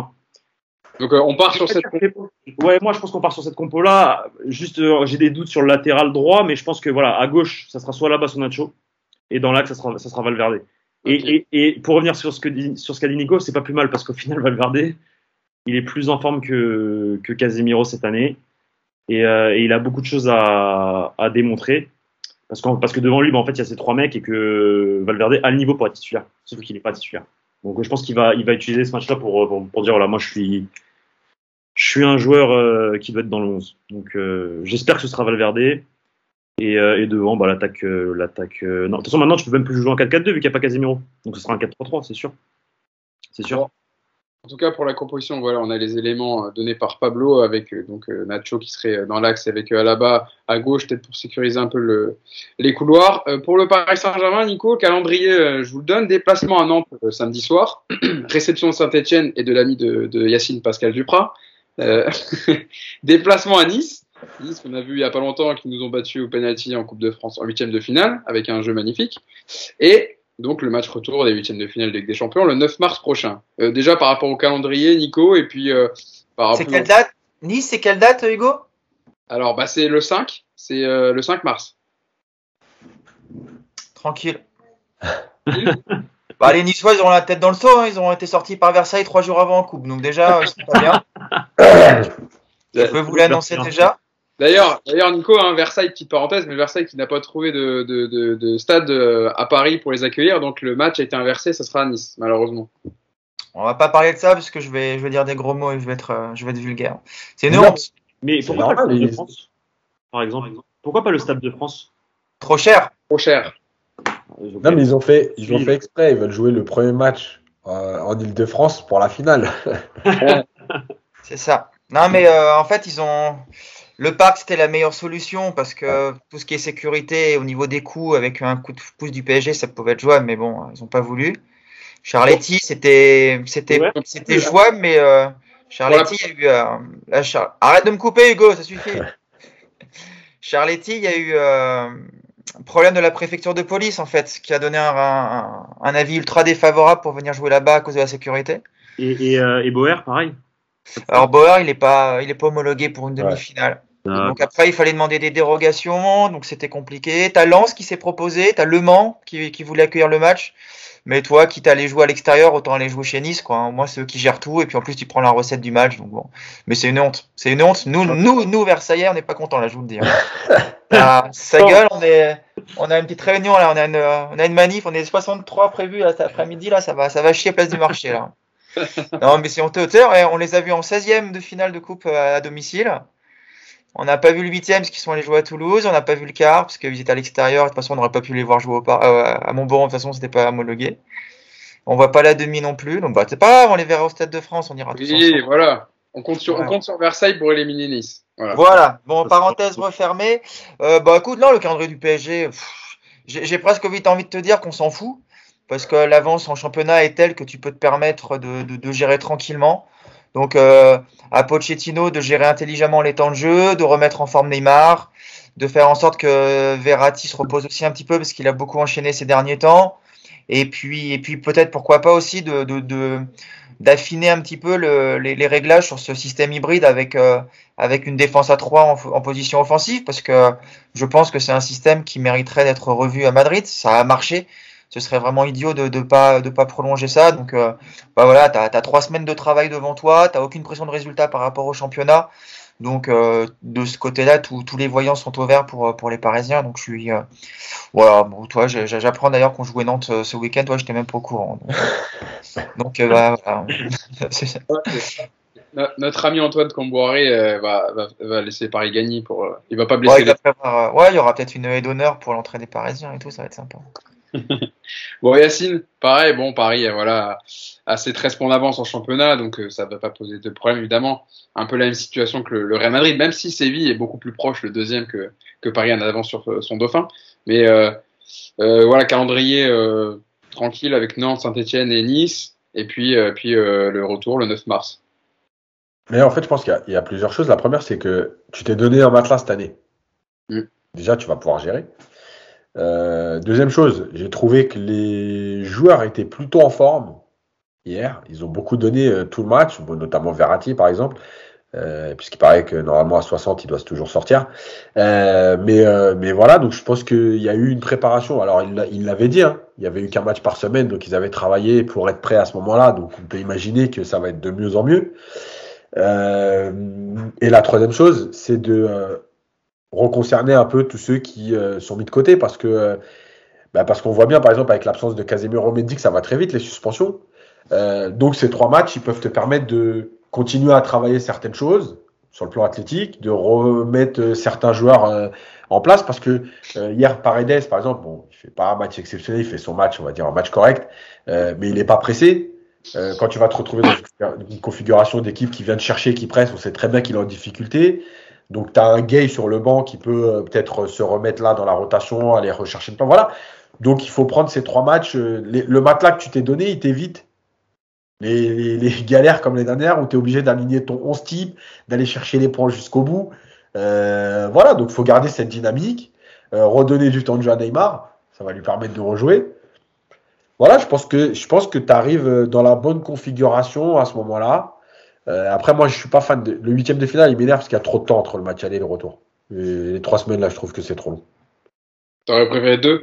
Donc on part sur cette compo. Ouais, moi je pense qu'on part sur cette compo là. Juste, j'ai des doutes sur le latéral droit, mais je pense que à gauche, ça sera soit là-bas son Nacho, et dans l'axe, ça sera Valverde. Okay. Et pour revenir sur ce qu'a dit Nico, c'est pas plus mal parce qu'au final Valverde, il est plus en forme que Casemiro cette année, et il a beaucoup de choses à démontrer. Parce que devant lui, en fait, il y a ces trois mecs et que Valverde a le niveau pour être titulaire. Sauf qu'il n'est pas titulaire. Donc, je pense qu'il va utiliser ce match-là pour dire, moi, je suis un joueur qui doit être dans le 11. Donc, j'espère que ce sera Valverde. Et devant, l'attaque. Non, de toute façon, maintenant, tu peux même plus jouer en 4-4-2 vu qu'il n'y a pas Casemiro. Donc, ce sera un 4-3-3, c'est sûr. C'est sûr. En tout cas, pour la composition, on a les éléments donnés par Pablo avec Nacho qui serait dans l'axe avec Alaba à gauche, peut-être pour sécuriser un peu les couloirs. Pour le Paris Saint-Germain, Nico, calendrier, je vous le donne. Déplacement à Nantes samedi soir, réception de Saint-Etienne et de l'ami de Yacine, Pascal Duprat. Déplacement à Nice qu'on a vu il n'y a pas longtemps, qui nous ont battus au penalty en Coupe de France en 8e de finale avec un jeu magnifique. Et donc le match retour des 8e de finale de Ligue des Champions le 9 mars prochain. Déjà par rapport au calendrier, Nico, et puis par rapport. C'est quelle date? Nice, c'est quelle date, Hugo? Alors c'est le 5, c'est le 5 mars. Tranquille. Bah, les Niçois, ils ont la tête dans le seau, hein. Ils ont été sortis par Versailles 3 jours avant en coupe. Donc déjà, ils sont pas bien. Je peux vous l'annoncer déjà. D'ailleurs, Nico, hein, Versailles, petite parenthèse, mais Versailles qui n'a pas trouvé de stade à Paris pour les accueillir, donc le match a été inversé, ça sera à Nice, malheureusement. On va pas parler de ça parce que je vais dire des gros mots et je vais être vulgaire. C'est une honte. Mais pourquoi pas le Stade de France, par exemple? Pourquoi pas le Stade de France? Trop cher. Trop cher. Non, mais ils ont fait exprès. Ils veulent jouer le premier match en Ile-de-France pour la finale. C'est ça. Non, mais en fait, le parc, c'était la meilleure solution parce que tout ce qui est sécurité au niveau des coûts, avec un coup de pouce du PSG, ça pouvait être jouable, mais bon, ils n'ont pas voulu. Charletti, c'était jouable, mais Charletti, il y a eu. Arrête de me couper, Hugo, ça suffit. Charletti, il y a eu problème de la préfecture de police, en fait, qui a donné un avis ultra défavorable pour venir jouer là-bas à cause de la sécurité. Et Bauer, pareil. Alors Bauer, il est pas homologué pour une demi-finale. Donc après, il fallait demander des dérogations, donc c'était compliqué. T'as Lens qui s'est proposé, t'as Le Mans qui voulait accueillir le match. Mais toi, quitte à aller jouer à l'extérieur, autant aller jouer chez Nice, quoi. Moi, c'est eux qui gèrent tout, et puis en plus, tu prends la recette du match, donc bon. Mais c'est une honte. C'est une honte. Nous, Versaillais, on n'est pas contents, là, je vous le dis. Ça gueule, on a une petite réunion, là, on a une manif, on est 63 prévus, là, cet après-midi, là, ça va chier place du marché, là. Non, mais c'est honteux. On les a vus en 16e de finale de coupe à domicile. On n'a pas vu le 8e parce qu'ils sont allés jouer à Toulouse. On n'a pas vu le quart parce qu'ils étaient à l'extérieur. De toute façon, on n'aurait pas pu les voir jouer à Montboron. De toute façon, c'était pas homologué. On voit pas la demi non plus. Donc, c'est pas grave. On les verra au Stade de France. On ira tous ensemble. Oui, voilà. On compte sur Versailles pour éliminer Nice. Voilà. Bon, parenthèse refermée. Écoute, non, le calendrier du PSG, j'ai presque vite envie de te dire qu'on s'en fout. Parce que l'avance en championnat est telle que tu peux te permettre de gérer tranquillement. Donc, à Pochettino de gérer intelligemment les temps de jeu, de remettre en forme Neymar, de faire en sorte que Verratti se repose aussi un petit peu parce qu'il a beaucoup enchaîné ces derniers temps. Et puis peut-être pourquoi pas aussi d'affiner un petit peu les réglages sur ce système hybride avec une défense à 3 en position offensive, parce que je pense que c'est un système qui mériterait d'être revu à Madrid. Ça a marché. Ce serait vraiment idiot de pas prolonger ça. Donc voilà, t'as 3 semaines de travail devant toi, t'as aucune pression de résultat par rapport au championnat. Donc de ce côté-là, tous les voyants sont au vert pour les Parisiens. Donc je suis voilà. Bon, toi, j'apprends d'ailleurs qu'on jouait Nantes ce week-end. Toi, j'étais même pas au courant. Donc voilà. Notre ami Antoine Comboiré va laisser Paris gagner il va pas blesser. Il y aura peut-être une haie d'honneur pour l'entrée des Parisiens et tout. Ça va être sympa. Bon, Yacine, pareil, Paris, a ses 13 points d'avance en championnat, donc ça ne va pas poser de problème, évidemment. Un peu la même situation que le Real Madrid, même si Séville est beaucoup plus proche, le deuxième, que Paris en avance sur son dauphin. Mais voilà, calendrier tranquille avec Nantes, Saint-Etienne et Nice, et puis le retour le 9 mars. Mais en fait, je pense qu'il y a plusieurs choses. La première, c'est que tu t'es donné un matelas cette année. Déjà, tu vas pouvoir gérer. Deuxième chose, j'ai trouvé que les joueurs étaient plutôt en forme hier. Ils ont beaucoup donné tout le match, notamment Verratti par exemple, puisqu'il paraît que normalement à 60 il doit toujours sortir. Mais voilà, donc je pense qu'il y a eu une préparation. Alors il l'avait dit, hein, il y avait eu qu'un match par semaine, donc ils avaient travaillé pour être prêts à ce moment-là. Donc on peut imaginer que ça va être de mieux en mieux. Et la troisième chose, c'est de reconcerner un peu tous ceux qui sont mis de côté, parce qu'on voit bien par exemple avec l'absence de Casemiro Mendy que ça va très vite les suspensions. Donc ces 3 matchs ils peuvent te permettre de continuer à travailler certaines choses sur le plan athlétique, de remettre certains joueurs en place, parce que hier Paredes par exemple, il fait pas un match exceptionnel, il fait son match, on va dire un match correct, mais il est pas pressé. Quand tu vas te retrouver dans une configuration d'équipe qui vient de chercher, qui presse, on sait très bien qu'il est en difficulté. Donc, tu as un Gay sur le banc qui peut peut-être se remettre là dans la rotation, aller rechercher le temps. Voilà. Donc, il faut prendre ces 3 matchs. Le matelas que tu t'es donné, il t'évite les galères comme les dernières où tu es obligé d'aligner ton 11 type, d'aller chercher les points jusqu'au bout. Voilà. Donc, il faut garder cette dynamique, redonner du temps de jeu à Neymar. Ça va lui permettre de rejouer. Voilà. Je pense que tu arrives dans la bonne configuration à ce moment-là. Après, moi, je suis pas fan le 8e de finale, il m'énerve parce qu'il y a trop de temps entre le match aller et le retour. Et les 3 semaines, là, je trouve que c'est trop long. T'aurais préféré 2?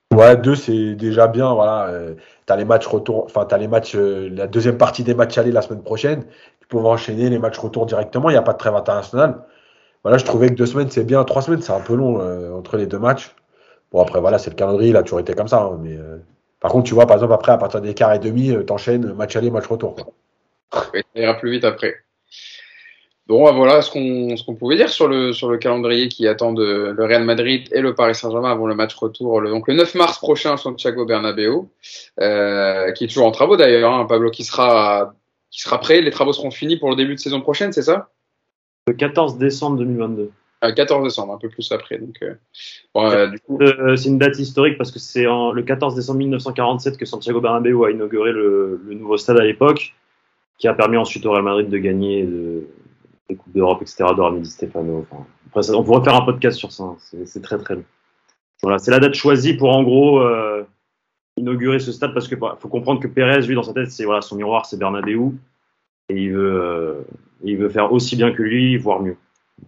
Ouais, 2, c'est déjà bien. Voilà. T'as les matchs retour, enfin, t'as les matchs, la deuxième partie des matchs aller la semaine prochaine. Tu peux enchaîner les matchs retour directement. Il n'y a pas de trêve internationale. Voilà, je trouvais que 2 semaines, c'est bien. 3 semaines, c'est un peu long entre les deux matchs. Bon, après, voilà, c'est le calendrier. Il a toujours été comme ça. Hein, mais par contre, tu vois, par exemple, après, à partir des quarts et demi, t'enchaînes match aller, match retour. Quoi. Ouais, ça ira plus vite après. Bon, voilà ce qu'on pouvait dire sur le calendrier qui attend le Real Madrid et le Paris Saint-Germain avant le match retour, donc le 9 mars prochain à Santiago Bernabéu, qui est toujours en travaux d'ailleurs, hein, Pablo, qui sera prêt. Les travaux seront finis pour le début de saison prochaine, c'est ça? Le 14 décembre 2022. 14 décembre, un peu plus après. Donc, bon, du coup, c'est une date historique parce que c'est le 14 décembre 1947 que Santiago Bernabéu a inauguré le nouveau stade à l'époque, qui a permis ensuite au Real Madrid de gagner des Coupes d'Europe, etc., de ramener Di Stefano. Enfin, après, on pourrait faire un podcast sur ça, hein. C'est très très long. Voilà, c'est la date choisie pour en gros inaugurer ce stade parce que faut comprendre que Pérez, lui, dans sa tête, c'est voilà, son miroir, c'est Bernabéu et il veut faire aussi bien que lui, voire mieux.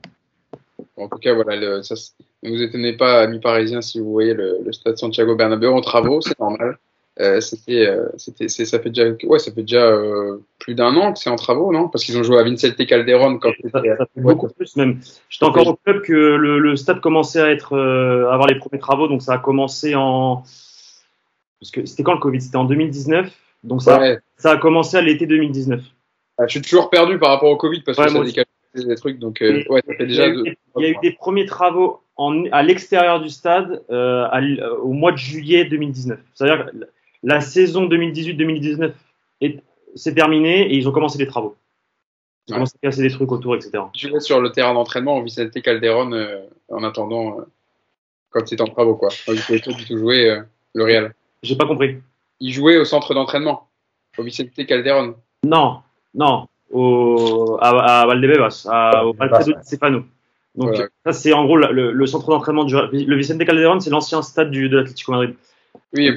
en tout cas, voilà, ne vous étonnez pas, amis parisiens, si vous voyez le stade Santiago Bernabéu en travaux, c'est normal. Ça fait déjà plus d'un an que c'est en travaux, non? Parce qu'ils ont joué à Vicente Calderón quand ça fait beaucoup plus même. J'étais encore au club que le stade commençait à avoir les premiers travaux, donc ça a commencé parce que c'était quand le Covid? C'était en 2019, donc ça a commencé à l'été 2019. Je suis toujours perdu par rapport au Covid parce que ça décale des trucs, donc ça fait déjà. Il y a eu des premiers travaux à l'extérieur du stade au mois de juillet 2019. C'est-à-dire que la saison 2018-2019 c'est terminé et ils ont commencé les travaux. Ils ont commencé à casser des trucs autour, etc. Je vais sur le terrain d'entraînement au Vicente Calderón en attendant quand c'est en travaux, quoi. Il pouvait pas du tout jouer le Real. J'ai pas compris. Il jouait au centre d'entraînement au Vicente Calderón. Non, à Valdebebas, au Alfredo Di Stefano. Donc voilà. Ça c'est en gros le centre d'entraînement le Vicente Calderón, c'est l'ancien stade de l'Atlético Madrid. Oui.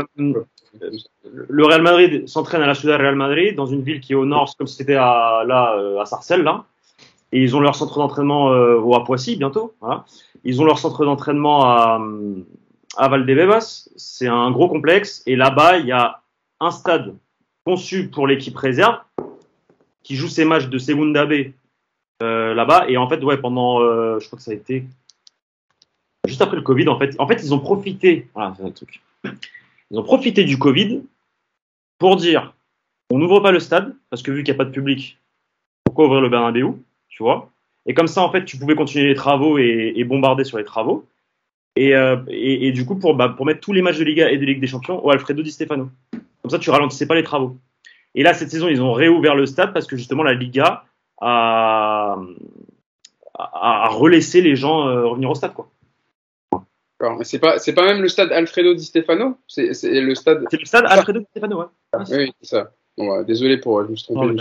Le Real Madrid s'entraîne à la Ciudad Real Madrid, dans une ville qui est au nord, comme si c'était à Sarcelles, là. Et ils ont leur centre d'entraînement à Poissy bientôt. Voilà. Ils ont leur centre d'entraînement à Valdebebas. C'est un gros complexe. Et là-bas, il y a un stade conçu pour l'équipe réserve qui joue ses matchs de Segunda B là-bas. Et en fait, pendant, je crois que ça a été juste après le Covid, en fait, ils ont profité. Voilà, c'est un truc. Ils ont profité du Covid pour dire on n'ouvre pas le stade parce que vu qu'il n'y a pas de public, pourquoi ouvrir le Bernabéu, tu vois? Et comme ça, en fait, tu pouvais continuer les travaux et bombarder sur les travaux. Et du coup, pour mettre tous les matchs de Liga et de Ligue des Champions au Alfredo Di Stefano. Comme ça, tu ralentissais pas les travaux. Et là, cette saison, ils ont réouvert le stade parce que justement, la Liga a relaissé les gens revenir au stade, quoi. Mais c'est pas même le stade Alfredo Di Stefano, c'est le stade. C'est le stade Alfredo Di Stefano, ouais. Oui, c'est ça. Bon, désolé je me suis trompé.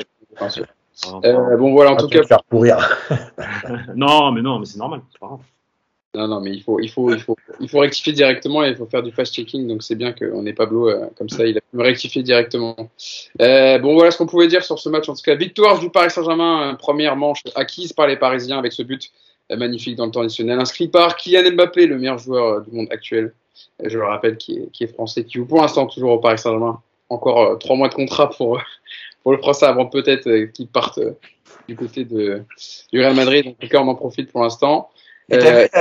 Bon voilà, en tout cas. Faire pourrir. non, mais c'est normal, c'est pas grave. Non, mais il faut rectifier directement et il faut faire du fast-checking, donc c'est bien qu'on ait Pablo comme ça, il a pu me rectifier directement. Bon, voilà ce qu'on pouvait dire sur ce match. En tout cas, victoire du Paris Saint-Germain, première manche acquise par les Parisiens avec ce but magnifique dans le temps additionnel, inscrit par Kylian Mbappé, le meilleur joueur du monde actuel. Je le rappelle, qui est français, qui joue pour l'instant toujours au Paris Saint-Germain. Encore 3 mois de contrat pour le français avant peut-être qu'il parte du côté du Real Madrid. En tout cas, on en profite pour l'instant. Il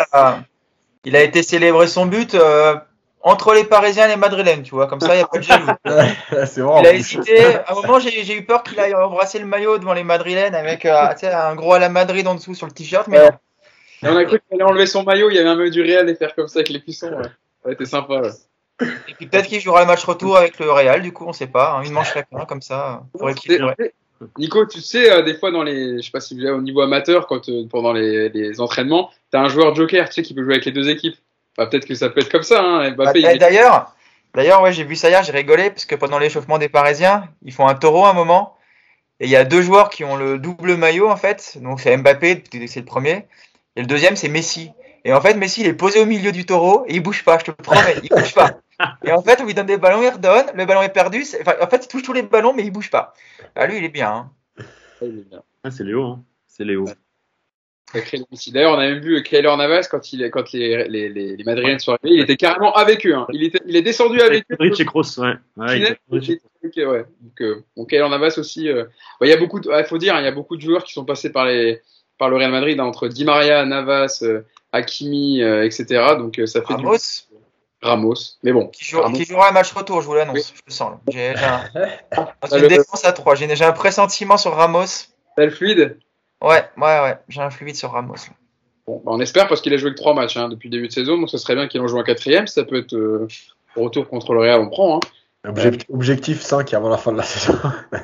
a été célébré son but entre les Parisiens et les Madrilènes, tu vois, comme ça il n'y a pas de jaloux. C'est vrai. Il a hésité. À un moment, j'ai eu peur qu'il aille embrasser le maillot devant les Madrilènes avec un gros à la Madrid en dessous sur le t-shirt, mais non. Et on a cru qu'il allait enlever son maillot, il y avait un maillot du Real et faire comme ça avec les cuissons. Ouais. Ça a été sympa. Ouais. Et puis peut-être qu'il jouera le match retour avec le Real, du coup, on ne sait pas. Une manche chacun, comme ça, pour équilibrer. Nico, tu sais, des fois, je sais pas si au niveau amateur, quand pendant les entraînements, tu as un joueur joker, tu sais, qui peut jouer avec les deux équipes. Enfin, peut-être que ça peut être comme ça. Hein. Mbappé, D'ailleurs, ouais, j'ai vu ça hier, j'ai rigolé, parce que pendant l'échauffement des Parisiens, ils font un taureau à un moment, et il y a 2 joueurs qui ont le double maillot, en fait. Donc c'est Mbappé, c'est le premier, et le deuxième, c'est Messi. Et en fait, Messi, il est posé au milieu du taureau, et il bouge pas, je te le promets, il bouge pas. Et en fait, on lui donne des ballons, il redonne, le ballon est perdu. En fait, il touche tous les ballons, mais il bouge pas. Ah, lui, il est bien. Hein. Ah, c'est Léo. Hein. C'est Léo. Ça crée des soucis. D'ailleurs, on a même vu Keylor Navas quand les Madridiens sont arrivés, il était carrément avec eux. Hein. Il est descendu avec eux. Rich et Kroos, ouais. Ouais. Donc, Keylor Navas aussi. Il y a beaucoup. Il faut dire, il y a beaucoup de joueurs qui sont passés par le Real Madrid, hein, entre Di Maria, Navas, Hakimi, etc. Donc ça fait Ramos. Mais bon. Qui jouera un match retour, je vous l'annonce. Oui. Je le sens. J'ai une défense à 3. J'ai un pressentiment sur Ramos. T'as le fluide? Ouais. J'ai un fluide sur Ramos. Bon, on espère parce qu'il a joué que 3 matchs depuis le début de saison. Donc, ce serait bien qu'il en joue un 4e. Ça peut être retour contre le Real, on prend. Hein. Objectif 5 avant la fin de la saison.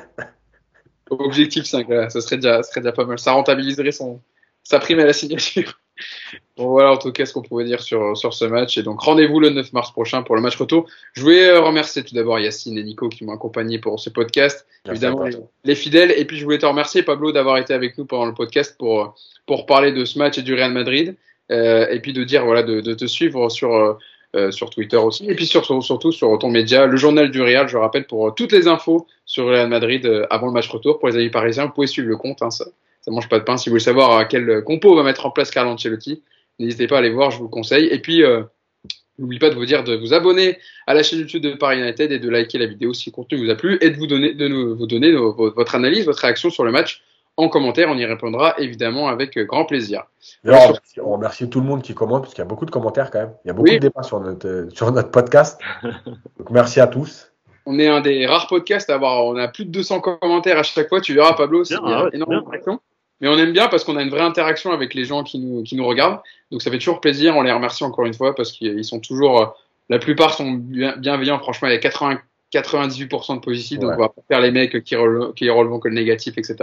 Objectif 5, ça serait déjà pas mal. Ça rentabiliserait sa prime à la signature. Bon, voilà, en tout cas, ce qu'on pouvait dire sur ce match. Et donc, rendez-vous le 9 mars prochain pour le match retour. Je voulais remercier tout d'abord Yacine et Nico qui m'ont accompagné pour ce podcast. Merci. Évidemment, les fidèles. Et puis, je voulais te remercier, Pablo, d'avoir été avec nous pendant le podcast pour parler de ce match et du Real Madrid. Et puis, de dire, voilà, de te suivre sur Twitter aussi. Et puis, surtout sur ton média, le Journal du Real, je rappelle, pour toutes les infos sur le Real Madrid avant le match retour. Pour les amis parisiens, vous pouvez suivre le compte, hein, ça mange pas de pain. Si vous voulez savoir à quel compo va mettre en place Carlo Ancelotti, n'hésitez pas à aller voir, je vous le conseille. Et puis, n'oubliez pas de vous dire de vous abonner à la chaîne YouTube de Paris United et de liker la vidéo si le contenu vous a plu et de vous donner votre analyse, votre réaction sur le match en commentaire. On y répondra évidemment avec grand plaisir. Alors, on remercie tout le monde qui commente parce qu'il y a beaucoup de commentaires quand même. Il y a beaucoup de débats sur notre podcast. Donc, merci à tous. On est un des rares podcasts à on a plus de 200 commentaires à chaque fois. Tu verras, Pablo, il y a énormément de réactions. Mais on aime bien parce qu'on a une vraie interaction avec les gens qui nous regardent. Donc ça fait toujours plaisir. On les remercie encore une fois parce qu'ils sont toujours, la plupart sont bienveillants. Franchement, il y a 98% de positifs. Donc on va pas faire les mecs qui relevant que le négatif, etc.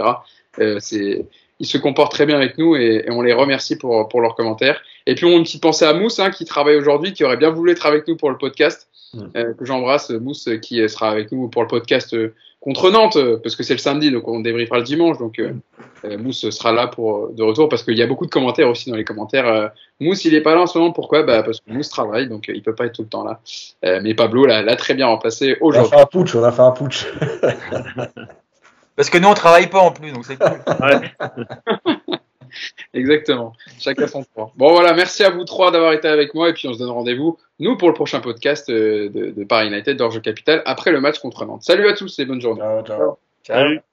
Ils se comportent très bien avec nous et on les remercie pour leurs commentaires. Et puis on a une petite pensée à Mousse qui travaille aujourd'hui, qui aurait bien voulu être avec nous pour le podcast. Que j'embrasse, Mousse, qui sera avec nous pour le podcast contre Nantes, parce que c'est le samedi, donc on débriefera le dimanche. Donc Mousse sera là de retour, parce qu'il y a beaucoup de commentaires aussi dans les commentaires. Mousse, il est pas là en ce moment, pourquoi ? Parce que Mousse travaille, donc il peut pas être tout le temps là. Mais Pablo l'a très bien remplacé aujourd'hui. On a fait un putsch. Parce que nous, on travaille pas en plus, donc c'est cool. Ouais. Exactement. Chacun son tour. Bon, voilà. Merci à vous trois d'avoir été avec moi. Et puis, on se donne rendez-vous, nous, pour le prochain podcast de Paris United d'Orge Capital après le match contre Nantes. Salut à tous et bonne journée. Ciao. Salut.